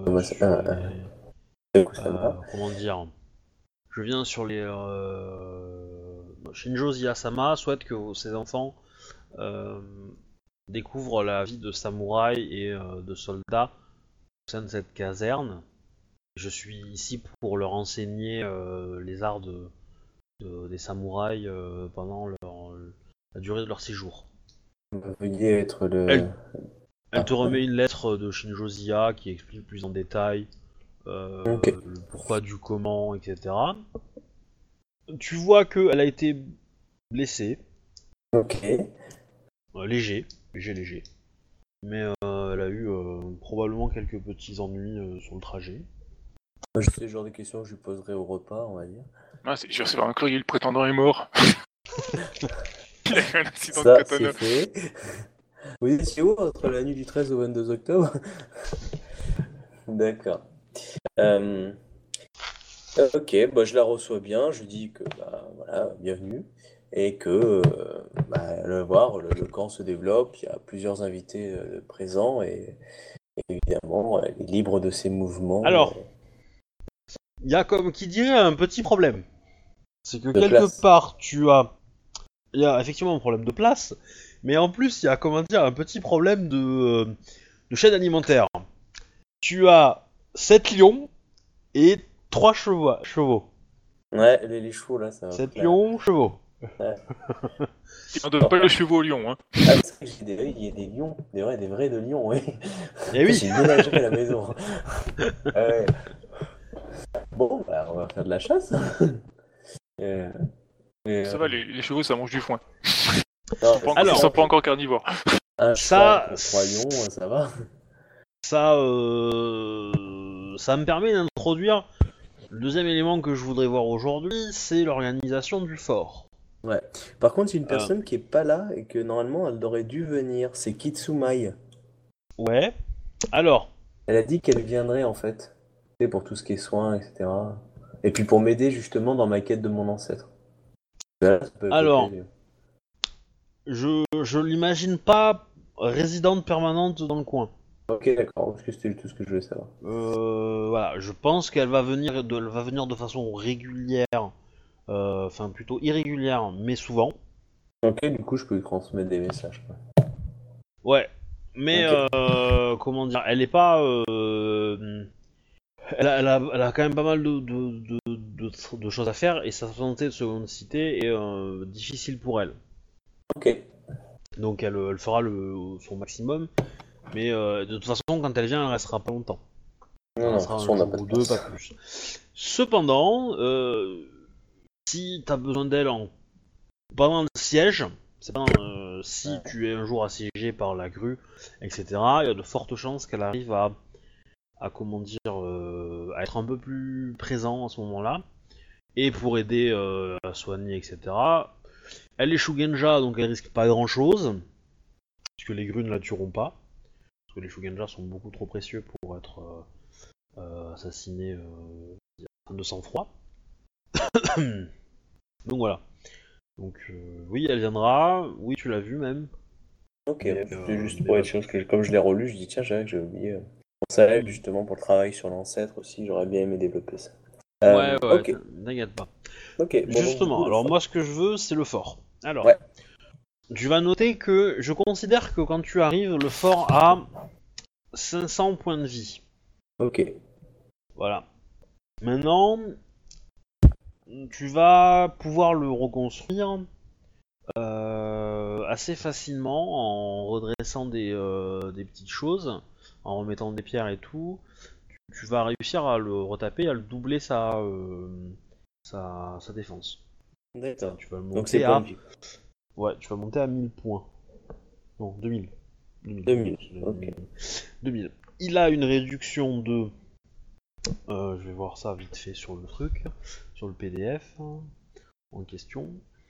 comment dire? Je viens sur les. Shinjo Ziyasama souhaite que ses enfants découvrent la vie de samouraï et de soldats au sein de cette caserne. Je suis ici pour leur enseigner les arts des samouraïs pendant la durée de leur séjour. Veuillez être le. Elle te remet une lettre de Shinjo Ziya qui explique plus en détail Ok. le pourquoi du comment, etc. Tu vois qu'elle a été blessée, Ok. léger, mais elle a eu probablement quelques petits ennuis sur le trajet. Moi, c'est le genre de questions que je lui poserai au repas, on va dire. Ah, je vais recevoir un courrier, le prétendant est mort. Il a eu un accident de Ça, katana. c'est fait. Vous étiez où entre la nuit du 13 au 22 octobre? D'accord. Euh, ok, bah, je la reçois bien, je lui dis que bah, voilà, bienvenue, et que bah, le voir, le camp se développe, il y a plusieurs invités présents, et évidemment, elle est libre de ses mouvements Alors, il y a comme qui dirait un petit problème. C'est que de quelque place. part, il y a effectivement un problème de place, mais en plus, il y a, comment dire, un petit problème de chaîne alimentaire. Tu as 7 lions et 3 chevaux. Ouais, les chevaux là, ça va 7 foutre la... lions, chevaux. Il n'en donne pas le chevaux au lion, hein. Ah, c'est vrai que il y a des lions, des vrais de lions, oui. Eh oui. J'ai une ménagerie à la maison. Ouais. Bon, bah, on va faire de la chasse. Euh, Ça va, les chevaux, ça mange du foin. non, Alors, Ils sont pas encore carnivores. un ça- cheval, 3 lions, ça va. Ça me permet d'introduire le deuxième élément que je voudrais voir aujourd'hui, c'est l'organisation du fort. Ouais. Par contre, il y a une Euh. personne qui est pas là et que normalement elle aurait dû venir. C'est Kitsumai. Ouais. Alors, Elle a dit qu'elle viendrait en fait. Tu sais, pour tout ce qui est soins, etc. Et puis pour m'aider justement dans ma quête de mon ancêtre. Voilà, ça peut être alors, l'occasion. je l'imagine pas résidente permanente dans le coin. Ok, d'accord, parce que c'était tout ce que je voulais savoir. Voilà, je pense qu'elle va venir de façon régulière, enfin plutôt irrégulière, mais souvent. Ok, du coup, je peux lui transmettre des messages, quoi. Ouais, mais Ok. comment dire, elle est pas, elle a quand même pas mal de choses à faire et sa santé de seconde cité est difficile pour elle. Ok. Donc elle fera son maximum, mais de toute façon quand elle vient, elle restera pas longtemps. Elle Non, non, de toute restera un façon, on n'a jour pas de ou deux, pas place. plus. Cependant, si t'as besoin d'elle pendant le siège, c'est pas si Ouais. tu es un jour assiégé par la grue, etc. Il y a de fortes chances qu'elle arrive à comment dire, à être un peu plus présent à ce moment-là et pour aider à soigner, etc. Elle est Shugenja, donc elle risque pas grand-chose puisque les grues ne la tueront pas, parce que les Shugenja sont beaucoup trop précieux pour être assassinés de sang-froid. Donc voilà. Donc oui, elle viendra. Oui, tu l'as vu même. Ok, Mais, c'était juste mais pour être voilà. sûr, parce que comme je l'ai relu, je dis tiens, j'ai oublié. Pour ça, justement, pour le travail sur l'ancêtre aussi, j'aurais bien aimé développer ça. Ouais, ouais, Ok, t'inquiète pas. ok, bon, donc du coup, Justement, le alors fort. moi ce que je veux, c'est le fort. Alors, Ouais. tu vas noter que je considère que quand tu arrives, le fort a 500 points de vie. Ok, Voilà. Maintenant, tu vas pouvoir le reconstruire assez facilement en redressant des petites choses, en remettant des pierres et tout. Tu vas réussir à le retaper, à le doubler sa défense. d'accord. Tu vas le Donc c'est monter points à... de vie. Ouais, tu vas monter à 1000 points. Non, 2000. 2000, ok. 2000. Il a une réduction de... je vais voir ça vite fait sur le truc, sur le PDF en question.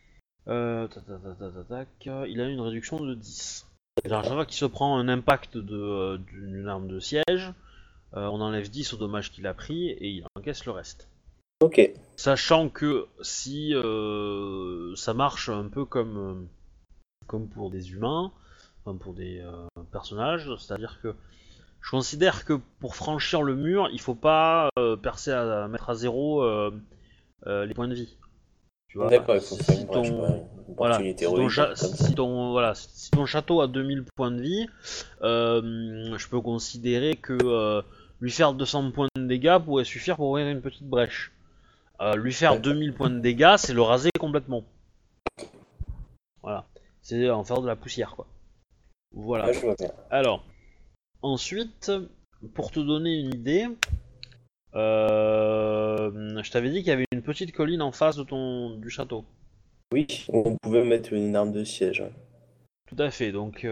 Il a une réduction de 10. Alors, à chaque fois qu'il se prend un impact d'une arme de siège, on enlève 10 au dommage qu'il a pris et il encaisse le reste. Ok, Sachant que si ça marche un peu comme pour des humains, enfin pour des personnages, c'est-à-dire que je considère que pour franchir le mur, il faut pas mettre à zéro les points de vie. Tu vois, d'accord, il faut faire une si brèche, quoi. ton Une voilà, opportunité héroïque, un truc comme ça. si ton château a 2000 points de vie, je peux considérer que lui faire 200 points de dégâts pourrait suffire pour ouvrir une petite brèche. Lui faire D'accord. 2000 points de dégâts, c'est le raser complètement. Voilà, c'est en faire de la poussière, quoi. Voilà. Ouais, je vois bien. Alors, ensuite, pour te donner une idée, Je t'avais dit qu'il y avait une petite colline en face du château. Oui, on pouvait mettre une arme de siège. Ouais. Tout à fait. Donc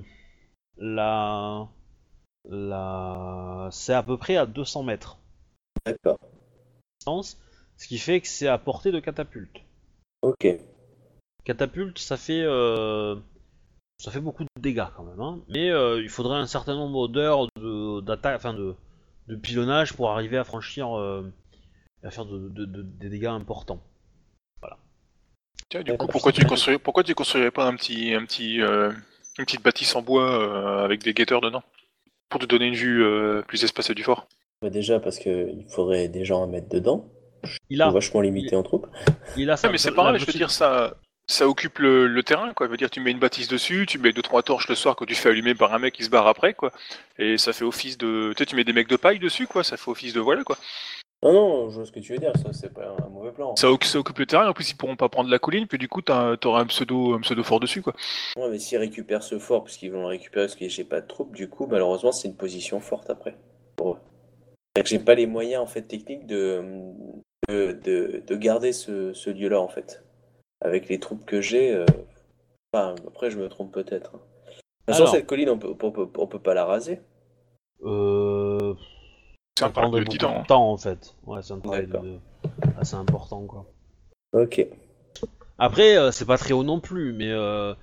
la, c'est à peu près à 200 mètres D'accord. de distance, ce qui fait que c'est à portée de catapulte. Ok. Catapulte, ça fait beaucoup de dégâts quand même, hein. Mais il faudrait un certain nombre d'heures d'attaque, enfin de pilonnage pour arriver à franchir, à faire des dégâts importants. Voilà. Tiens, du coup, D'accord. pourquoi tu construirais pas une petite bâtisse en bois avec des guetteurs dedans? Pour te donner une vue plus espacée du fort. Bah, déjà parce qu'il faudrait des gens à mettre dedans. Il Ils sont a, vachement il, limités en troupes. il a Ouais, mais c'est pareil, je veux petite- dire, ça occupe le terrain, quoi. Je veux dire, tu mets une bâtisse dessus, tu mets 2-3 torches le soir que tu fais allumer par un mec qui se barre après, quoi. Et ça fait office de. Tu sais, tu mets des mecs de paille dessus, quoi. Ça fait office de voilà, quoi. Non, je vois ce que tu veux dire, ça c'est pas un mauvais plan. Ça occupe le terrain, en plus ils pourront pas prendre la colline, puis du coup t'auras un pseudo fort dessus, quoi. Ouais, mais s'ils récupèrent ce fort, parce qu'ils vont le récupérer parce que j'ai pas de troupes, du coup, malheureusement, c'est une position forte après. Pour eux. C'est-à-dire que j'ai pas les moyens en fait techniques de garder ce lieu-là en fait. Avec les troupes que j'ai, enfin, après je me trompe peut-être. Hein. De toute façon, Alors, cette colline, on peut pas la raser. C'est ça un problème prendrait de beaucoup titan. de temps en fait. Ouais, c'est un travail D'accord. assez important, quoi. Ok. Après, c'est pas très haut non plus, mais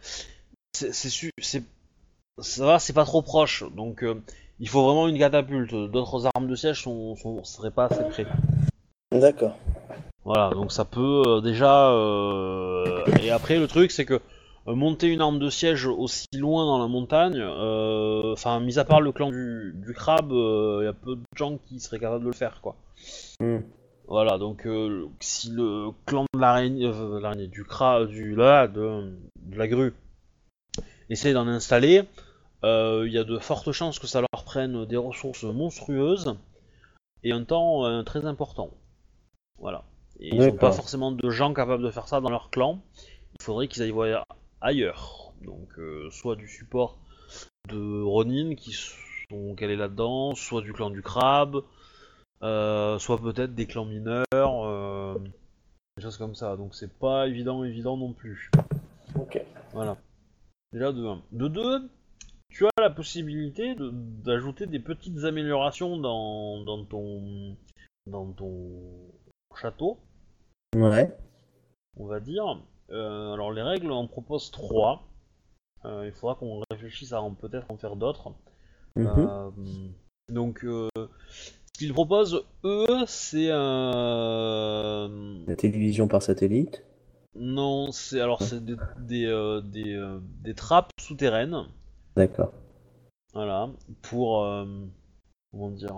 ça va, c'est pas trop proche. Donc, il faut vraiment une catapulte. D'autres armes de siège seraient pas assez près. D'accord. Voilà, donc ça peut déjà. Et après, le truc, c'est que monter une arme de siège aussi loin dans la montagne, enfin, mis à part le clan du crabe, il y a peu de gens qui seraient capables de le faire, quoi. Hmm. Voilà, donc si le clan de l'araignée, du crabe, de la grue, essaie d'en installer, il y a de fortes chances que ça leur prenne des ressources monstrueuses et un temps très important. Voilà. Et ils n'ont pas D'accord. forcément de gens capables de faire ça dans leur clan. Il faudrait qu'ils aillent voir ailleurs. Donc, soit du support de Ronin qui sont calés là-dedans, soit du clan du crabe, soit peut-être des clans mineurs, des choses comme ça. Donc, c'est pas évident non plus. Ok. Voilà. Déjà de 1. De 2, tu as la possibilité d'ajouter des petites améliorations dans ton château, Ouais. on va dire. Alors les règles en proposent 3. Il faudra qu'on réfléchisse à peut-être en faire d'autres. Mhm. Donc ce qu'ils proposent, eux, c'est La télévision par satellite. non, c'est des trappes souterraines. D'accord. Voilà, pour comment dire,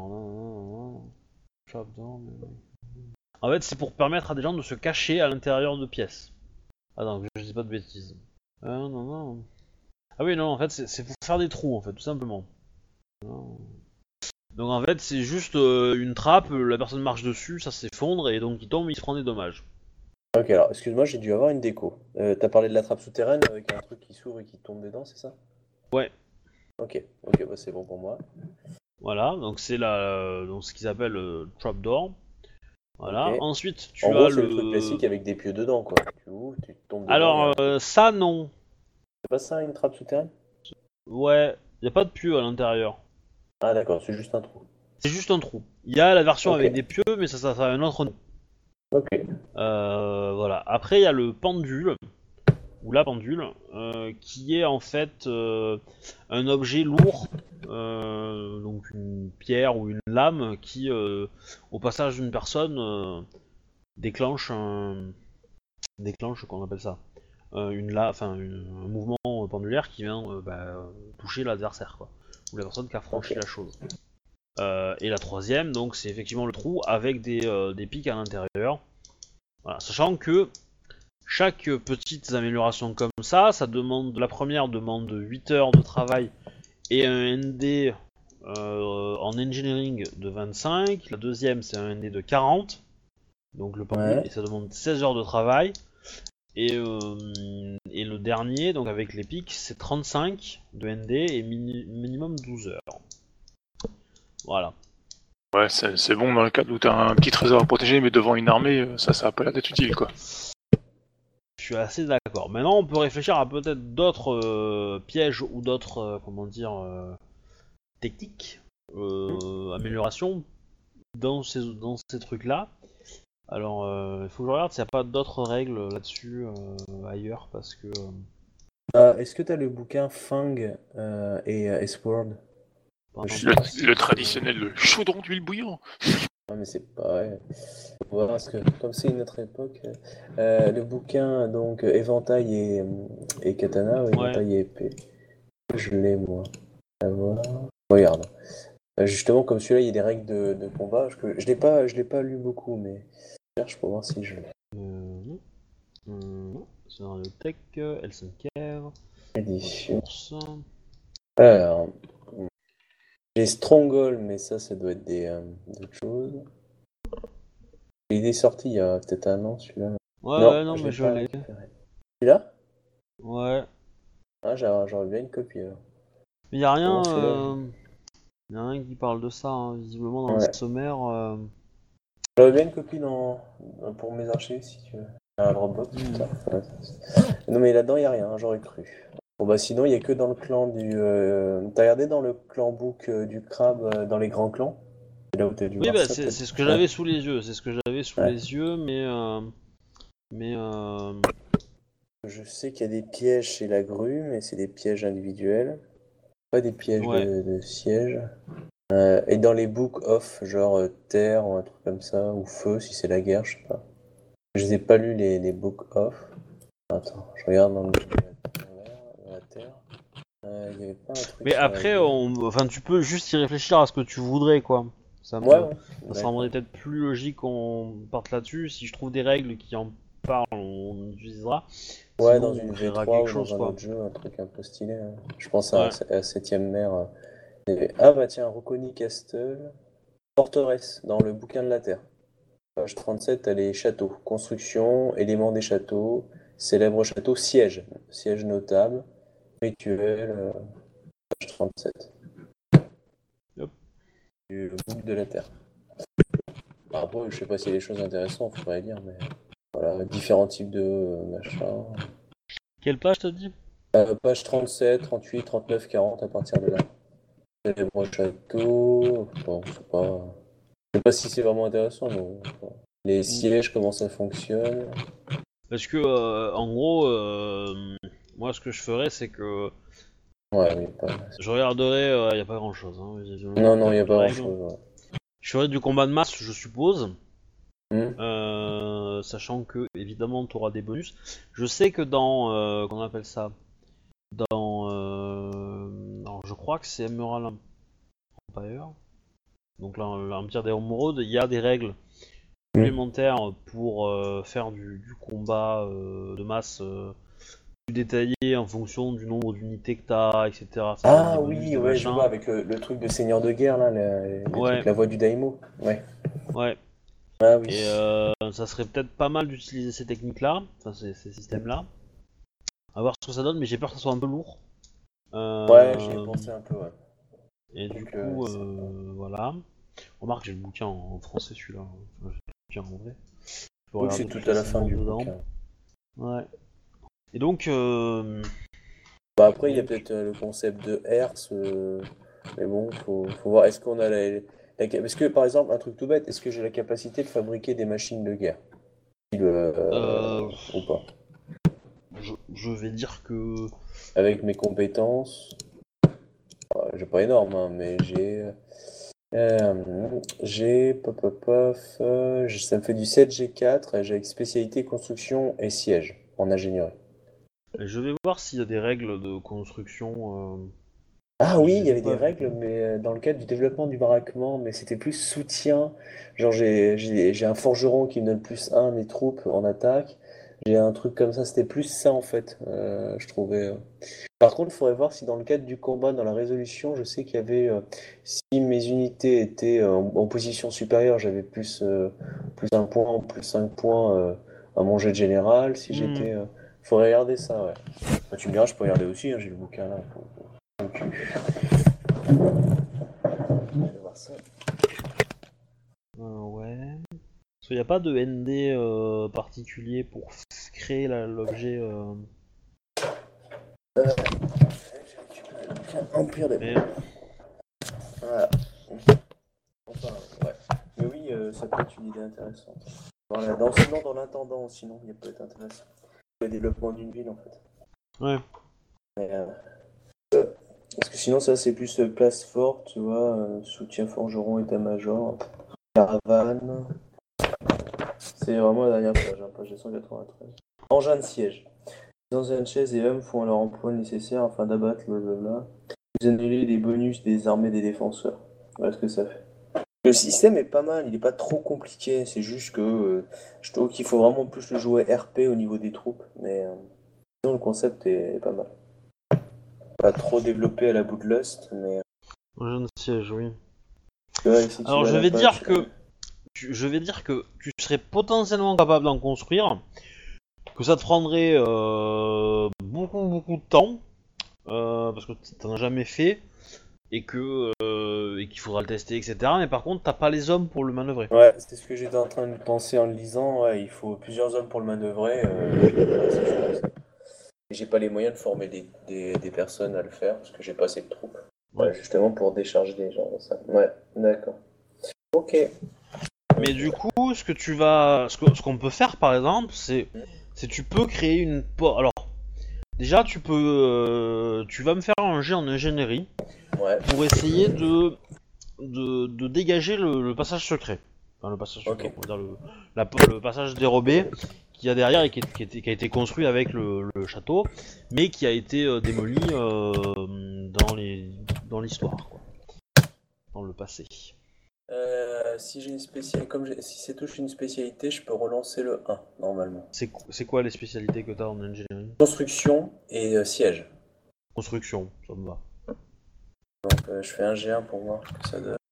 en fait, c'est pour permettre à des gens de se cacher à l'intérieur de pièces. Ah non, je dis pas de bêtises. Non. Ah oui, non, en fait, c'est pour faire des trous, en fait, tout simplement. Non. Donc en fait, c'est juste une trappe, la personne marche dessus, ça s'effondre, et donc il tombe, il se prend des dommages. Ok, alors excuse-moi, j'ai dû avoir une déco. T'as parlé de la trappe souterraine avec un truc qui s'ouvre et qui tombe dedans, c'est ça? Ouais, Ok, bah c'est bon pour moi. voilà, donc c'est donc ce qu'ils appellent trapdoor. Voilà, Ok. ensuite tu En as gros, c'est le truc classique avec des pieux dedans, quoi. Tu ouvres, tu tombes dedans, il y a un Alors, trou. ça non. C'est pas ça une trappe souterraine? Ouais, y a pas de pieux à l'intérieur. Ah d'accord, c'est juste un trou. C'est juste un trou. Il y a la version Ok. avec des pieux, mais ça a un autre nom. Ok. Voilà. Après, il y a le pendule, ou la pendule, qui est en fait un objet lourd, donc une pierre ou une lame qui, au passage d'une personne, déclenche qu'on appelle ça, un mouvement pendulaire qui vient toucher l'adversaire, quoi, ou la personne qui a franchi Ok. la chose. Et la troisième, donc, c'est effectivement le trou avec des pics à l'intérieur. Voilà. Sachant que chaque petite amélioration comme ça la première demande 8 heures de travail et un ND en engineering de 25. La deuxième, c'est un ND de 40. Donc le pendule, Ouais. et ça demande 16 heures de travail. Et le dernier, donc avec les pics, c'est 35 de ND et minimum 12 heures. Voilà. Ouais, c'est bon dans le cas où t'as un petit trésor à protéger, mais devant une armée, ça a pas l'air d'être utile, quoi. Je suis assez d'accord. Maintenant, on peut réfléchir à peut-être d'autres pièges ou d'autres, techniques, améliorations dans ces trucs-là. Alors, il faut que je regarde s'il n'y a pas d'autres règles là-dessus ailleurs, parce que... Est-ce que t'as le bouquin Fang et Sword? par Je exemple, sais pas Le traditionnel chaudron d'huile bouillante. Ah, mais c'est pas vrai. Faut voir, parce que comme c'est une autre époque, le bouquin, donc éventail et katana, ou ouais. éventail et épée, je l'ai moi. À voir. Regarde. Justement, comme celui-là, il y a des règles de combat. Je l'ai pas lu beaucoup, mais je cherche pour voir si je l'ai. Non. Non. Scénario tech, Elsenkern, Édition. ressources... Alors, j'ai Stronghold, mais ça doit être d'autres choses. Il est sorti il y a peut-être un an, celui-là. Ouais, non, je mais l'ai je pas l'ai. récupéré. Celui-là? Ouais. Ah, j'aurais bien une copie alors. Mais y a rien, Non, celui-là, y a rien qui parle de ça, hein, visiblement dans le ouais. sommaire. J'aurais bien une copie pour mes archives si tu veux. Un Dropbox, Hmm. putain. Ouais. Non, mais là-dedans, il n'y a rien, j'aurais cru. Bon, bah, sinon, il n'y a que dans le clan du. T'as regardé dans le clan book du crabe, dans les grands clans? C'est là où t'as dû Oui, voir bah ça, c'est peut-être. ce que Ouais. j'avais sous les yeux, c'est ce que j'avais sous Ouais. les yeux, mais Je sais qu'il y a des pièges chez la grue, mais c'est des pièges individuels. Pas des pièges ouais. de siège. Et dans les book off, genre terre ou un truc comme ça, ou feu si c'est la guerre, je sais pas. Je les ai pas lus les book off. Attends, je regarde dans la terre. Il y avait pas un truc Mais sur la après, guerre. enfin, tu peux juste y réfléchir à ce que tu voudrais, quoi. Ouais, ouais, Ça sera d'accord. peut-être plus logique qu'on parte là-dessus. Si je trouve des règles qui en parlent, on utilisera. Ouais, Sinon, dans on une créera V3 quelque ou chose, dans un quoi. autre jeu, un truc un peu stylé, hein. Je pense Ouais. à 7ème mer. Ah bah tiens, Roconi Castle. Forteresse, dans le bouquin de la Terre. Page 37, t'as les châteaux. Construction, éléments des châteaux, célèbre château, siège. Siège notable, rituel, page 37. Hop. Du book de la Terre. Après, je sais pas s'il y a des choses intéressantes, faudrait lire, mais voilà, différents types de machin. Quelle page t'as dit? Page 37, 38, 39, 40 à partir de là. Célèbre château. Bon, je sais pas si c'est vraiment intéressant, mais bon. Les sièges, comment ça fonctionne. Parce que, en gros, moi, ce que je ferais, c'est que Ouais, oui, pas. je regarderais. Il y a pas grand-chose, hein, visiblement, Non, en non, il n'y a termes de pas grand règles. chose. Ouais. Je ferais du combat de masse, je suppose. Hmm. Sachant que, évidemment, tu auras des bonus. Je sais que dans. Qu'on appelle ça? Dans. Alors, je crois que c'est Emerald Empire. Donc, l'Empire des Emeraudes, il y a des règles supplémentaires pour faire du combat de masse plus détaillé en fonction du nombre d'unités que t'as, etc. Ça donne des Ah bonus, oui, des ouais, je vois, machins. avec le truc de seigneur de guerre, là, le truc, Ouais, la voix du daimo. Ouais. ouais. Ah Et oui. ça serait peut-être pas mal d'utiliser ces techniques-là, enfin ces systèmes-là. À voir ce que ça donne, mais j'ai peur que ça soit un peu lourd. Ouais, j'y ai Euh, pensé un peu, ouais. et du Donc, coup, c'est pas... voilà. Remarque, j'ai le bouquin en français celui-là. Enfin, j'ai le bouquin en vrai. Je peux Oui, c'est regarder tout plus à la fin facilement du dedans. bouquin. Ouais. Et donc, Bah, après, il y a peut-être le concept de herse, mais bon, faut voir. Est-ce qu'on a Parce que, par exemple, un truc tout bête, est-ce que j'ai la capacité de fabriquer des machines de guerre? euh, Ou pas? je vais dire que Avec mes compétences, j'ai pas énorme, hein, mais j'ai, pop, pop, pop, ça me fait du 7G4, et j'ai avec spécialité construction et siège en ingénierie. je vais voir s'il y a des règles de construction. Ah oui, Je il y les ai avait des pas vues. règles, mais dans le cadre du développement du baraquement, mais c'était plus soutien. Genre, j'ai un forgeron qui me donne plus un à mes troupes en attaque. J'ai un truc comme ça, c'était plus ça en fait, je trouvais. Par contre, il faudrait voir si dans le cadre du combat, dans la résolution, je sais qu'il y avait, si mes unités étaient en position supérieure, j'avais plus un point, plus 5 points à mon jet de général. Si Hmm. j'étais. Faudrait regarder ça, ouais. Bah, tu me diras, je peux regarder aussi, hein, j'ai le bouquin là. Je vais voir ça. Parce qu'il n'y a pas de ND particulier pour créer l'objet. Empire des... Mais Voilà. Enfin, ouais. Mais oui, ça peut être une idée intéressante. Voilà, sinon, dans l'intendant, sinon, il peut être intéressant. Le développement d'une ville, en fait. ouais. Mais, parce que sinon, ça, c'est plus place forte, tu vois, soutien forgeron, état-major, caravane. C'est vraiment la dernière page, page 293. Engin de siège. Les anciennes chaises et hommes font leur emploi nécessaire afin d'abattre blablabla. Vous annulez les bonus des armées des défenseurs. Voilà ce que ça fait. Le système est pas mal, il est pas trop compliqué, c'est juste que je trouve qu'il faut vraiment plus le jouer RP au niveau des troupes, mais sinon le concept est pas mal. Pas trop développé à la bout de Lust, mais... Je ne siège, oui. Ouais, si tu Alors vas à je la vais page, dire que tu serais potentiellement capable d'en construire, que ça te prendrait beaucoup de temps, parce que t'en as jamais fait, et qu'il faudra le tester, etc. Mais par contre, t'as pas les hommes pour le manœuvrer. Ouais, c'est ce que j'étais en train de penser en le lisant, ouais, il faut plusieurs hommes pour le manœuvrer, ouais, c'est chaud, ça. Et j'ai pas les moyens de former des personnes à le faire, parce que j'ai pas assez de troupes. Ouais. Justement pour décharger les gens, ça. Ouais, d'accord. Ok. Mais du coup, ce qu'on peut faire par exemple, c'est tu peux créer une porte. Alors, déjà, tu vas me faire un jet en ingénierie Ouais, pour essayer de dégager le passage secret. Enfin, le passage secret, Ok. on va dire le passage dérobé qu'il y a derrière et qui a été construit avec le château, mais qui a été démoli dans l'histoire, quoi. Dans le passé. si j'ai une spécialité, si c'est touche une spécialité, je peux relancer le 1, normalement. C'est quoi les spécialités que t'as en ingénierie? Construction et siège. Construction, ça me va. Donc je fais un G1 pour voir ce que ça donne.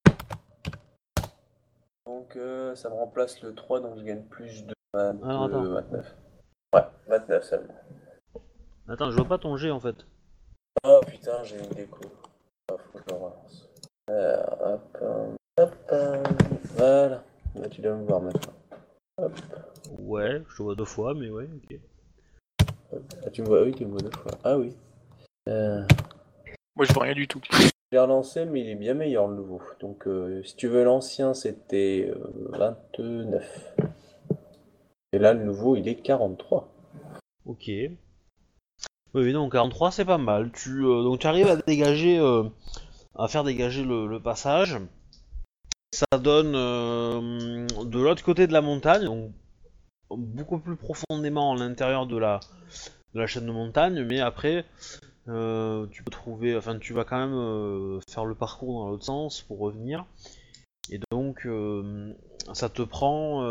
Donc ça me remplace le 3, donc je gagne plus de Alors, attends. 29. Ouais, 29 seulement. Attends, je vois pas ton jet en fait. Oh putain, j'ai une déco. Oh, faut que je le relance. Voilà. Là, tu dois me voir maintenant. Hop. Ouais, je te vois 2 fois, mais ouais, ok. Ah, tu me vois, oui, tu me vois 2 fois. Ah oui. Moi, je vois rien du tout. Je l'ai relancé, mais il est bien meilleur le nouveau. Donc, si tu veux l'ancien, c'était 29. Et là, le nouveau, il est 43. Ok. Oui, non, 43 c'est pas mal. Donc tu arrives à dégager, à faire dégager le passage. Ça donne de l'autre côté de la montagne, donc beaucoup plus profondément à l'intérieur de la chaîne de montagne, mais après tu peux trouver, enfin tu vas quand même faire le parcours dans l'autre sens pour revenir. Et donc ça te prend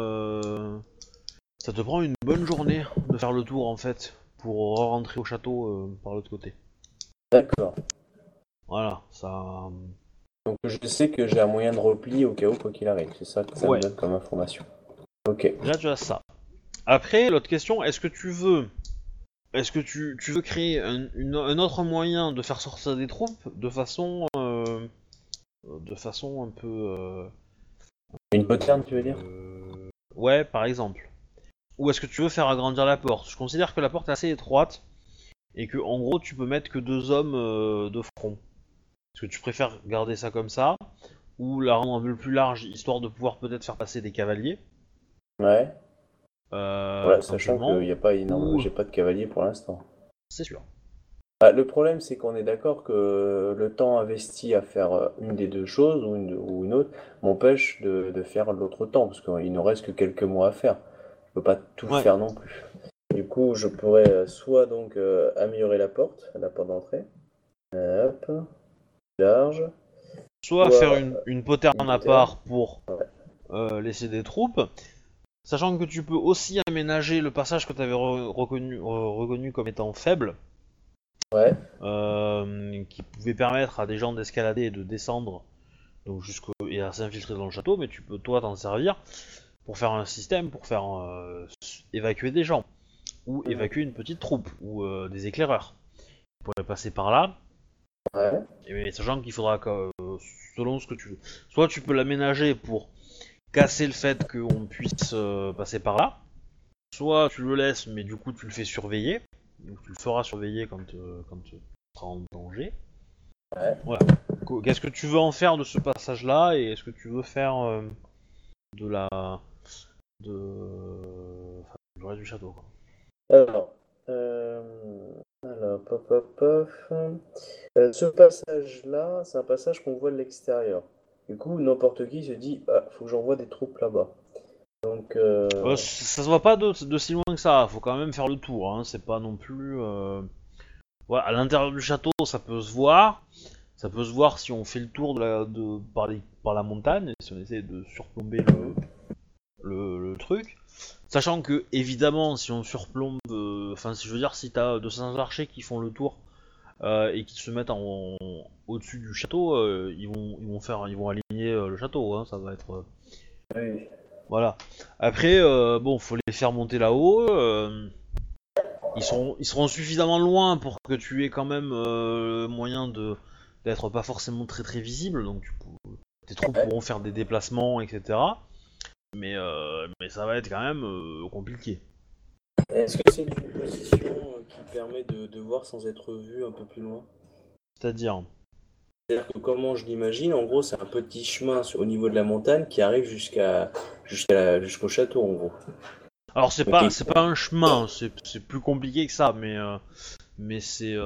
une bonne journée de faire le tour en fait pour rentrer au château par l'autre côté. D'accord. Voilà, ça. Donc, je sais que j'ai un moyen de repli au cas où, quoi qu'il arrive. C'est ça que ça Ouais. me donne comme information. Ok. Déjà tu as ça. Après, l'autre question, est-ce que tu veux créer un autre moyen de faire sortir des troupes de façon un peu Une poterne, tu veux dire? ouais, par exemple. Ou est-ce que tu veux faire agrandir la porte? Je considère que la porte est assez étroite et que en gros tu peux mettre que 2 hommes de front. Est-ce que tu préfères garder ça comme ça ou la rendre un peu plus large histoire de pouvoir peut-être faire passer des cavaliers? Ouais. Voilà, sachant Éventuellement. qu'il n'y a pas énorme. Ou J'ai pas de cavalier pour l'instant. c'est sûr. Ah, le problème, c'est qu'on est d'accord que le temps investi à faire une des deux choses ou une autre m'empêche de faire l'autre temps, parce qu'il ne reste que quelques mois à faire. Je peux pas tout Ouais. faire non plus. Du coup, je pourrais soit donc améliorer la porte d'entrée, hop, large, Soit soit faire une poterne une à poterne. part pour laisser des troupes, sachant que tu peux aussi aménager le passage que tu avais reconnu comme étant faible, Ouais, qui pouvait permettre à des gens d'escalader et de descendre donc et à s'infiltrer dans le château, mais tu peux toi t'en servir pour faire un système, pour faire évacuer des gens, ou évacuer une petite troupe, ou des éclaireurs. Tu pourrais passer par là, ouais, et sachant qu'il faudra que, selon ce que tu veux. Soit tu peux l'aménager pour casser le fait qu'on puisse passer par là, soit tu le laisses, mais du coup tu le fais surveiller, donc tu le feras surveiller quand tu seras en danger. Ouais. Voilà. Qu'est-ce que tu veux en faire de ce passage-là, et est-ce que tu veux faire de la... Enfin, du reste du château, quoi. Alors, pop, pop, pop. Ce passage-là, c'est un passage qu'on voit de l'extérieur. Du coup, n'importe qui se dit, ah, faut que j'envoie des troupes là-bas. Donc, Ça se voit pas de si loin que ça, faut quand même faire le tour, hein. C'est pas non plus... Ouais, à l'intérieur du château, ça peut se voir. Ça peut se voir si on fait le tour par la montagne, si on essaie de surplomber le truc. Sachant que, évidemment, si on surplombe... Enfin, si je veux dire, si t'as 200 archers qui font le tour et qui se mettent au-dessus du château, ils vont aligner le château, hein, ça va être... oui. Voilà. Après, bon, faut les faire monter là-haut. Ils seront suffisamment loin pour que tu aies quand même moyen d'être pas forcément très très visible. Donc tes troupes Ouais. pourront faire des déplacements, etc. Mais ça va être quand même compliqué. Est-ce que c'est une position qui permet de voir sans être vu un peu plus loin? C'est-à-dire. C'est-à-dire que comment je l'imagine, en gros, c'est un petit chemin au niveau de la montagne qui arrive jusqu'au château, en gros. Alors c'est Ok. pas un chemin, c'est plus compliqué que ça, mais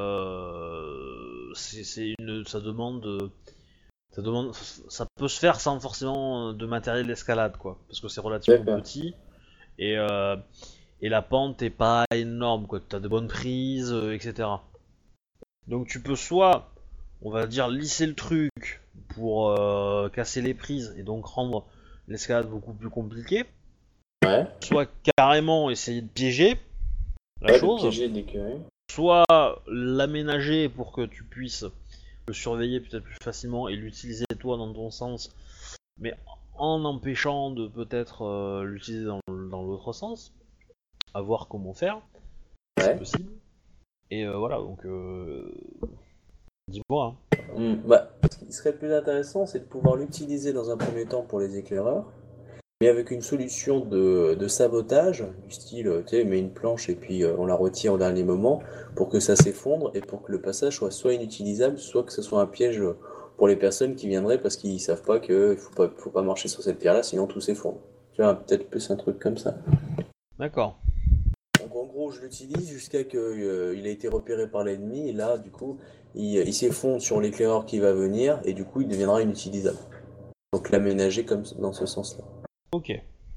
ça demande, ça peut se faire sans forcément de matériel d'escalade, quoi, parce que c'est relativement D'accord. petit et la pente est pas énorme, quoi. T'as de bonnes prises, etc. Donc tu peux soit, on va dire, lisser le truc pour casser les prises et donc rendre l'escalade beaucoup plus compliquée, Ouais. soit carrément essayer de piéger la Ouais, de chose, piéger l'écureuil. soit l'aménager pour que tu puisses le surveiller peut-être plus facilement et l'utiliser toi dans ton sens, mais en empêchant de peut-être l'utiliser dans l'autre sens, à voir comment faire, c'est Ouais. possible. Et voilà, donc dis-moi. Hein. Bah, ce qui serait le plus intéressant, c'est de pouvoir l'utiliser dans un premier temps pour les éclaireurs, mais avec une solution de sabotage, du style, tu sais, met une planche et puis on la retire au dernier moment pour que ça s'effondre et pour que le passage soit inutilisable, soit que ce soit un piège pour les personnes qui viendraient parce qu'ils savent pas qu'il faut pas marcher sur cette pierre-là, sinon tout s'effondre. Tu vois, peut-être plus un truc comme ça. D'accord. Donc en gros, je l'utilise jusqu'à que il a été repéré par l'ennemi et là, du coup, il s'effondre sur l'éclaireur qui va venir et du coup, il deviendra inutilisable. Donc l'aménager comme dans ce sens-là. Ok.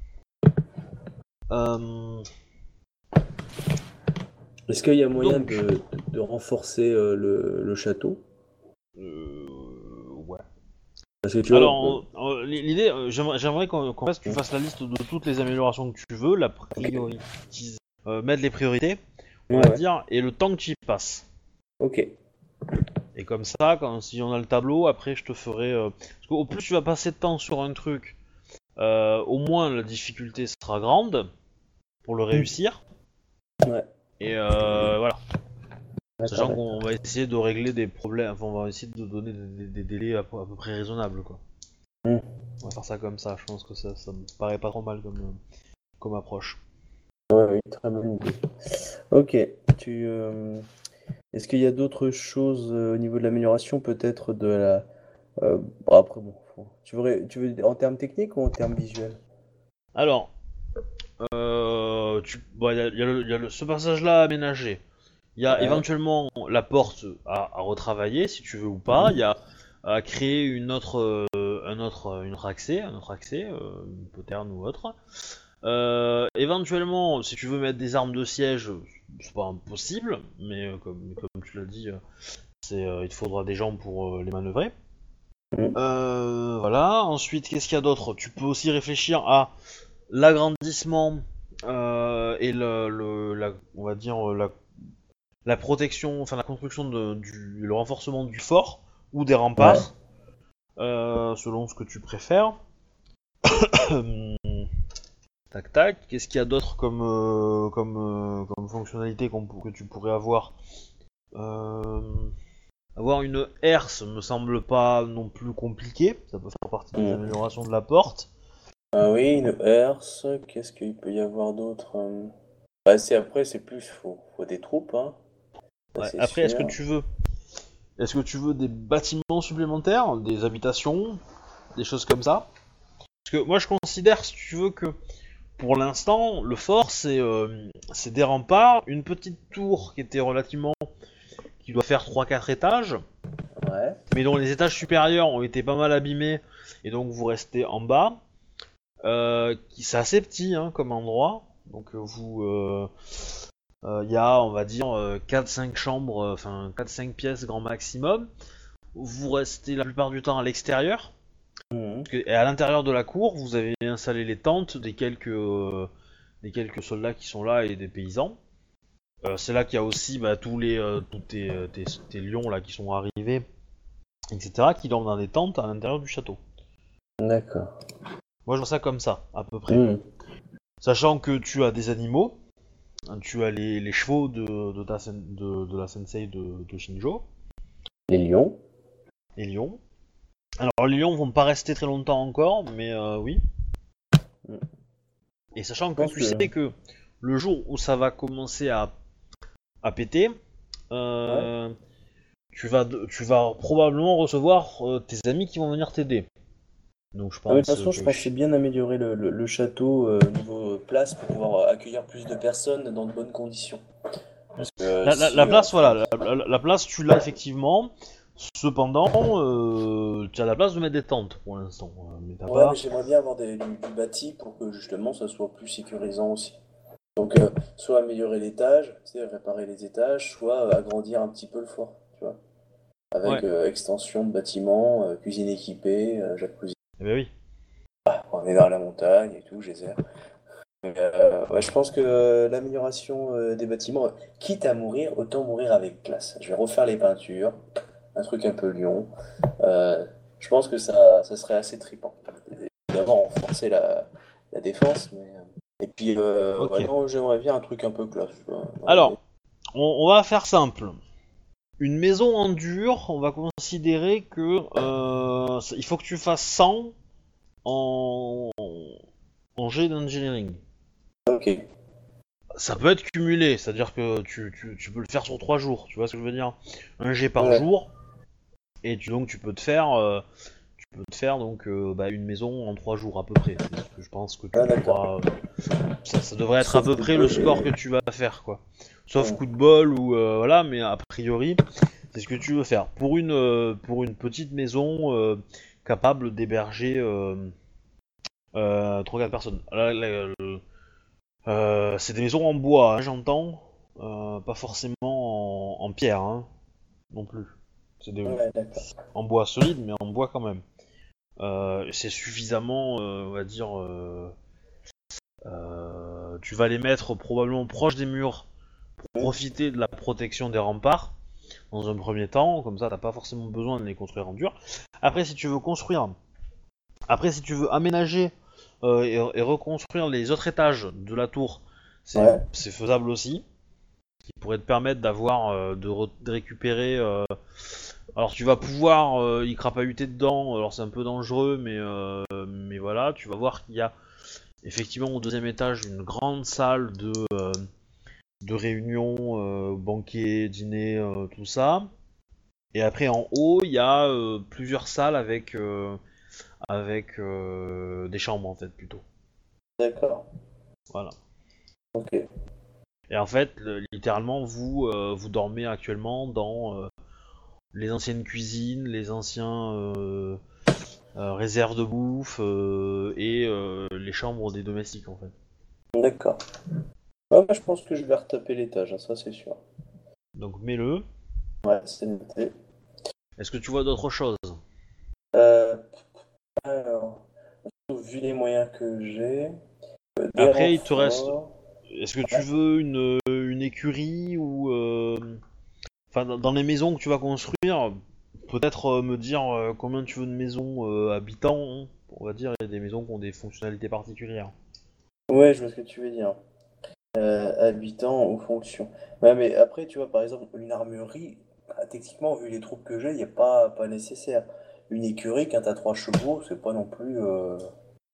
Est-ce qu'il y a moyen Donc. de renforcer le château? Ouais. Parce que tu vois, Alors, l'idée, j'aimerais qu'en fait tu fasses la liste de toutes les améliorations que tu veux, la priorité, mettre les priorités, on va ouais, dire, et le temps que tu y passes. ok. Et comme ça, si on a le tableau, après je te ferai. Parce qu'au plus tu vas passer de temps sur un truc, au moins la difficulté sera grande pour le réussir. Ouais. Et voilà. Sachant D'accord. qu'on va essayer de régler des problèmes, enfin on va essayer de donner des délais à peu près raisonnables, quoi. Mm. On va faire ça comme ça, je pense que ça me paraît pas trop mal comme approche. Ouais, oui, très bonne idée. Ok. Est-ce qu'il y a d'autres choses au niveau de l'amélioration, peut-être de la. Bon, après, bon. Tu veux en termes techniques ou en termes visuels? Alors, bon, y a ce passage-là aménagé. Il y a Ouais. éventuellement la porte à retravailler, si tu veux ou pas. Mhm. Il y a à créer une autre accès, une poterne ou autre. Éventuellement, si tu veux mettre des armes de siège, c'est pas impossible, mais comme tu l'as dit, il te faudra des gens pour les manœuvrer. Mhm. Voilà. Ensuite, qu'est-ce qu'il y a d'autre? Tu peux aussi réfléchir à l'agrandissement et on va dire la protection, enfin la construction le renforcement du fort ou des remparts, selon ce que tu préfères. Tac tac. Qu'est-ce qu'il y a d'autre comme fonctionnalité que tu pourrais avoir? Avoir une herse me semble pas non plus compliqué. Ça peut faire partie des Mhm. améliorations de la porte. Ah oui, une Earth, qu'est-ce qu'il peut y avoir d'autre? Bah, c'est plus, faut des troupes, hein, ça Ouais. c'est Après, est-ce que sûr. tu veux des bâtiments supplémentaires, des habitations, des choses comme ça? Parce que moi, je considère, si tu veux, que pour l'instant, le fort, c'est des remparts, une petite tour qui doit faire 3-4 étages, Ouais. mais dont les étages supérieurs ont été pas mal abîmés, et donc vous restez en bas. C'est assez petit hein, comme endroit, donc il y a, on va dire, 4-5 chambres, enfin 4-5 pièces grand maximum. Vous restez la plupart du temps à l'extérieur, Mhm. et à l'intérieur de la cour, vous avez installé les tentes des quelques soldats qui sont là et des paysans. C'est là qu'il y a aussi bah, tous tes lions là qui sont arrivés, etc., qui dorment dans des tentes à l'intérieur du château. D'accord. Moi je vois ça comme ça, à peu près. Mhm. Sachant que tu as des animaux, hein, tu as les chevaux de la sensei de Shinjo, Les lions. les lions. Alors les lions vont pas rester très longtemps encore, mais oui. Mhm. Et sachant Je que pense tu sais que... que le jour où ça va commencer à péter, Ouais. euh, tu vas probablement recevoir tes amis qui vont venir t'aider. Donc je Ah, mais de toute pense façon, je que pensais bien améliorer le château niveau place pour pouvoir accueillir plus de personnes dans de bonnes conditions. Parce que la si... place, enfin, voilà, la place tu l'as effectivement. Cependant, tu as la place de mettre des tentes pour l'instant, mais t'as ouais, mais pas. j'aimerais bien avoir du bâti pour que justement ça soit plus sécurisant aussi. Donc, soit améliorer l'étage, tu sais, réparer les étages, soit agrandir un petit peu le fort, tu vois. Avec Ouais, extension de bâtiments, cuisine équipée, jacuzzi. eh ben oui. On est dans la montagne et tout, geyser. Ouais, je pense que l'amélioration des bâtiments, quitte à mourir, autant mourir avec classe. Je vais refaire les peintures, un truc un peu lion. Euh, je pense que ça serait assez trippant. Évidemment, renforcer la défense, mais... Et puis, Ok. ouais, non, j'aimerais bien un truc un peu classe, tu vois, dans l'idée. Alors, on va faire simple. Une maison en dur, on va considérer que il faut que tu fasses 100 en, en jet d'engineering. Ok. Ça peut être cumulé, c'est-à-dire que tu peux le faire sur 3 jours, tu vois ce que je veux dire? Un jet par Ouais. jour, et donc tu peux te faire donc bah, une maison en 3 jours à peu près. C'est ce que je pense que tu Ah, d'accord. pourras. Ça devrait être à Sauf peu coup de près le bol. score que tu vas faire, quoi. Sauf Hmm. coup de bol ou voilà, mais a priori, c'est ce que tu veux faire. Pour une petite maison capable d'héberger 3-4 personnes. C'est des maisons en bois, hein, j'entends. Pas forcément en pierre, hein, non plus. C'est Ouais, d'accord. en bois solide, mais en bois quand même. C'est suffisamment, on va dire. Tu vas les mettre probablement proche des murs pour Hmm. profiter de la protection des remparts dans un premier temps. Comme ça, t'as pas forcément besoin de les construire en dur. Après, si tu veux construire, si tu veux aménager et reconstruire les autres étages de la tour, Ouais. c'est faisable aussi. Qui pourrait te permettre de récupérer. Alors tu vas pouvoir y crapahuter dedans. Alors c'est un peu dangereux, mais voilà, tu vas voir qu'il y a effectivement au deuxième étage une grande salle de réunion, banquet, dîner, tout ça. Et après en haut, il y a plusieurs salles avec des chambres en fait plutôt. D'accord. Voilà. Ok. Et en fait, littéralement, vous dormez actuellement dans les anciennes cuisines, les anciens réserves de bouffe et les chambres des domestiques en fait. D'accord. Ouais, bah, je pense que je vais retaper l'étage, hein, ça c'est sûr. Donc mets-le. Ouais, c'est noté. Est-ce que tu vois d'autres choses? Euh, alors, vu les moyens que j'ai, des Après, il te reste. renforts. Est-ce que tu Ouais. veux une écurie ou enfin dans les maisons que tu vas construire, peut-être me dire combien tu veux de maisons habitants, hein. On va dire, il y a des maisons qui ont des fonctionnalités particulières. Ouais, je vois ce que tu veux dire. Habitants ou fonctions. Ouais, mais après, tu vois, par exemple, une armurerie, bah, techniquement, vu les troupes que j'ai, il n'y a pas nécessaire. Une écurie, quand t'as 3 chevaux, c'est pas non plus.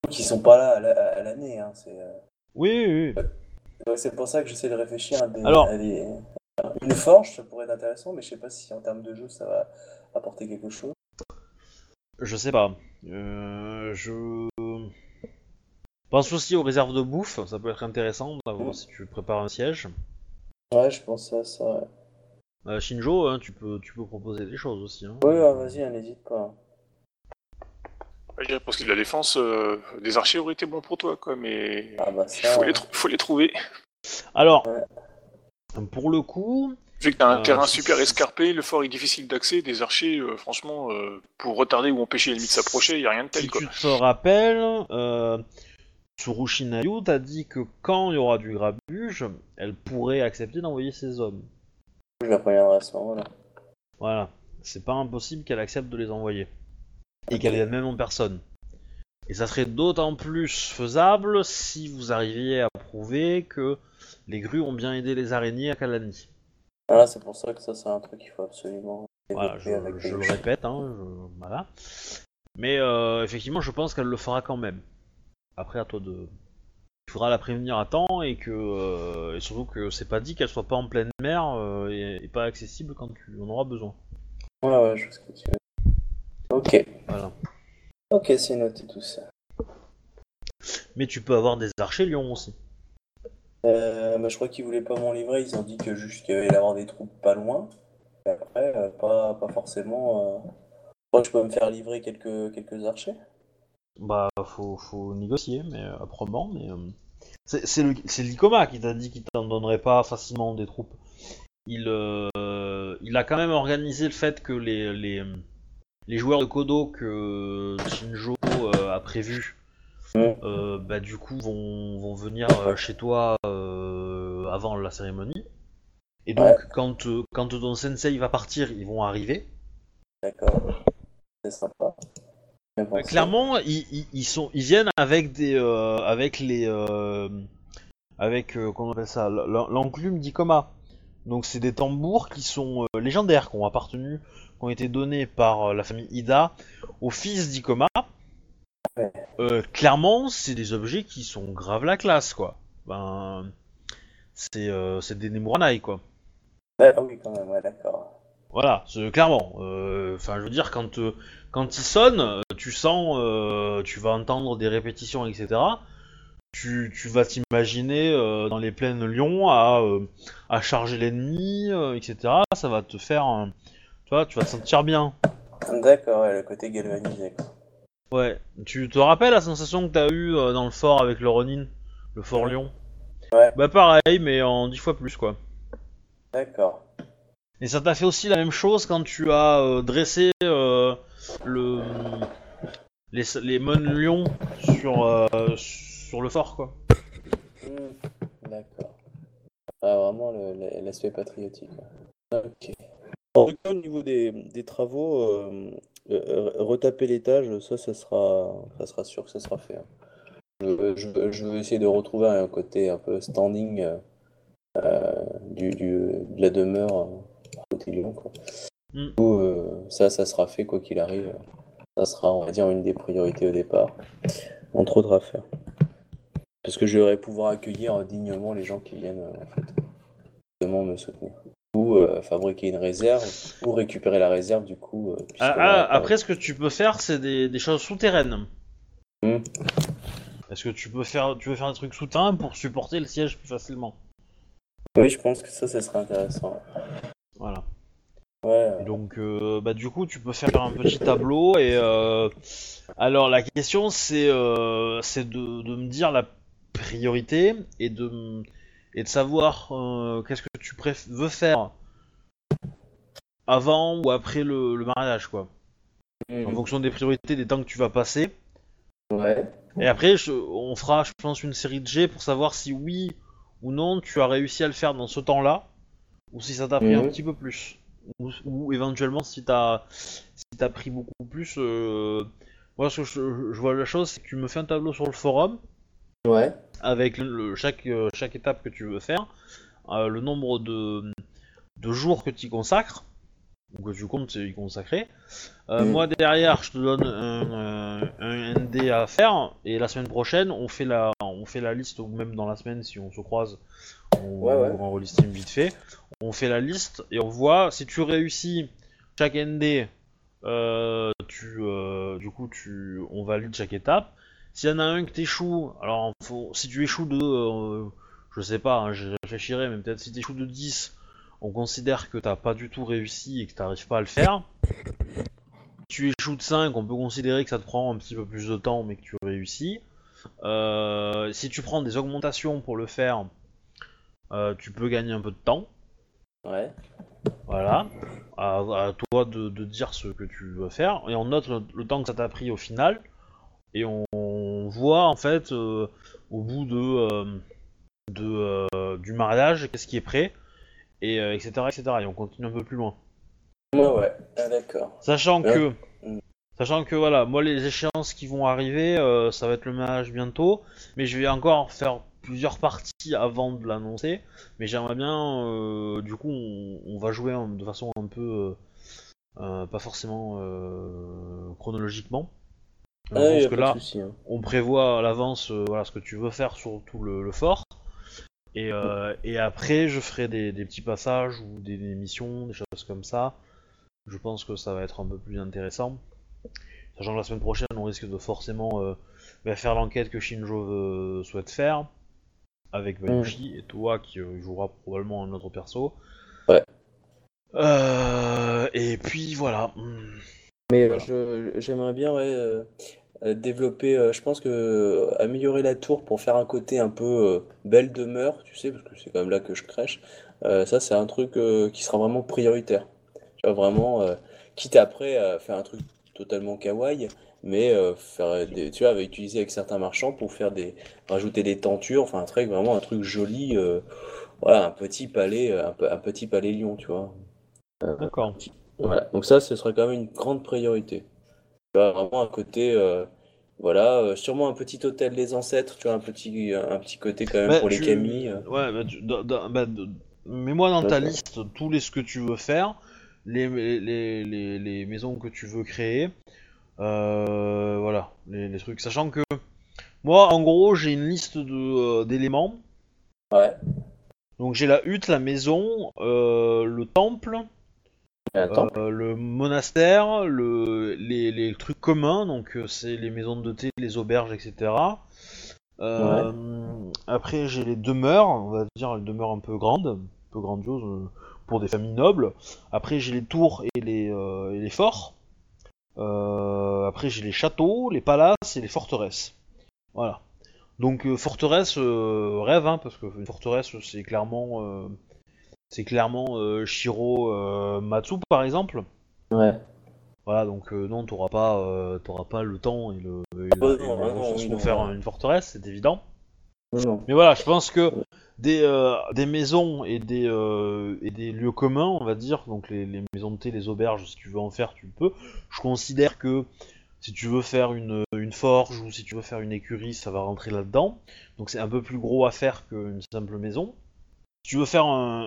Qui sont pas là à l'année, hein. Oui, oui, oui. Donc c'est pour ça que j'essaie de réfléchir Alors- Une forge, ça pourrait être intéressant, mais je sais pas si en termes de jeu ça va apporter quelque chose. Je sais pas. Je pense aussi aux réserves de bouffe, ça peut être intéressant d'avoir si tu prépares un siège. Ouais, je pense à ça, ouais. Shinjo, hein, tu peux proposer des choses aussi. Hein. Ouais, ouais, vas-y, hein, n'hésite pas. Ouais, je dirais parce que de la défense, des archers auraient été bons pour toi, quoi, mais Ah bah il ça. faut les trouver. Alors, Ouais. pour le coup, Vu que t'as un terrain si- super escarpé, le fort est difficile d'accès, des archers, franchement, pour retarder ou empêcher l'ennemi de s'approcher, y a rien de tel, si quoi. tu te rappelles, Tsurushinayu t'a dit que quand il y aura du grabuge, elle pourrait accepter d'envoyer ses hommes. Je la préviendrai à ce moment-là. Voilà, c'est pas impossible qu'elle accepte de les envoyer. Et qu'elle vienne même en personne. Et ça serait d'autant plus faisable si vous arriviez à prouver que les grues ont bien aidé les araignées à Kalani. Ah, c'est pour ça que ça, c'est un truc qu'il faut absolument Voilà, développer avec je les le chiens. répète, hein, voilà. Mais effectivement, je pense qu'elle le fera quand même. Après, à toi de... Il faudra la prévenir à temps et et surtout que c'est pas dit qu'elle soit pas en pleine mer et pas accessible quand tu en auras besoin. Ouais, je vois ce que tu veux. Ok. Voilà. Ok, c'est noté tout ça. Mais tu peux avoir des archers lions aussi. Bah, je crois qu'ils voulaient pas m'en livrer, ils ont dit que juste qu'il y allait y avoir des troupes pas loin. Et après, pas forcément. Je crois que je peux me faire livrer quelques archers. Bah, faut négocier, mais âprement, mais... C'est l'Icoma qui t'a dit qu'il t'en donnerait pas facilement des troupes. Il a quand même organisé le fait que les joueurs de Kodo que Shinjo a prévu, bah du coup vont venir chez toi avant la cérémonie. Et donc Ouais. quand ton sensei va partir, ils vont arriver. D'accord. C'est sympa. Bien pensé. Clairement, ils viennent avec comment on appelle ça, l'enclume d'Ikoma. Donc c'est des tambours qui sont légendaires, qui ont été donnés par la famille Ida au fils d'Ikoma. Ouais. Clairement, c'est des objets qui sont grave la classe, quoi. Ben, c'est des Nemuranai, quoi. Ah oui, quand même, ouais, d'accord. Voilà, clairement. Enfin, je veux dire, quand ils sonnent, tu sens, tu vas entendre des répétitions, etc. Tu vas t'imaginer dans les plaines Lyon à charger l'ennemi, etc. Ça va te faire, tu vois, tu vas te sentir bien. D'accord, ouais, le côté galvanisé, quoi. Ouais. Tu te rappelles la sensation que t'as eue dans le fort avec le Ronin, le fort Ouais. Lyon? Ouais. Bah pareil, mais en 10 fois plus, quoi. D'accord. Et ça t'a fait aussi la même chose quand tu as dressé le les mônes lions sur le fort, quoi. D'accord. Ah, vraiment l'aspect patriotique, ouais. Ok. En tout cas, au niveau des travaux, retaper l'étage, ça sera sûr que ça sera fait, hein. Je veux essayer de retrouver un côté un peu standing de la demeure côté Lyon, quoi. Mm. Du coup, ça sera fait quoi qu'il arrive. Ça sera, on va dire, une des priorités au départ. Entre autres à faire. Parce que je devrais pouvoir accueillir dignement les gens qui viennent, en fait, justement me soutenir. Ou fabriquer une réserve, ou récupérer la réserve, du coup, puisqu'on aura pas... Après, ce que tu peux faire, c'est des choses souterraines. Hmm. Est-ce que tu veux faire des trucs souterrains pour supporter le siège plus facilement? Oui, je pense que ça serait intéressant. Voilà. Ouais. Et donc, bah du coup, tu peux faire un petit tableau et alors la question c'est de me dire la priorité et de savoir qu'est-ce que tu veux faire avant ou après le mariage, quoi. En Hmm. fonction des priorités, des temps que tu vas passer. Ouais. Et après, on fera, je pense, une série de jets pour savoir si oui ou non tu as réussi à le faire dans ce temps-là, ou si ça t'a pris un Mhm. petit peu plus. Ou éventuellement si t'as pris beaucoup plus. Moi, ce que je vois la chose, c'est que tu me fais un tableau sur le forum Ouais. avec chaque étape que tu veux faire, le nombre de jours que tu y consacres. ou que tu comptes y consacrer. Moi derrière, je te donne un ND à faire, et la semaine prochaine, on fait la liste, ou même dans la semaine si on se croise, Ouais, ouais. on relistime vite fait. On fait la liste et on voit si tu réussis chaque ND, du coup on valide chaque étape. S'il y en a un que t'échoues, alors si tu échoues je sais pas, hein, je réfléchirai, mais peut-être si t'échoues de 10, on considère que t'as pas du tout réussi et que t'arrives pas à le faire. Si tu échoues de 5, on peut considérer que ça te prend un petit peu plus de temps mais que tu réussis. Si tu prends des augmentations pour le faire, tu peux gagner un peu de temps. Ouais. Voilà. À toi de dire ce que tu veux faire. Et on note le temps que ça t'a pris au final. Et on voit en fait au bout du mariage qu'est-ce qui est prêt. Et etc., etc. Et on continue un peu plus loin. Ouais, ouais. Ah, d'accord. Sachant Ouais. que voilà, moi les échéances qui vont arriver, ça va être le mariage bientôt, mais je vais encore faire plusieurs parties avant de l'annoncer, mais j'aimerais bien, du coup on va jouer de façon un peu, pas forcément chronologiquement, dans le Ah, y sens a que pas de là, souci. Hein. on prévoit à l'avance voilà, ce que tu veux faire sur tout le fort, et après je ferai des petits passages ou des missions, des choses comme ça. Je pense que ça va être un peu plus intéressant. Sachant que la semaine prochaine, on risque de forcément faire l'enquête que Shinjo souhaite faire, avec Bayushi et toi qui jouera probablement un autre perso. Ouais. Et puis voilà. Mais Voilà. j'aimerais bien ouais, développer, je pense que améliorer la tour pour faire un côté un peu belle demeure, tu sais, parce que c'est quand même là que je crèche, ça c'est un truc qui sera vraiment prioritaire. Tu vois, vraiment, quitte après à faire un truc totalement kawaii, mais faire tu vois, utiliser avec certains marchands pour rajouter des tentures, enfin vraiment un truc joli, voilà, un petit palais, un petit palais lion, tu vois. D'accord. Voilà, donc ça, ce serait quand même une grande priorité. Tu vois, vraiment un côté, voilà, sûrement un petit hôtel des ancêtres, tu vois, un petit côté quand même Bah, pour les Camille. Ouais, mets-moi dans ta D'accord. liste ce que tu veux faire, les maisons que tu veux créer. Voilà, les trucs. Sachant que moi, en gros, j'ai une liste d'éléments. Ouais. Donc j'ai la hutte, la maison, le temple, Attends. le monastère, les trucs communs, donc c'est les maisons de thé, les auberges, etc. Ouais. Après j'ai les demeures, on va dire les demeures un peu grandes, un peu grandioses pour des familles nobles. Après j'ai les tours et les forts. Après j'ai les châteaux, les palaces et les forteresses. Voilà. Donc forteresse, rêve, hein, parce que une forteresse c'est clairement Shiro Matsu par exemple. Ouais. Voilà, donc non, t'auras pas le temps Oh et non, les ah non, ressources oui, pour non, faire là. une forteresse, c'est évident. Non, non. Mais voilà, je pense que des maisons et des lieux communs, on va dire, donc les maisons de thé, les auberges, si tu veux en faire, tu peux. Je considère que si tu veux faire une forge ou si tu veux faire une écurie, ça va rentrer là-dedans. Donc c'est un peu plus gros à faire qu'une simple maison. Si tu veux faire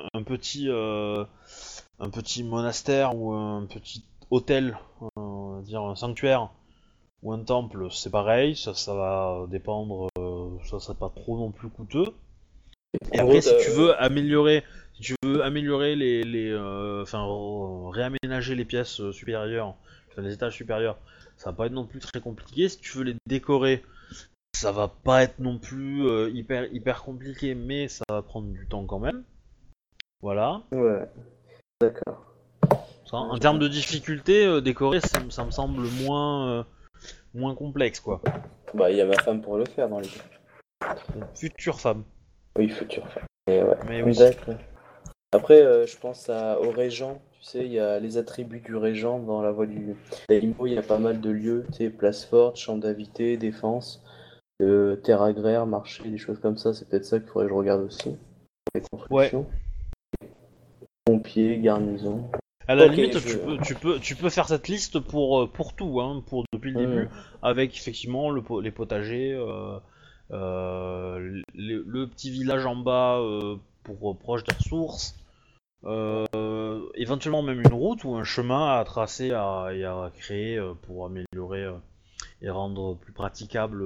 un petit monastère ou un petit hôtel, on va dire un sanctuaire ou un temple, c'est pareil, ça va dépendre, ça sera pas trop non plus coûteux. Et En après, gros, si tu veux améliorer réaménager les pièces supérieures, enfin les étages supérieurs, ça va pas être non plus très compliqué. Si tu veux les décorer, ça va pas être non plus hyper compliqué, mais ça va prendre du temps quand même. Voilà. ouais, d'accord. Ça, Ouais, en je termes de comprends. difficulté, décorer, ça me semble moins complexe, quoi. Bah, il y a ma femme pour le faire dans les deux. Future femme. Oui, futur femme. Et ouais, Mais oui. d'accord. Après, je pense au régent. Tu sais, il y a les attributs du régent dans la voie du d'Aimo. Il y a pas mal de lieux, tu sais, place forte, champ d'invités, défense, terre agraire, marché, des choses comme ça. C'est peut-être ça qu'il faudrait que je regarde aussi. Les Ouais. constructions. Pompiers, garnison. À la Ok, limite, tu peux faire cette liste pour tout, hein, depuis le Hmm. début, avec effectivement les potagers, le petit village en bas pour proche des ressources, éventuellement même une route ou un chemin à tracer et à créer pour améliorer et rendre plus praticable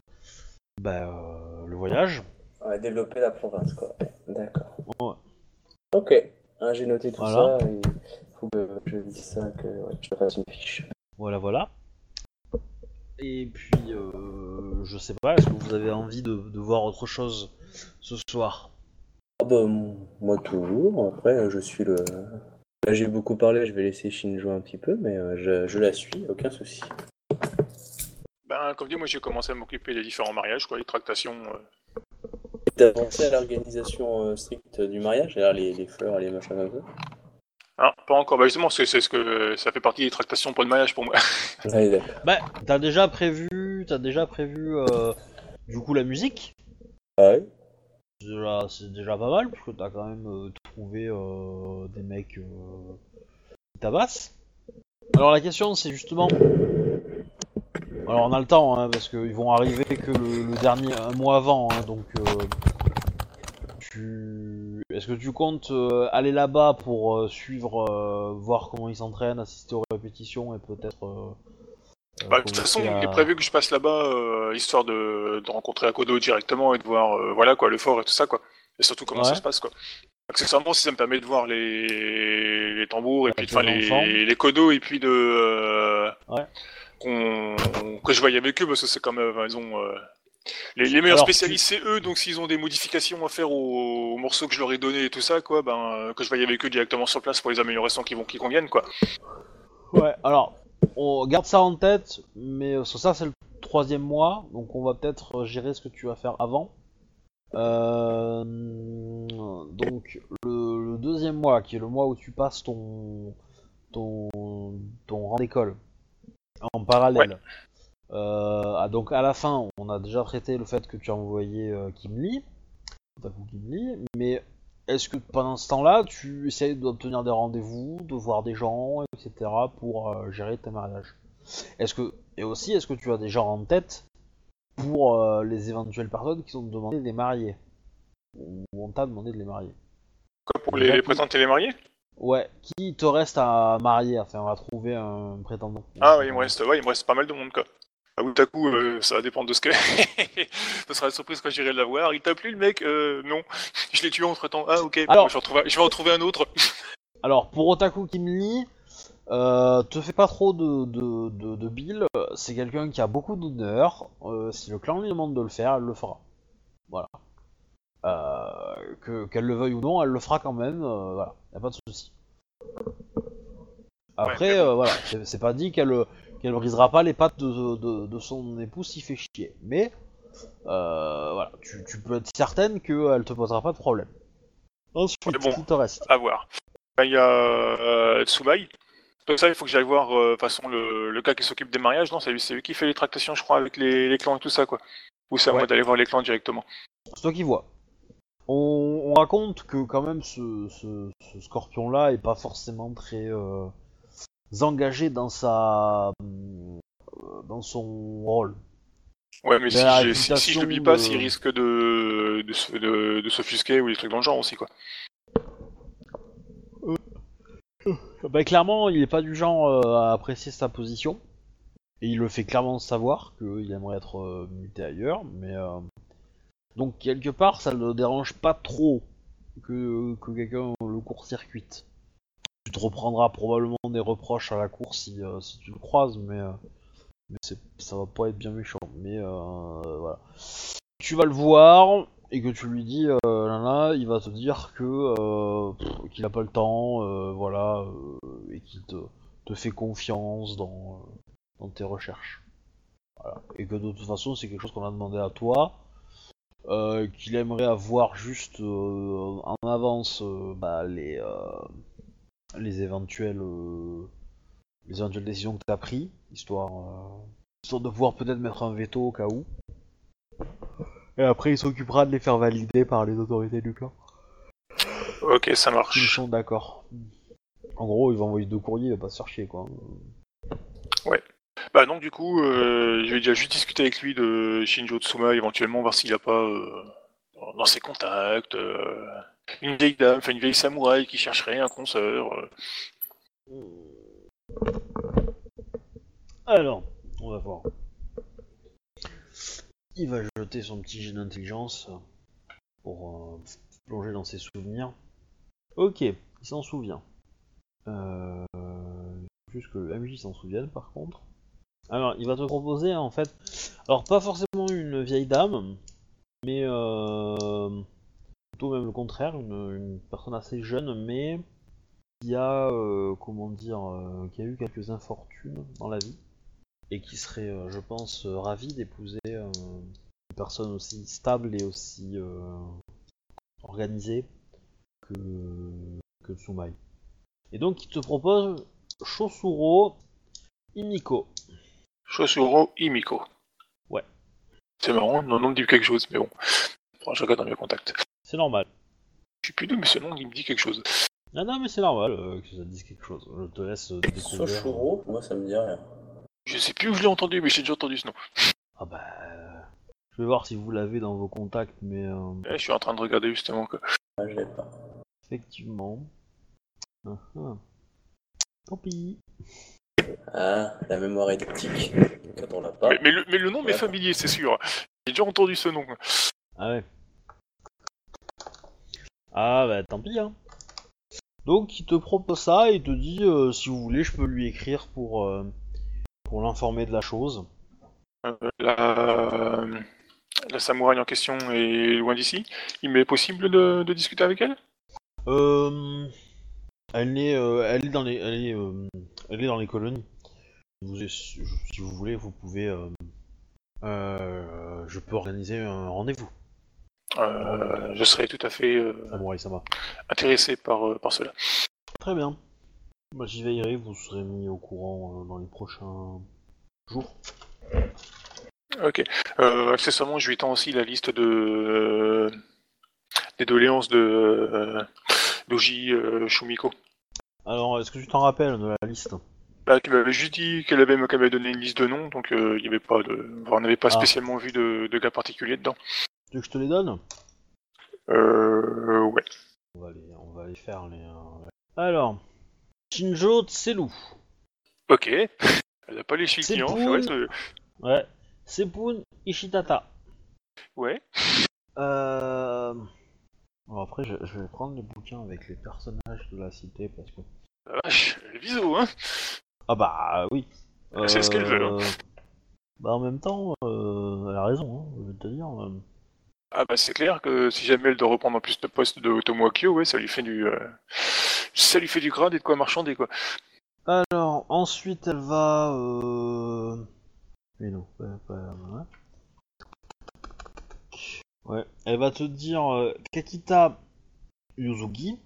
le voyage. Ouais, développer la province, quoi. D'accord. Ouais. Ok. Ah, j'ai noté tout Voilà. ça et il faut que je dise ça, que je fasse une fiche. Voilà. Et puis, je sais pas, est-ce que vous avez envie de voir autre chose ce soir? Ah bah, moi toujours. Après, je suis le. Là, j'ai beaucoup parlé, je vais laisser Shin jouer un petit peu, mais je la suis, aucun souci. Ben, comme dit, moi j'ai commencé à m'occuper des différents mariages, quoi, les tractations. T'as pensé à l'organisation stricte du mariage, c'est-à-dire les fleurs et les machins comme ça? Ah, pas encore. Bah justement, c'est ce que ça fait partie des tractations pour le mariage pour moi. Ouais, d'accord. Bah, t'as déjà prévu du coup la musique. Ah oui? C'est déjà pas mal, parce que t'as quand même trouvé des mecs qui tabassent. Alors la question c'est justement... Alors on a le temps, hein, parce qu'ils vont arriver que le dernier, un mois avant, hein, donc... Est-ce que tu comptes aller là-bas pour suivre, voir comment ils s'entraînent, assister aux répétitions et peut-être Bah, de toute façon, commencer il est à... prévu que je passe là-bas, histoire de rencontrer Akodo directement et de voir, voilà quoi, le fort et tout ça quoi. Et surtout comment ça Ouais, se passe quoi. Accessoirement, si ça me permet de voir les tambours et puis avec enfin les enfants. les kodos et puis Ouais. que je voyais avec eux parce que c'est quand même ils ont les meilleurs Alors, spécialistes c'est eux, donc s'ils ont des modifications à faire aux morceaux que je leur ai donnés et tout ça quoi, ben que je voyais avec eux directement sur place pour les améliorations qui conviennent quoi. Ouais, alors, on garde ça en tête, mais ça c'est le 3e mois, donc on va peut-être gérer ce que tu vas faire avant. Donc le 2e mois, qui est le mois où tu passes ton, ton rang d'école en Ouais. parallèle. Donc à la fin, on a déjà traité le fait que tu as envoyé Kim Lee, Otaku Kim Lee, mais est-ce que pendant ce temps-là, tu essayes d'obtenir des rendez-vous, de voir des gens, etc. pour gérer tes mariages? Est-ce que tu as des gens en tête pour les éventuelles personnes qui sont demandées de les marier? Ou on t'a demandé de les marier? Quoi, pour Déjà, les présenter les mariés? ouais, qui te reste à marier? Enfin, on va trouver un prétendant. Une Ah oui, prétendante. il me reste pas mal de monde quoi. À bout à coup, ça va dépendre de ce que. Ce sera la surprise quand j'irai la voir. Il t'a plu le mec? Non. Je l'ai tué entre temps. Ah ok, bon, Alors, je vais en trouver un autre. alors pour Otaku Kimli, te fais pas trop de bill. C'est quelqu'un qui a beaucoup d'honneur. Si le clan lui demande de le faire, elle le fera. Voilà. Qu'elle le veuille ou non, elle le fera quand même. Voilà, y a pas de souci. Ouais, Après, mais bon. voilà, c'est pas dit qu'elle brisera pas les pattes de son époux s'il fait chier. Mais voilà, tu peux être certaine qu'elle te posera pas de problème. Mais Ensuite, bon, qui te reste? à voir. Ben, il y a Tsubai. Donc ça, il faut que j'aille voir, de toute façon, le gars qui s'occupe des mariages, non? C'est lui qui fait les tractations, je crois, avec les clans et tout ça, quoi. Ou c'est à moi Ouais, d'aller voir les clans directement. c'est toi qui vois. On raconte que quand même ce scorpion-là est pas forcément très engagé dans son rôle. Ouais, mais Il a si la si je réputation le bille pas, s'il de... risque de s'offusquer ou des trucs dans le genre aussi, quoi. Bah, clairement, il est pas du genre à apprécier sa position. Et il le fait clairement savoir qu'il aimerait être muté ailleurs, mais donc quelque part ça ne le dérange pas trop que quelqu'un le court-circuite. Tu te reprendras probablement des reproches à la cour si tu le croises, mais ça va pas être bien méchant. Mais voilà. Tu vas le voir et que tu lui dis là, il va te dire que qu'il a pas le temps, voilà, et qu'il te fait confiance dans tes recherches. Voilà. Et que de toute façon, c'est quelque chose qu'on a demandé à toi, qu'il aimerait avoir juste en avance les éventuelles décisions que tu as prises, histoire de pouvoir peut-être mettre un veto au cas où. Et après, il s'occupera de les faire valider par les autorités du clan. Ok, ça Ils marche. sont d'accord. En gros, il va envoyer 2 courriers, il va pas se faire chier, quoi. Bah donc du coup, je vais déjà juste discuter avec lui de Shinjo Tsuma, éventuellement voir s'il a pas dans ses contacts, une vieille dame, enfin une vieille samouraï qui chercherait un consoeur. Alors, on va voir. Il va jeter son petit jet d'intelligence pour plonger dans ses souvenirs. Ok, il s'en souvient. Juste que le MJ s'en souvienne par contre. Alors, il va te proposer en fait, alors pas forcément une vieille dame, mais plutôt même le contraire, une personne assez jeune, mais qui a, qui a eu quelques infortunes dans la vie et qui serait, je pense, ravie d'épouser une personne aussi stable et aussi organisée que Tsumaï. Et donc, il te propose Chosuro Himiko. Chosuro Himiko. Ouais. C'est marrant, le nom me dit quelque chose, mais bon. Je regarde dans mes contacts. C'est normal. Je suis plus d'où, mais ce nom il me dit quelque chose. Ah non, mais c'est normal que ça te dise quelque chose. Je te laisse découvrir. Soshuro, moi ça me dit rien. Je sais plus où je l'ai entendu, mais j'ai déjà entendu ce nom. Ah bah... Je vais voir si vous l'avez dans vos contacts, mais... Je suis en train de regarder justement quoi. Ah, je l'ai pas. Effectivement. Tant pis. Ah, la mémoire elliptique. Quand on l'a pas. Mais le nom m'est familier, c'est sûr. J'ai déjà entendu ce nom. Ah ouais. Ah bah tant pis hein. Donc il te propose ça et il te dit si vous voulez je peux lui écrire pour l'informer de la chose. La samouraï en question est loin d'ici. Il m'est possible de discuter avec elle? Elle est dans les colonies. Si vous voulez, vous pouvez. Je peux organiser un rendez-vous. Je serais tout à fait Samurai-sama. intéressé par cela. Très bien. Bah, j'y veillerai, vous serez mis au courant dans les prochains jours. Ok. Accessoirement, je lui étends aussi la liste des doléances de Doji Shumiko. Alors, est-ce que tu t'en rappelles de la liste? Bah, qui m'avait juste dit qu'elle m'avait donné une liste de noms, donc il y avait pas on n'avait pas spécialement vu de gars particuliers dedans. Tu veux que je te les donne? Ouais. On va les faire les. Alors, Shinjo Tselu. Ok. Elle a pas les chiens, c'est vrai. Ouais. Sepun Ishitata. Ouais. Alors après, je vais prendre les bouquins avec les personnages de la cité parce que. La vache, elle vise haut, hein. Ah bah oui. C'est ce qu'elle veut. Hein. Bah en même temps, elle a raison, hein, je vais te dire. Ah bah c'est clair que si jamais elle doit reprendre en plus le poste de Otomo Akio, ouais, ça lui fait du grade et de quoi marchander quoi. Alors ensuite elle va. Mais non, ouais, elle va te dire Kakita Yuzuki.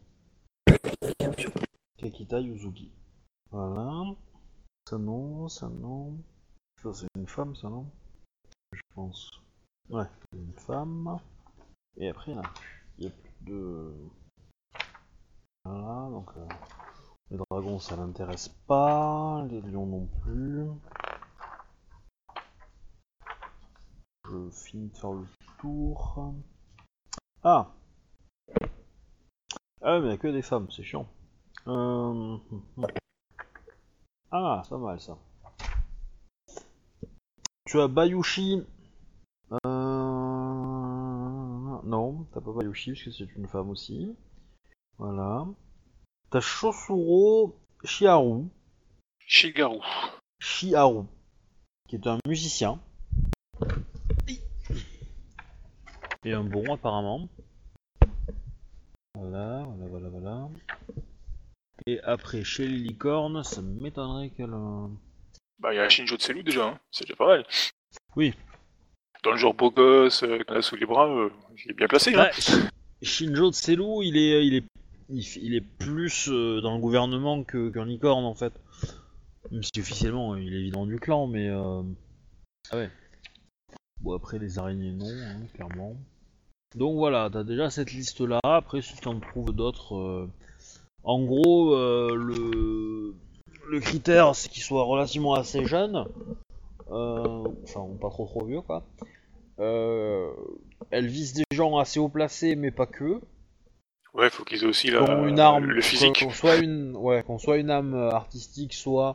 Kakita Yuzuki. Voilà. Ça non. Ça c'est une femme, ça non? Je pense. Ouais, c'est une femme. Et après, là, il y a plus de. Voilà, donc. Les dragons, ça l'intéresse pas. Les lions non plus. Je finis de faire le tour. Ah! Ah, mais il n'y a que des femmes, c'est chiant. Ah, c'est pas mal ça. Tu as Bayushi. Non, t'as pas Bayushi parce que c'est une femme aussi. Voilà. T'as Shosuro Shiharu. Shigaru. Shiharu. Qui est un musicien. Et un bon apparemment. Voilà. Et après, chez les licornes, ça m'étonnerait qu'elle... Bah, il y a Shinjo Tselu déjà, hein. C'est déjà pas mal. Oui. Dans le genre beau gosse, qu'on a sous les bras, il est bien placé, hein. Shinjo Tselu, il est plus dans le gouvernement qu'un licorne en fait. Même si officiellement il est évident du clan, mais... Ah ouais. Bon, après les araignées, non, hein, clairement. Donc voilà, t'as déjà cette liste-là. Après, si tu en trouves d'autres... En gros, le critère, c'est qu'il soit relativement assez jeune. Enfin, pas trop vieux, quoi. Elle vise des gens assez haut placés, mais pas que. Ouais, faut qu'ils aient aussi Qu'on une arme, le physique. qu'on soit une âme artistique, soit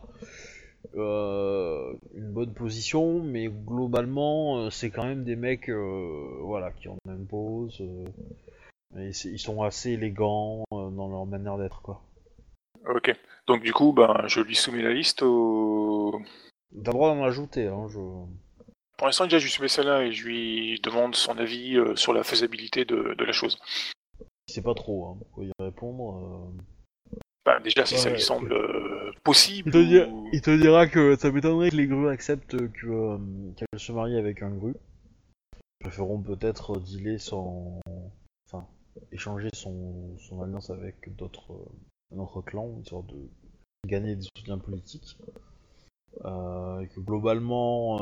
une bonne position, mais globalement, c'est quand même des mecs, voilà, qui en imposent. Et ils sont assez élégants dans leur manière d'être, quoi. Ok. Donc du coup, ben, je lui soumets la liste au... T'as le droit d'en ajouter, hein, Pour l'instant, déjà, je lui soumets celle-là et je lui demande son avis sur la faisabilité de la chose. C'est pas trop, hein, faut y répondre. Ben, déjà, si ça Ouais, lui semble possible Il te dira que ça m'étonnerait que les grues acceptent qu'elle se marie avec un gru. Ils préféreront peut-être dealer enfin, échanger son alliance avec un autre clan, histoire de gagner des soutiens politiques. Et que globalement,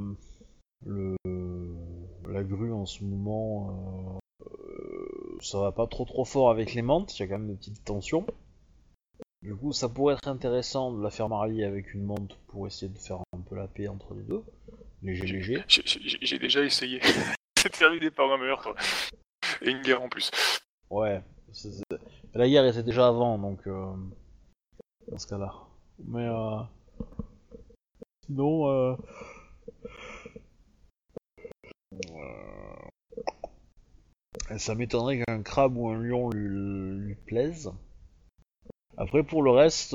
la grue en ce moment, ça va pas trop fort avec les mantes, il y a quand même des petites tensions. Du coup, ça pourrait être intéressant de la faire marier avec une mante pour essayer de faire un peu la paix entre les deux. Léger. J'ai déjà essayé. C'est terminé par un meurtre. Et une guerre en plus. Ouais. La guerre était déjà avant, donc dans ce cas-là. Mais sinon, ça m'étonnerait qu'un crabe ou un lion lui plaise. Après, pour le reste,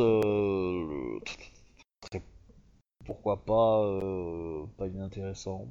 pourquoi pas inintéressant.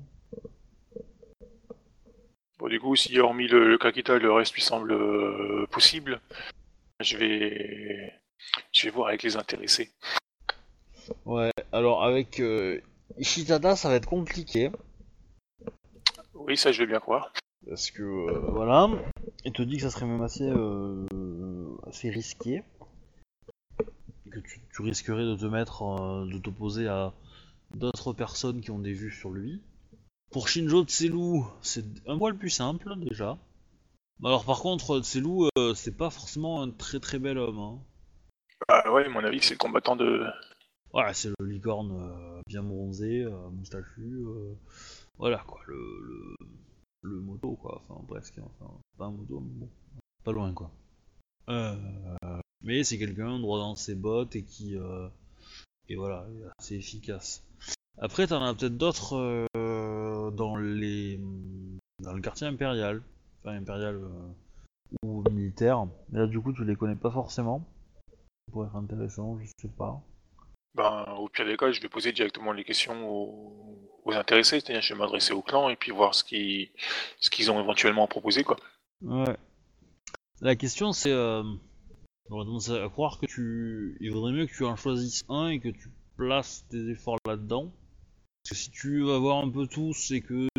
Bon, du coup, si hormis le Kakita, le reste lui semble possible, je vais voir avec les intéressés. Ouais, alors avec Ishitada, ça va être compliqué. Oui, ça, je vais bien croire. Parce que, voilà, il te dit que ça serait même assez risqué. Que tu risquerais de te mettre, de t'opposer à d'autres personnes qui ont des vues sur lui. Pour Shinjo Tselu, c'est un poil plus simple, déjà. Alors par contre, Tselu, c'est pas forcément un très bel homme, hein. Ah ouais, à mon avis, c'est le combattant de... Voilà, c'est le licorne bien bronzé, moustachu, voilà quoi, le moto quoi, enfin presque, enfin pas un moto, mais bon, pas loin quoi. Mais c'est quelqu'un droit dans ses bottes et voilà, il est assez efficace. Après t'en as peut-être d'autres dans le quartier impérial, enfin impérial ou militaire. Là du coup tu les connais pas forcément, ça pourrait être intéressant, je sais pas. Ben, au pire des cas, je vais poser directement les questions aux intéressés, c'est-à-dire je vais m'adresser au clan et puis voir ce qu'ils ont éventuellement à proposer, quoi. Ouais. La question c'est, j'aurais tendance à croire que il vaudrait mieux que tu en choisisses un et que tu places tes efforts là-dedans. Parce que si tu vas voir un peu tous et que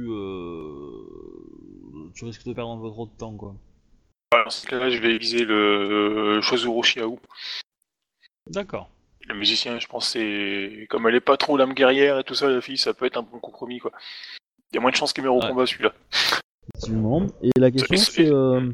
tu risques de perdre un peu trop de temps quoi. Dans ce cas-là, je vais viser le Chozuru Shiao. D'accord. Le musicien, je pense, c'est... Comme elle est pas trop l'âme guerrière et tout ça, la fille, ça peut être un bon compromis, quoi. Il y a moins de chances qu'il meure au Ouais. combat, celui-là. Effectivement. Et la question c'est,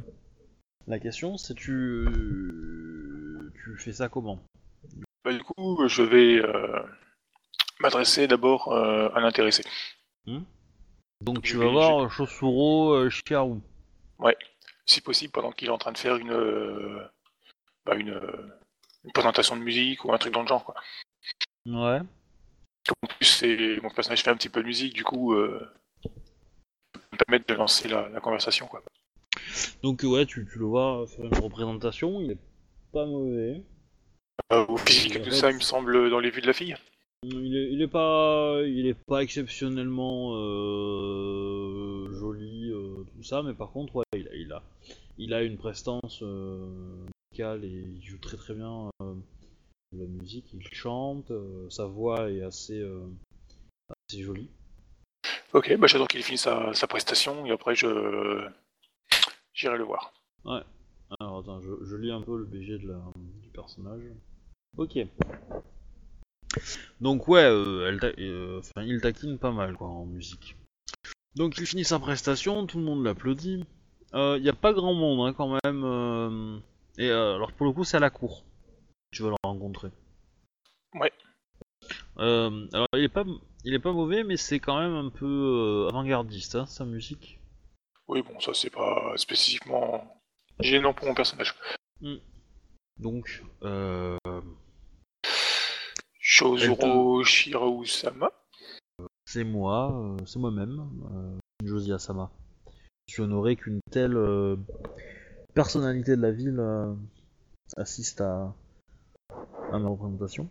tu fais ça comment? Bah, du coup, je vais m'adresser d'abord à l'intéressé. Donc tu Je vas vais- voir Chosuro Shiaru. Ouais, si possible, pendant qu'il est en train de faire une présentation de musique ou un truc dans le genre, quoi. Ouais. En plus, mon personnage fait un petit peu de musique, du coup, ça me permettre de lancer la conversation, quoi. Donc ouais, tu le vois faire une représentation, il est pas mauvais. Au physique et tout ça, il me semble, dans les vues de la fille. Il est pas exceptionnellement joli, tout ça, mais par contre, ouais, il a une prestance musicale et il joue très bien la musique, il chante, sa voix est assez jolie. Ok, bah j'attends qu'il finisse sa prestation et après j'irai le voir. Ouais. Alors attends, je lis un peu le BG du personnage. Ok. Donc ouais, il taquine pas mal quoi en musique. Donc il finit sa prestation, tout le monde l'applaudit. Y a pas grand monde hein, quand même. Alors pour le coup c'est à la cour. Tu vas le rencontrer. Ouais. Alors il est pas mauvais, mais c'est quand même un peu avant-gardiste hein, sa musique. Oui, bon, ça c'est pas spécifiquement Gênant pour mon personnage. Donc, Shozuro Shirausama. c'est moi-même, Josie Asama. Je suis honoré qu'une telle personnalité de la ville assiste à ma représentation.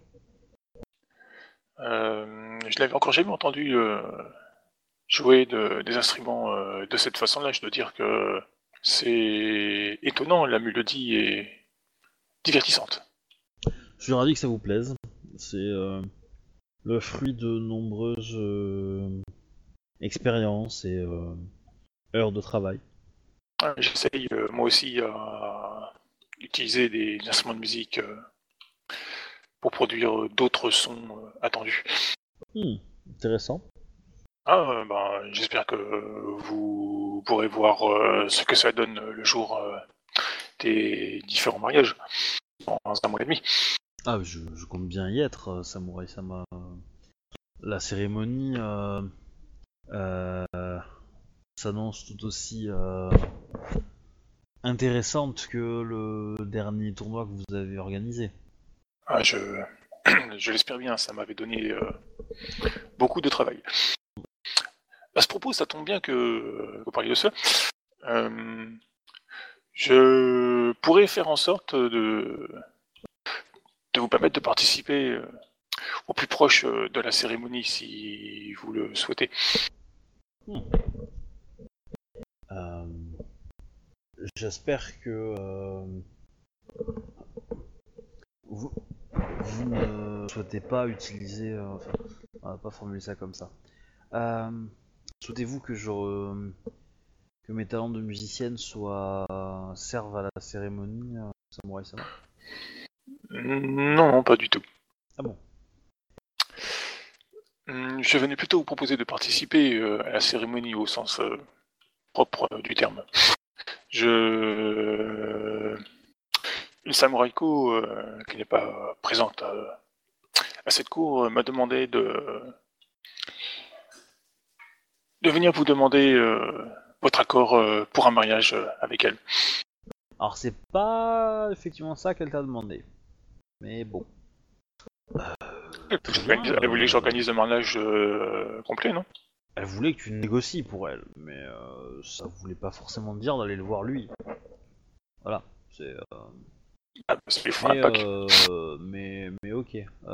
Je l'avais encore jamais entendu jouer des instruments de cette façon-là. Je dois dire que c'est étonnant, la mélodie est divertissante. Je suis ravi que ça vous plaise. C'est le fruit de nombreuses expériences et heures de travail. J'essaye moi aussi à utiliser des instruments de musique pour produire d'autres sons attendus. Intéressant. J'espère que vous pourrez voir ce que ça donne le jour des différents mariages dans un mois et demi. Ah, je compte bien y être, Samurai Sama. La cérémonie s'annonce tout aussi intéressante que le dernier tournoi que vous avez organisé. Je l'espère bien, ça m'avait donné beaucoup de travail. À ce propos, ça tombe bien que vous parliez de ça. Je pourrais faire en sorte de vous permettre de participer au plus proche de la cérémonie, si vous le souhaitez. J'espère que vous ne souhaitez pas utiliser... on va pas formuler ça comme ça. Souhaitez-vous que que mes talents de musicienne servent à la cérémonie, Samurai Sama? Non, pas du tout. Ah bon? Je venais plutôt vous proposer de participer à la cérémonie au sens propre du terme. Une Samouraïko qui n'est pas présente à cette cour m'a demandé de venir vous demander votre accord pour un mariage avec elle. Alors c'est pas effectivement ça qu'elle t'a demandé. Mais bon. Elle voulait que j'organise un mariage complet, non? Elle voulait que tu négocies pour elle, mais ça voulait pas forcément dire d'aller le voir lui. Voilà, c'est... C'est les freins à Pâques. mais ok.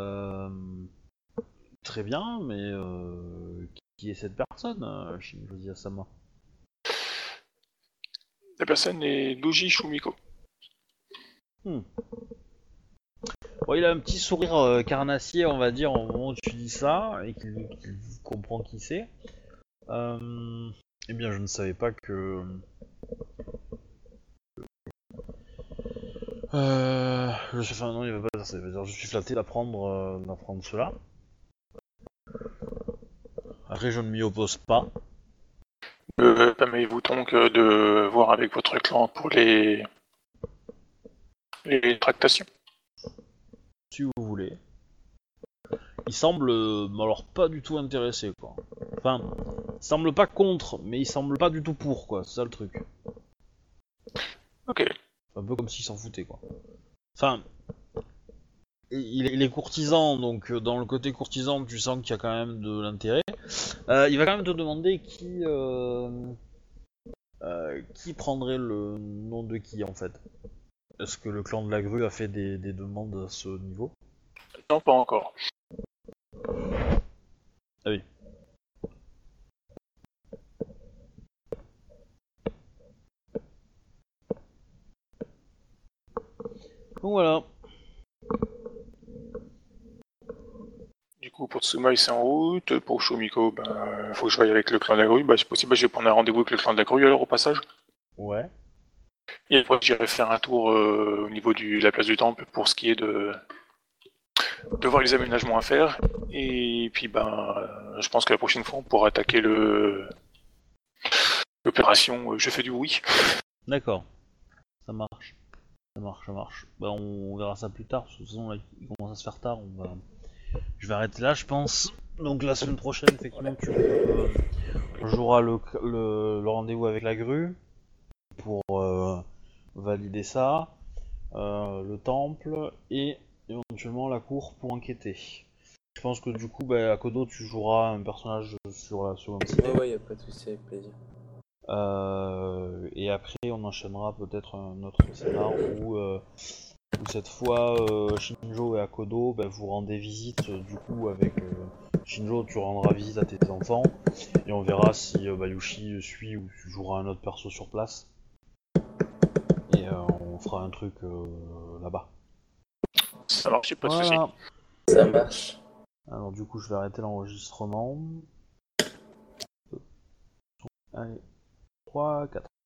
Très bien, mais qui est cette personne, Shinjozi Asama? La personne est Doji Shumiko. Bon, il a un petit sourire carnassier, on va dire, au moment où tu dis ça, et qu'il comprend qui c'est. Eh bien, je ne savais pas que... non, il va pas dire ça, il va dire je suis flatté d'apprendre cela. Après, je ne m'y oppose pas. Permettez-vous donc de voir avec votre clan pour les tractations? Si vous voulez. Il semble, alors pas du tout intéressé, quoi. Enfin, il semble pas contre, mais il semble pas du tout pour, quoi. C'est ça le truc. Ok. Un peu comme s'il s'en foutait, quoi. Enfin, il est courtisan, donc dans le côté courtisan, tu sens qu'il y a quand même de l'intérêt. Il va quand même te demander qui prendrait le nom de qui, en fait. Est-ce que le clan de la grue a fait des demandes à ce niveau? Non, pas encore. Ah oui. Donc voilà. Du coup, pour Tsumai, c'est en route. Pour Shumiko, faut que je vaille avec le clan de la grue. C'est possible, je vais prendre un rendez-vous avec le clan de la grue alors au passage. Ouais. Et après, j'irai faire un tour au niveau de la place du temple pour ce qui est de voir les aménagements à faire. Et puis, je pense que la prochaine fois, on pourra attaquer l'opération Je fais du oui. D'accord. Ça marche. Ça marche. On verra ça plus tard, parce que de toute façon, là, il commence à se faire tard. Je vais arrêter là, je pense. Donc la semaine prochaine, effectivement, j'aurai le rendez-vous avec la grue pour valider ça, le temple et éventuellement la cour pour enquêter. Je pense que du coup, Akodo, tu joueras un personnage sur la seconde cité. Ouais, y a pas de souci, avec plaisir. Et après, on enchaînera peut-être un autre scénario où cette fois, Shinjo et Akodo, vous rendez visite du coup avec Shinjo, tu rendras visite à tes enfants et on verra si Yushi suit ou tu joueras un autre perso sur place. Et on fera un truc là-bas. Ça marche, pas de soucis. Voilà. Ça marche. Alors du coup, je vais arrêter l'enregistrement. Allez, 3, 4.